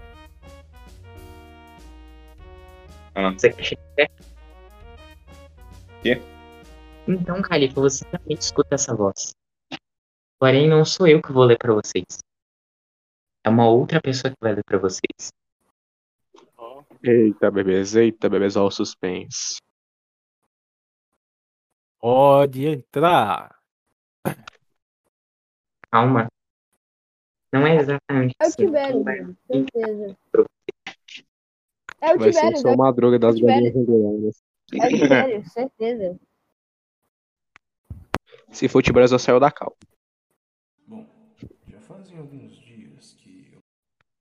Você quer chegar perto? Quê? Então, Califa, você também escuta essa voz. Porém, não sou eu que vou ler pra vocês. É uma outra pessoa que vai ler pra vocês. Eita, bebês, eita, bebês, ó o suspense. Pode entrar. Calma. Não é exatamente É o assim. Tibério, Vai- mano. Certeza. É o Vai ser Tibério. só uma droga das Tiveram. galinhas regulares. É o Tibério, certeza. Se for Tibério, eu saio da cal. Bom, já fazem alguns dias que eu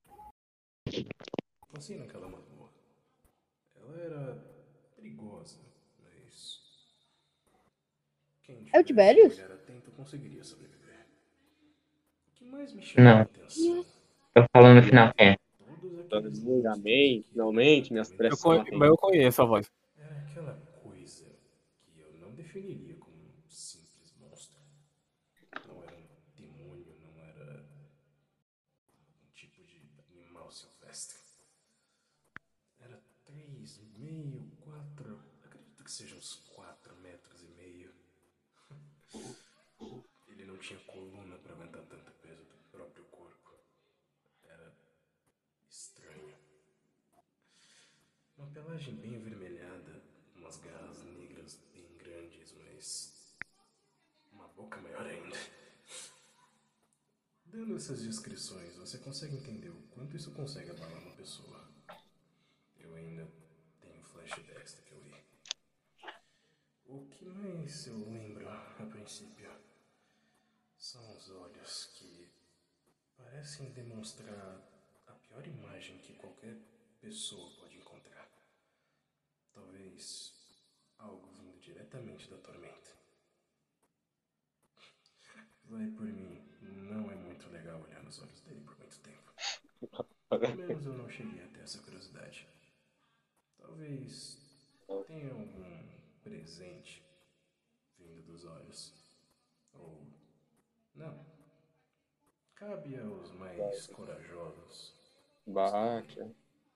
passei naquela masmorra. Ela era perigosa, mas quem É o Tibérius? tivesse um olhar atento conseguiria sobreviver. O que mais me chamou Não. a atenção Eu falo no final. É. todos aqueles Amém, finalmente, minhas Eu preces conhe... são Mas eu atendidas. conheço a voz. era aquela coisa que eu não definiria como um simples monstro. Não era um demônio, não era um tipo de animal silvestre. Era três, meio, quatro. Acredito que seja uns quatro metros e meio. Ele não tinha coluna para aguentar tanto peso do próprio corpo. Era estranho. Uma pelagem bem avermelhada, umas garras negras bem grandes, mas uma boca maior ainda. Dando essas descrições, você consegue entender o quanto isso consegue abalar uma pessoa. Eu ainda tenho flashbacks daquilo ali. O que mais eu lembro a princípio são os olhos que parecem demonstrar a pior imagem que qualquer pessoa pode encontrar. Talvez algo vindo diretamente da tormenta. Vai por mim, não é muito legal olhar nos olhos dele por muito tempo. Pelo menos eu não cheguei a ter essa curiosidade. Talvez tenha algum presente vindo dos olhos. Ou não. Cabe aos mais corajosos. Baixa.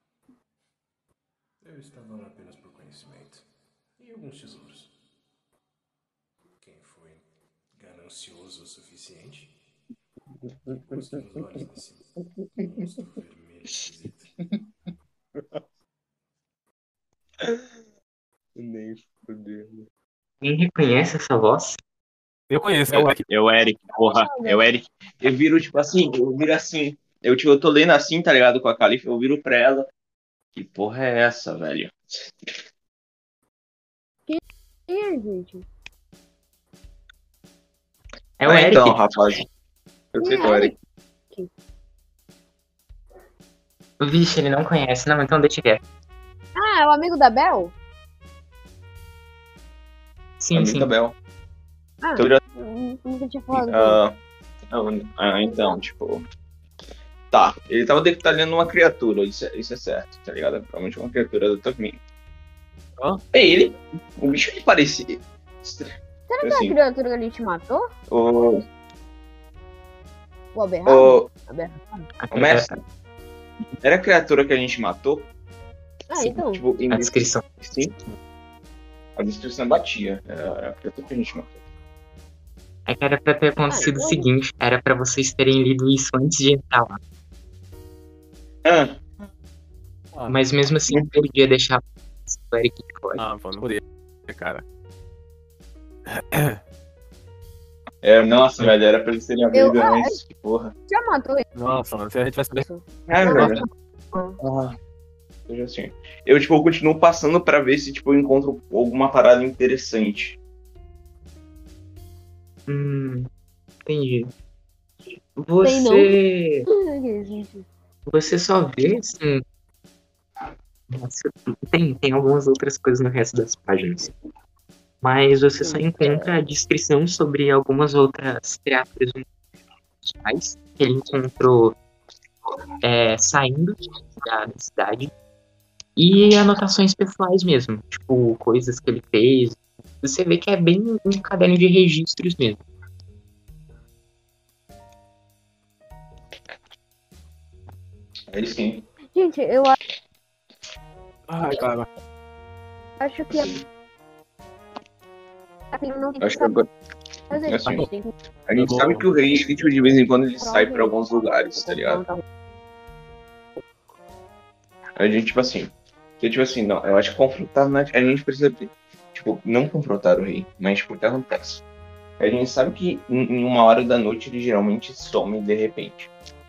Eu estava lá apenas por conhecimento. E alguns tesouros. Quem foi ganancioso o suficiente? Busque nos olhos desse monstro vermelho esquisito. Nem fudendo. Quem reconhece essa voz? Eu conheço, é o Eric. É o Eric, porra. É o Eric. Eu viro, tipo assim, eu viro assim. Eu, tipo, eu tô lendo assim, tá ligado? Com a Califa, eu viro pra ela. Que porra é essa, velho? Quem é, gente? É o ah, Eric. então, rapaz. Eu sei que é o Eric. Vixe, ele não conhece. Não, então deixa quieto. Ah, é o amigo da Bel? Sim, Amigo sim. da Bel. Ah, Então, já- eu nunca tinha falado dele. ah, não, ah, então, tipo. Tá, ele tava detalhando uma criatura, isso é, isso é certo, tá ligado? Provavelmente uma criatura do Turkmin. Hã? É ele, o bicho que parecia. Será que assim, a criatura que a gente matou? o, O Aberrado? o, Aberrado? o mestre, era a criatura que a gente matou? Ah, Sim, então. tipo, em A descrição. Sim. A descrição batia. Era a criatura que a gente matou. É que era pra ter acontecido Ah, o eu- seguinte, era pra vocês terem lido isso antes de entrar lá. Ah, Ah, Mas mesmo assim, eu podia deixar o Eric de fora. ah, pô, não podia, cara. é, nossa, velho, era pra eles terem Eu- abrido ah, antes, que porra. Já matou ele? Nossa, mano, se a gente vai saber. Ah, Não, velho. Ah, seja assim. Eu, tipo, eu continuo passando pra ver se, tipo, eu encontro alguma parada interessante. Hum, entendi. Você. Ai, gente. Você só vê, assim. Nossa, tem, tem algumas outras coisas no resto das páginas. Mas você só encontra a descrição sobre algumas outras criaturas universais que ele encontrou é, saindo da, da cidade. E anotações pessoais mesmo. Tipo, coisas que ele fez. Você vê que é bem um caderno de registros mesmo. Aí sim. Gente, eu Ai, cara. acho que assim, não tem que Acho que agora. fazer assim, isso. Tem que A gente Eu sabe vou- que o rei, tipo, de vez em quando ele sai pra alguns lugares, tá ligado? A gente, tipo assim. Que, tipo assim, não, eu acho que confrontar. não é- A gente precisa. Tipo, não confrontar o rei, mas, tipo, o que acontece? A gente sabe que em em uma hora da noite ele geralmente some de repente.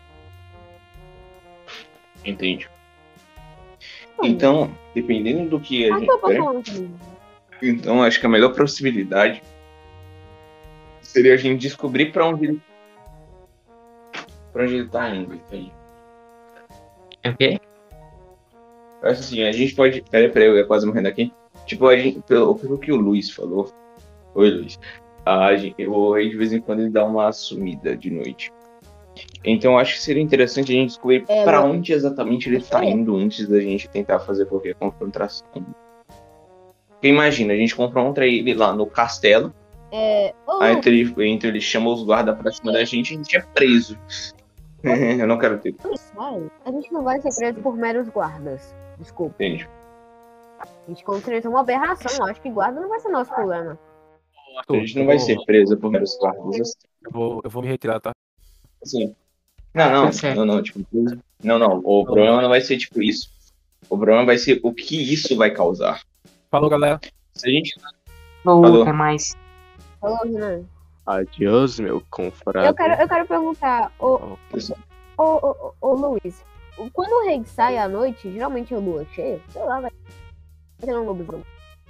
Entende? Então, dependendo do que a Ah, gente tô quer, falando comigo. então acho que a melhor possibilidade seria a gente descobrir pra onde ele. Pra onde ele tá indo, entende? Ok? Eu acho assim, a gente pode. Peraí, peraí, eu ia quase morrendo aqui. Tipo, a gente, pelo, pelo que o Luiz falou. Oi, Luiz. A gente, o rei de vez em quando ele dá uma sumida de noite. Então eu acho que seria interessante a gente descobrir É, pra mas- onde exatamente ele tá É. indo antes da gente tentar fazer qualquer confrontação. Porque imagina, a gente confronta ele lá no castelo, É. Ô, aí entre ele, entre ele chama os guardas pra cima da gente e a gente é preso. Eu não quero ter, Sai. A gente não vai ser preso por meros guardas. Desculpa. entende? A gente contratou uma aberração. Eu acho que guarda não vai ser nosso problema. A gente não vai ser preso por meros guardas assim. Eu vou, eu vou me retirar, tá? assim. Não, não, Tá certo. não, não, tipo, não, não. O problema não vai ser tipo isso. O problema vai ser o que isso vai causar. Falou, galera. Se a gente. Ou Falou. até mais. Falou, Renan. Adiós, meu confrade. Eu quero, eu quero perguntar, ô, ô, ô, ô, ô, Luiz, quando o rei sai à noite, geralmente é lua cheia, sei lá, vai ter um lobisomem.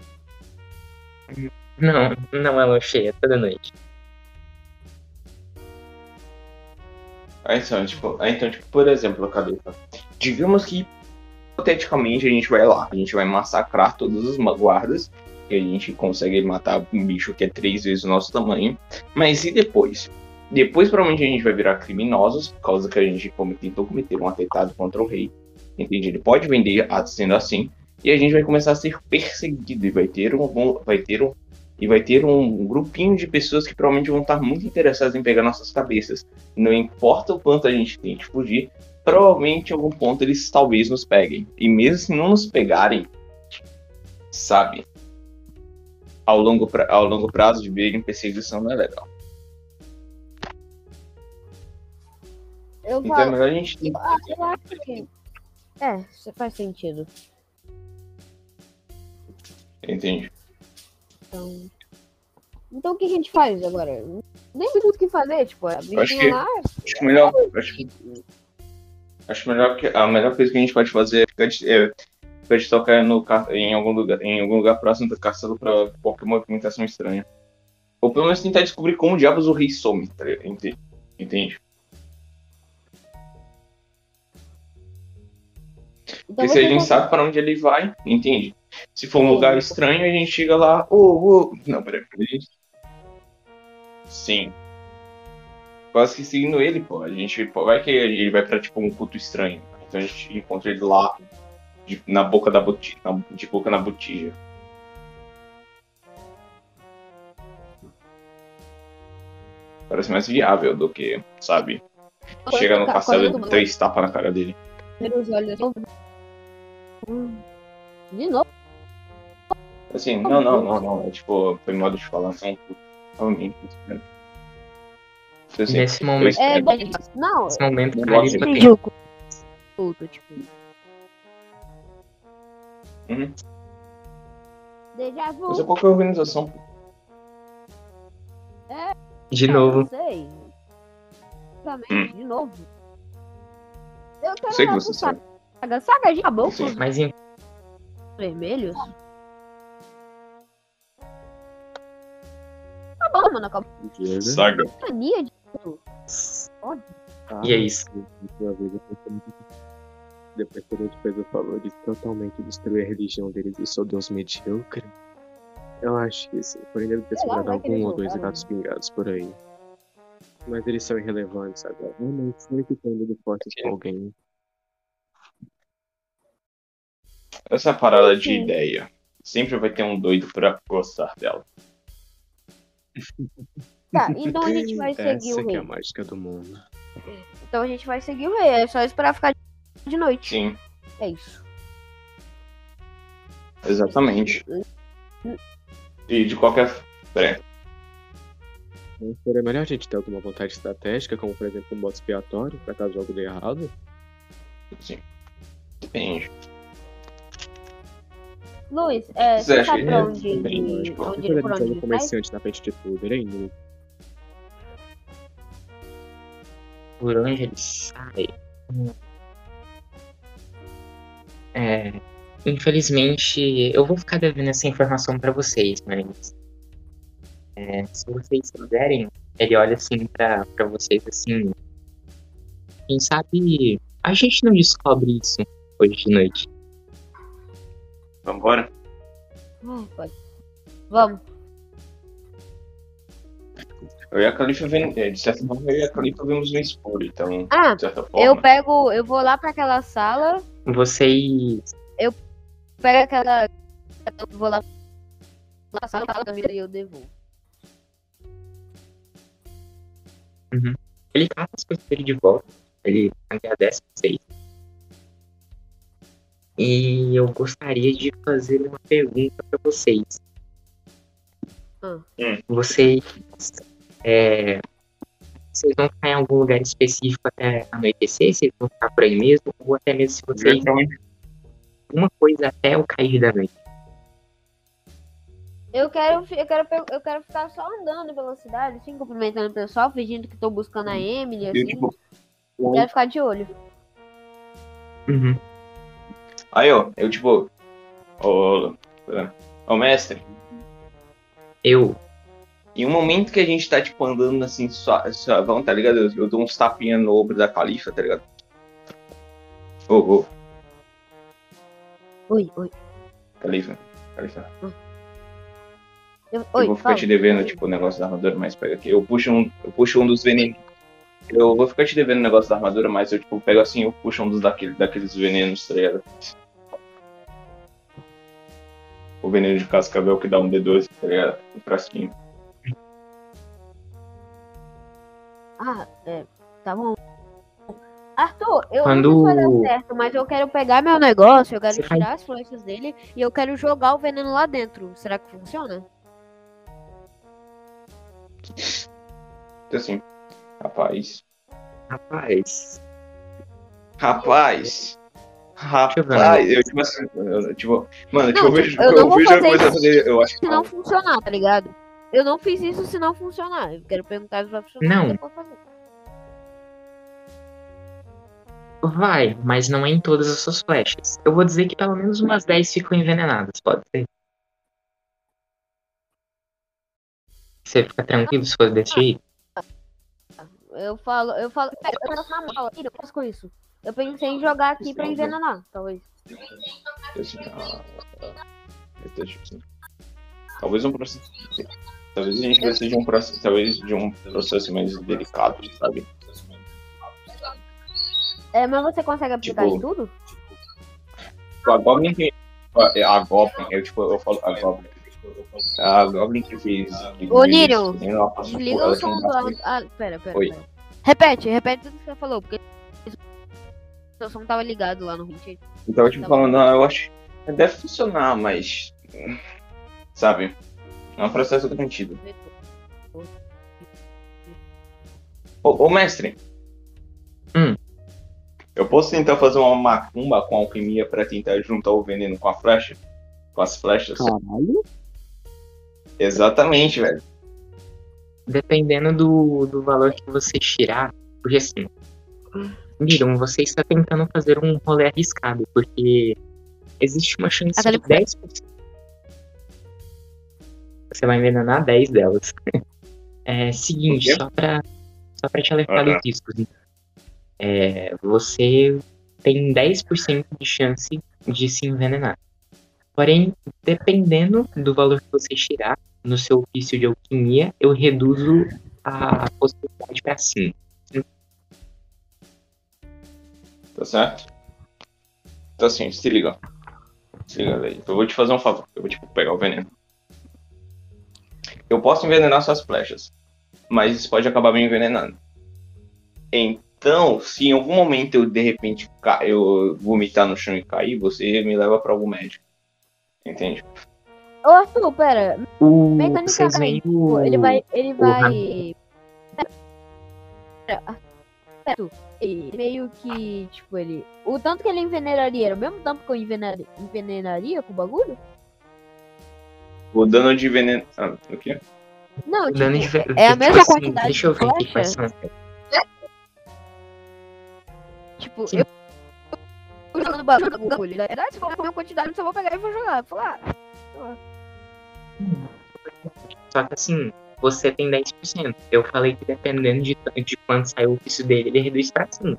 Não, não é lua cheia, toda noite. Ah, então, tipo, ah, então, tipo, por exemplo, cabeça. Digamos que, hipoteticamente, a gente vai lá. A gente vai massacrar todos os ma- guardas. E a gente consegue matar um bicho que é três vezes o nosso tamanho. Mas e depois? Depois, provavelmente, a gente vai virar criminosos. Por causa que a gente come- tentou cometer um atentado contra o rei. Entende? Ele pode vender a- sendo assim. E a gente vai começar a ser perseguido. E vai ter um... um- vai ter um e vai ter um grupinho de pessoas que provavelmente vão estar muito interessadas em pegar nossas cabeças. Não importa o quanto a gente tente fugir, provavelmente em algum ponto eles talvez nos peguem. E mesmo se não nos pegarem, sabe, ao longo, pra, ao longo prazo de viver em perseguição não é legal. Eu Então é falo, melhor a gente tem ah, eu acho que... É, isso faz sentido. entende? Então, Então o que a gente faz agora? Nem tem muito o que fazer, tipo, a Eu acho bichinha que, lá. acho que melhor. Acho, que- acho melhor que a melhor coisa que a gente pode fazer é ficar de, é, ficar de tocar no, ca- em, algum lugar, em algum lugar próximo do castelo pra qualquer movimentação estranha. Ou pelo menos tentar descobrir como diabos o rei some, tá ligado? Ente- Entende? Então Porque se a você gente tá- sabe para onde ele vai, entende? Se for um Sim. lugar estranho, a gente chega lá, ô, ô. Não, peraí, peraí. Sim. Quase que seguindo ele, pô. A gente, pô, vai que ele vai pra, tipo, um culto estranho. Então a gente encontra ele lá, de- na boca da botija, de boca na botija. Parece mais viável do que, sabe? Chega no Ca- castelo quando- e três tapas na cara dele. Vira os olhos assim. Hum. De novo. Assim, não, não, não, não. É tipo, foi modo de falar, não. Realmente, né? Assim, Nesse eu momento- É, espero. bem, não, Nesse momento, Não a gosto Califa de- tem entendi o culto, tipo. Uhum. Déjà vu. Mas é qualquer organização. de É, novo. eu sei. Exatamente, Hum. de novo. Eu quero Sei que olhar você pro sabe. Saga. Saga já acabou com Sim. os Mas em- vermelhos? Acabou, mano. Acabou. Saga. Mania de... E é isso. Depois que a gente fez o favor de totalmente destruir a religião deles e seu Deus medíocre, eu acho que sim. Porém, deve ter Sei lá, sobrado vai que algum eles ou dois voltaram. gatos pingados por aí. Mas eles são irrelevantes agora. Realmente, sempre que tem indo fortes com alguém. Essa é a parada de Sim. ideia. Sempre vai ter um doido pra gostar dela. Tá, então a gente vai seguir Essa o que é rei. a mágica do mundo. Então a gente vai seguir o rei. É só esperar ficar de noite. Sim, É isso. exatamente. E de qualquer. Pera aí. Então, seria melhor a gente ter alguma vontade estratégica, como por exemplo um bode expiatório, pra caso algo dê errado. Sim. Depende. Luiz, é, Você você acha sabe que pra é? onde, Bem, ele- lógico. onde, Ele ele- por onde é um ele vai? comerciante na frente de tudo, ele é inútil. Por onde ele sai? Hum. É, infelizmente, eu vou ficar devendo essa informação pra vocês, mas é, se vocês quiserem, ele olha assim pra, pra vocês assim. Quem sabe a gente não descobre isso hoje de noite. Vambora? Ai, pode. Vamos. Eu e a Califa vendo. é, De certa forma, eu e a Califa vemos no escuro, então. Ah, De certa forma. eu pego, eu vou lá pra aquela sala, Vocês. pego aquela, eu vou lá na sala e eu devolvo. Ele cata as coisas dele de volta. Ele agradece vocês. E eu gostaria de fazer uma pergunta pra vocês. Ah. Hum. Vocês. É, vocês vão ficar em algum lugar específico até anoitecer? Vocês vão ficar por aí mesmo? Ou até mesmo se vocês. Uma coisa até o cair da noite. Eu quero, eu quero, pe- eu quero ficar só andando pela cidade, assim, cumprimentando o pessoal, fingindo que tô buscando a Emily, Eu, assim. tipo, Quero ficar de olho. Uhum. Aí, ó, eu tipo. Ô. Ô, mestre. Eu. Em um momento que a gente tá, tipo, andando assim, sua- suavão, tá ligado? Eu, eu dou uns tapinhas no ombro da Califa, tá ligado? Ô, ô, Oi, oi. Califa. Califa. Eu, Eu oi, vou ficar fala. te devendo, tipo, o negócio da armadura, mas pega aqui. Eu puxo um, eu puxo um dos venenos. Eu vou ficar te devendo o negócio da armadura, mas eu, tipo, pego assim, eu puxo um dos daquele, daqueles venenos, tá ligado? O veneno de cascavel que dá um D doze, tá ligado? Um frasquinho. Ah, é, tá bom. Arthur, eu Quando- não sei se vai dar certo, mas eu quero pegar meu negócio, eu quero Você tirar as flechas dele e eu quero jogar o veneno lá dentro. Será que funciona? Então assim, rapaz. Rapaz. Rapaz. Deixa eu ver. Rapaz, eu tipo assim, eu, tipo, mano, tipo, Não, eu vejo, eu não eu vou vejo a fazer coisa isso fazer, eu acho Se que não funcionar, tá ligado? eu não fiz isso se não funcionar. Eu quero perguntar se vai funcionar. Não. e depois fazer. Vai, mas não é em todas as suas flechas. Eu vou dizer que pelo menos umas dez ficam envenenadas, pode ser. Você fica tranquilo se for desse jeito? Eu falo, eu falo. Pera, eu posso na mão, eu posso com isso. Eu pensei em jogar aqui pra envenenar, talvez. Assim, ah, ah, então, tipo assim, talvez um processo. Talvez a gente precise de um processo. Talvez de um processo mais delicado, sabe? É, mas você consegue aplicar Tipo, em tudo? A Goblin que. A Goblin, eu tipo, eu falo a Goblin. A Goblin que fez. que Ô, fez Nirion, isso, ela passou por- desliga ela o tinha um som do. braço- Ah, pera, pera, Oi. pera. Repete, repete tudo que você falou, porque seu som tava ligado lá no Hint. Então, tipo, falando, não, eu acho que deve funcionar, mas. Sabe? É um processo garantido. Ô, ô mestre. Hum. Eu posso tentar fazer uma macumba com alquimia pra tentar juntar o veneno com a flecha? Com as flechas? Caralho? Exatamente, velho. Dependendo do, do valor que você tirar, porque assim, Nirion, você está tentando fazer um rolê arriscado, porque existe uma chance Aquele- de dez por cento. Você vai envenenar dez delas. É seguinte, O quê? só pra, só pra te alertar Aham. dos riscos. né? É, você tem dez por cento de chance de se envenenar. Porém, dependendo do valor que você tirar no seu ofício de alquimia, eu reduzo a possibilidade pra cinco. Tá certo? Então assim, se liga. Se liga, velho. Eu vou te fazer um favor. Eu vou, tipo, pegar o veneno. Eu posso envenenar suas flechas, mas isso pode acabar me envenenando. Então, se em algum momento eu, de repente, ca- eu vomitar no chão e cair, você me leva pra algum médico. Entende? Ô, Arthur, pera. O, Mecanicamente, vocês veem tipo, o... ele vai. Ele o vai. Pera, Arthur, ele meio que, tipo, ele. O tanto que ele envenenaria era o mesmo tanto que eu envenenaria, envenenaria com o bagulho? O dano de veneno. Ah, o quê? Não, o dano tipo, de... é a tipo mesma assim, quantidade deixa eu de ver aqui quais flecha. são. Tipo, Sim. eu. Eu jogando bagulho. Na verdade, se for a mesma quantidade, eu só vou pegar e vou jogar. Falar. Ah, Só que assim, você tem dez por cento. Eu falei que dependendo de, de quanto sai o ofício dele, ele reduz pra cinco.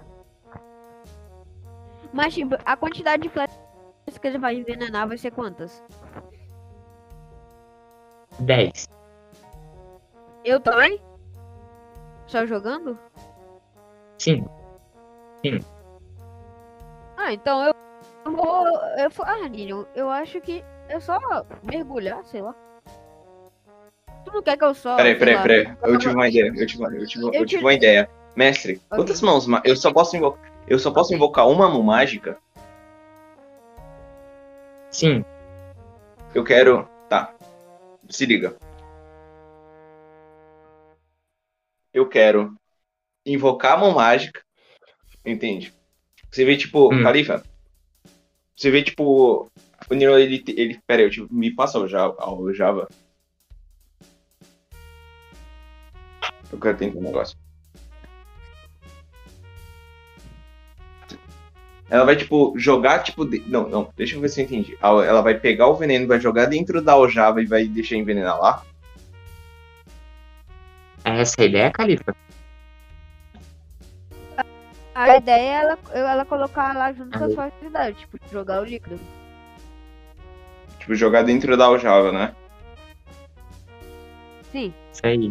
mas, tipo, a quantidade de flechas que ele vai envenenar vai ser quantas? dez. Eu também? Só jogando? Sim. Ah, então eu eu vou. Eu, vou- ah, Nilion, eu acho que é só mergulhar, sei lá. Tu não quer que eu só. Peraí, sei peraí, lá, peraí. Eu tive uma ideia. Eu tive, uma- eu tive, eu tive tive- uma ideia. Mestre, quantas mãos. ma- Eu só posso invocar. Eu só posso invocar uma mão mágica? Sim. Eu quero. Tá. Se liga. Eu quero invocar a mão mágica. Entende? Você vê, tipo, Hum. Califa. Você vê, tipo. O Nero, ele. ele pera aí, eu, tipo, me passa o Java. O Java. Eu quero tentar um negócio. Ela vai, tipo, jogar, tipo... de- Não, não, deixa eu ver se eu entendi. Ela ela vai pegar o veneno, vai jogar dentro da aljava e vai deixar envenenar lá? É essa a ideia, Califa? A ideia é ela, ela colocar lá junto com Ah, as facilidades, tipo, jogar o líquido. Tipo, jogar dentro da aljava, né? Sim. Isso aí.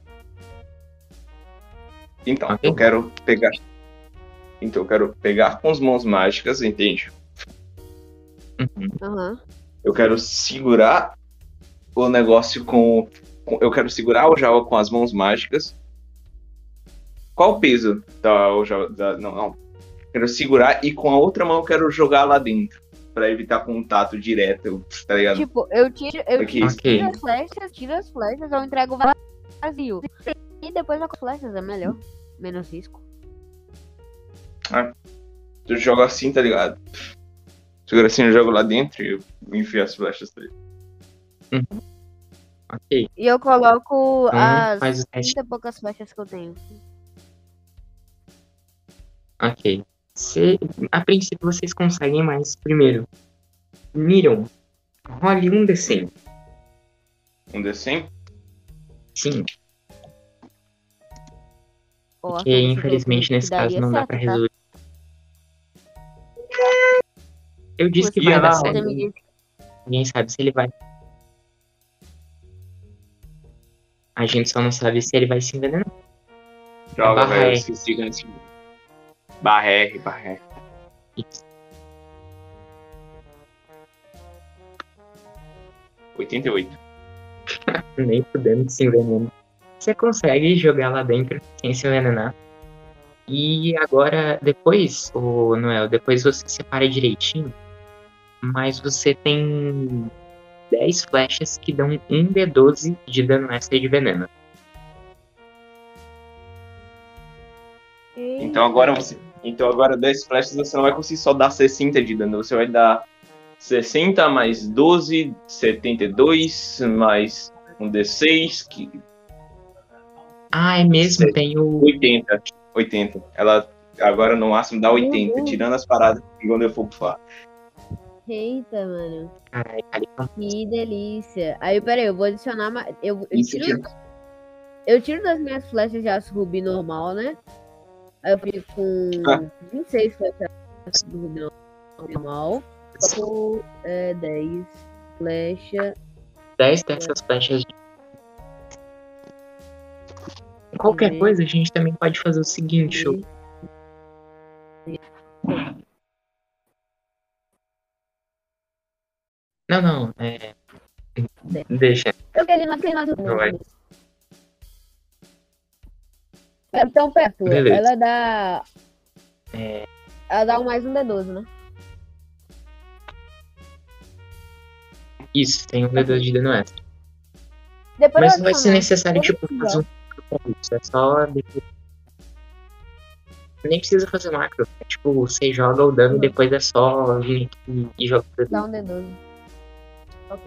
Então, Ok. eu quero pegar... Então, eu quero pegar com as mãos mágicas, entende? Uhum. Aham. Eu quero segurar o negócio com... com- Eu quero segurar a aljava com as mãos mágicas. Qual o peso da aljava? Da... Não, não. Quero segurar e com a outra mão eu quero jogar lá dentro. Pra evitar contato direto, tá ligado? Tipo, eu tiro, eu Aqui. tiro, Ok. tiro as flechas, tiro as flechas, eu entrego vazio. E depois com as flechas é melhor. Menos risco. Tu joga assim, tá ligado? Segura assim, eu jogo lá dentro e eu enfio as flechas, tá ligado? Ok. E eu coloco Então, as faz o teste. trinta e poucas flechas que eu tenho. Ok. Cê, a princípio vocês conseguem, mas primeiro, miram. Role um D cem. Um D cem? Sim, Ó, porque Arthur, você infelizmente falou que- nesse que caso daria não dá certo, pra tá? resolver. Eu disse que Você vai Ia dar lá, certo. Você me disse Ninguém sabe se ele vai. A gente só não sabe se ele vai se envenenar. Joga, barra velho. Eu R. esqueci que antes. Barra R, barra R. Isso. oitenta e oito. Nem podendo se envenenar. Você consegue jogar lá dentro sem se envenenar. E agora, depois, o Noel, depois você separa direitinho. Mas você tem dez flechas que dão um D doze de dano extra de veneno. Então agora você. Então agora dez flechas você não vai conseguir só dar sessenta de dano. Você vai dar sessenta mais doze, setenta e dois, mais um D seis, que. Ah, é mesmo, Sei. tem o. oitenta. oitenta. Ela agora no máximo dá oitenta, Deus. tirando as paradas que quando eu for bufar. Eita, mano. Caralho, cara, Que delícia. Aí, peraí, eu vou adicionar mais. Eu, eu, Isso, tiro, eu tiro das minhas flechas de aço rubi normal, né? Aí eu fico com Ah. vinte e seis flechas de aço rubi normal. Com é, dez flechas. dez dessas flechas. Qualquer Uhum. coisa, a gente também pode fazer o seguinte, show. Não, não, é. Deixa. Eu queria não ter nada. Não vai. Então, perto, Beleza. ela dá. É, Ela dá um mais um D doze, né? isso, tem um D doze de dano extra. Depois Mas eu não vai ser adiciono. necessário, Eu tipo, vou fazer um macro pra isso. É só. depois- Nem precisa fazer macro. É, tipo, você joga o dano e depois é só vir aqui e jogar o D Dá doze. um D doze. Ok.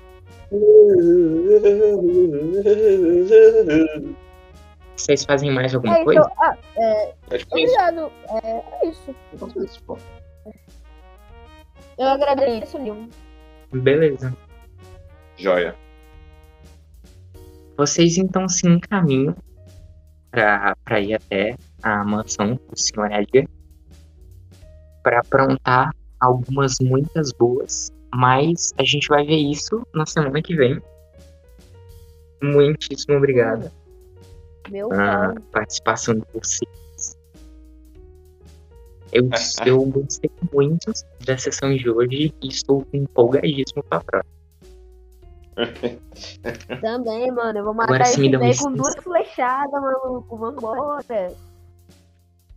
Vocês fazem mais alguma É coisa? isso. Ah, é, Acho que é isso. obrigado. É, é isso. Eu agradeço, Nil. Beleza. Joia. Vocês então se encaminham pra, pra ir até a mansão do senhor Edgar pra aprontar algumas muitas boas, mas a gente vai ver isso na semana que vem. Muitíssimo obrigado Meu pela pai. participação de vocês. Eu, eu gostei muito da sessão de hoje e estou empolgadíssimo pra próxima. Também, mano. Eu vou Agora matar sim me esse dá um velho com licença. duas flechadas, maluco. Vambora.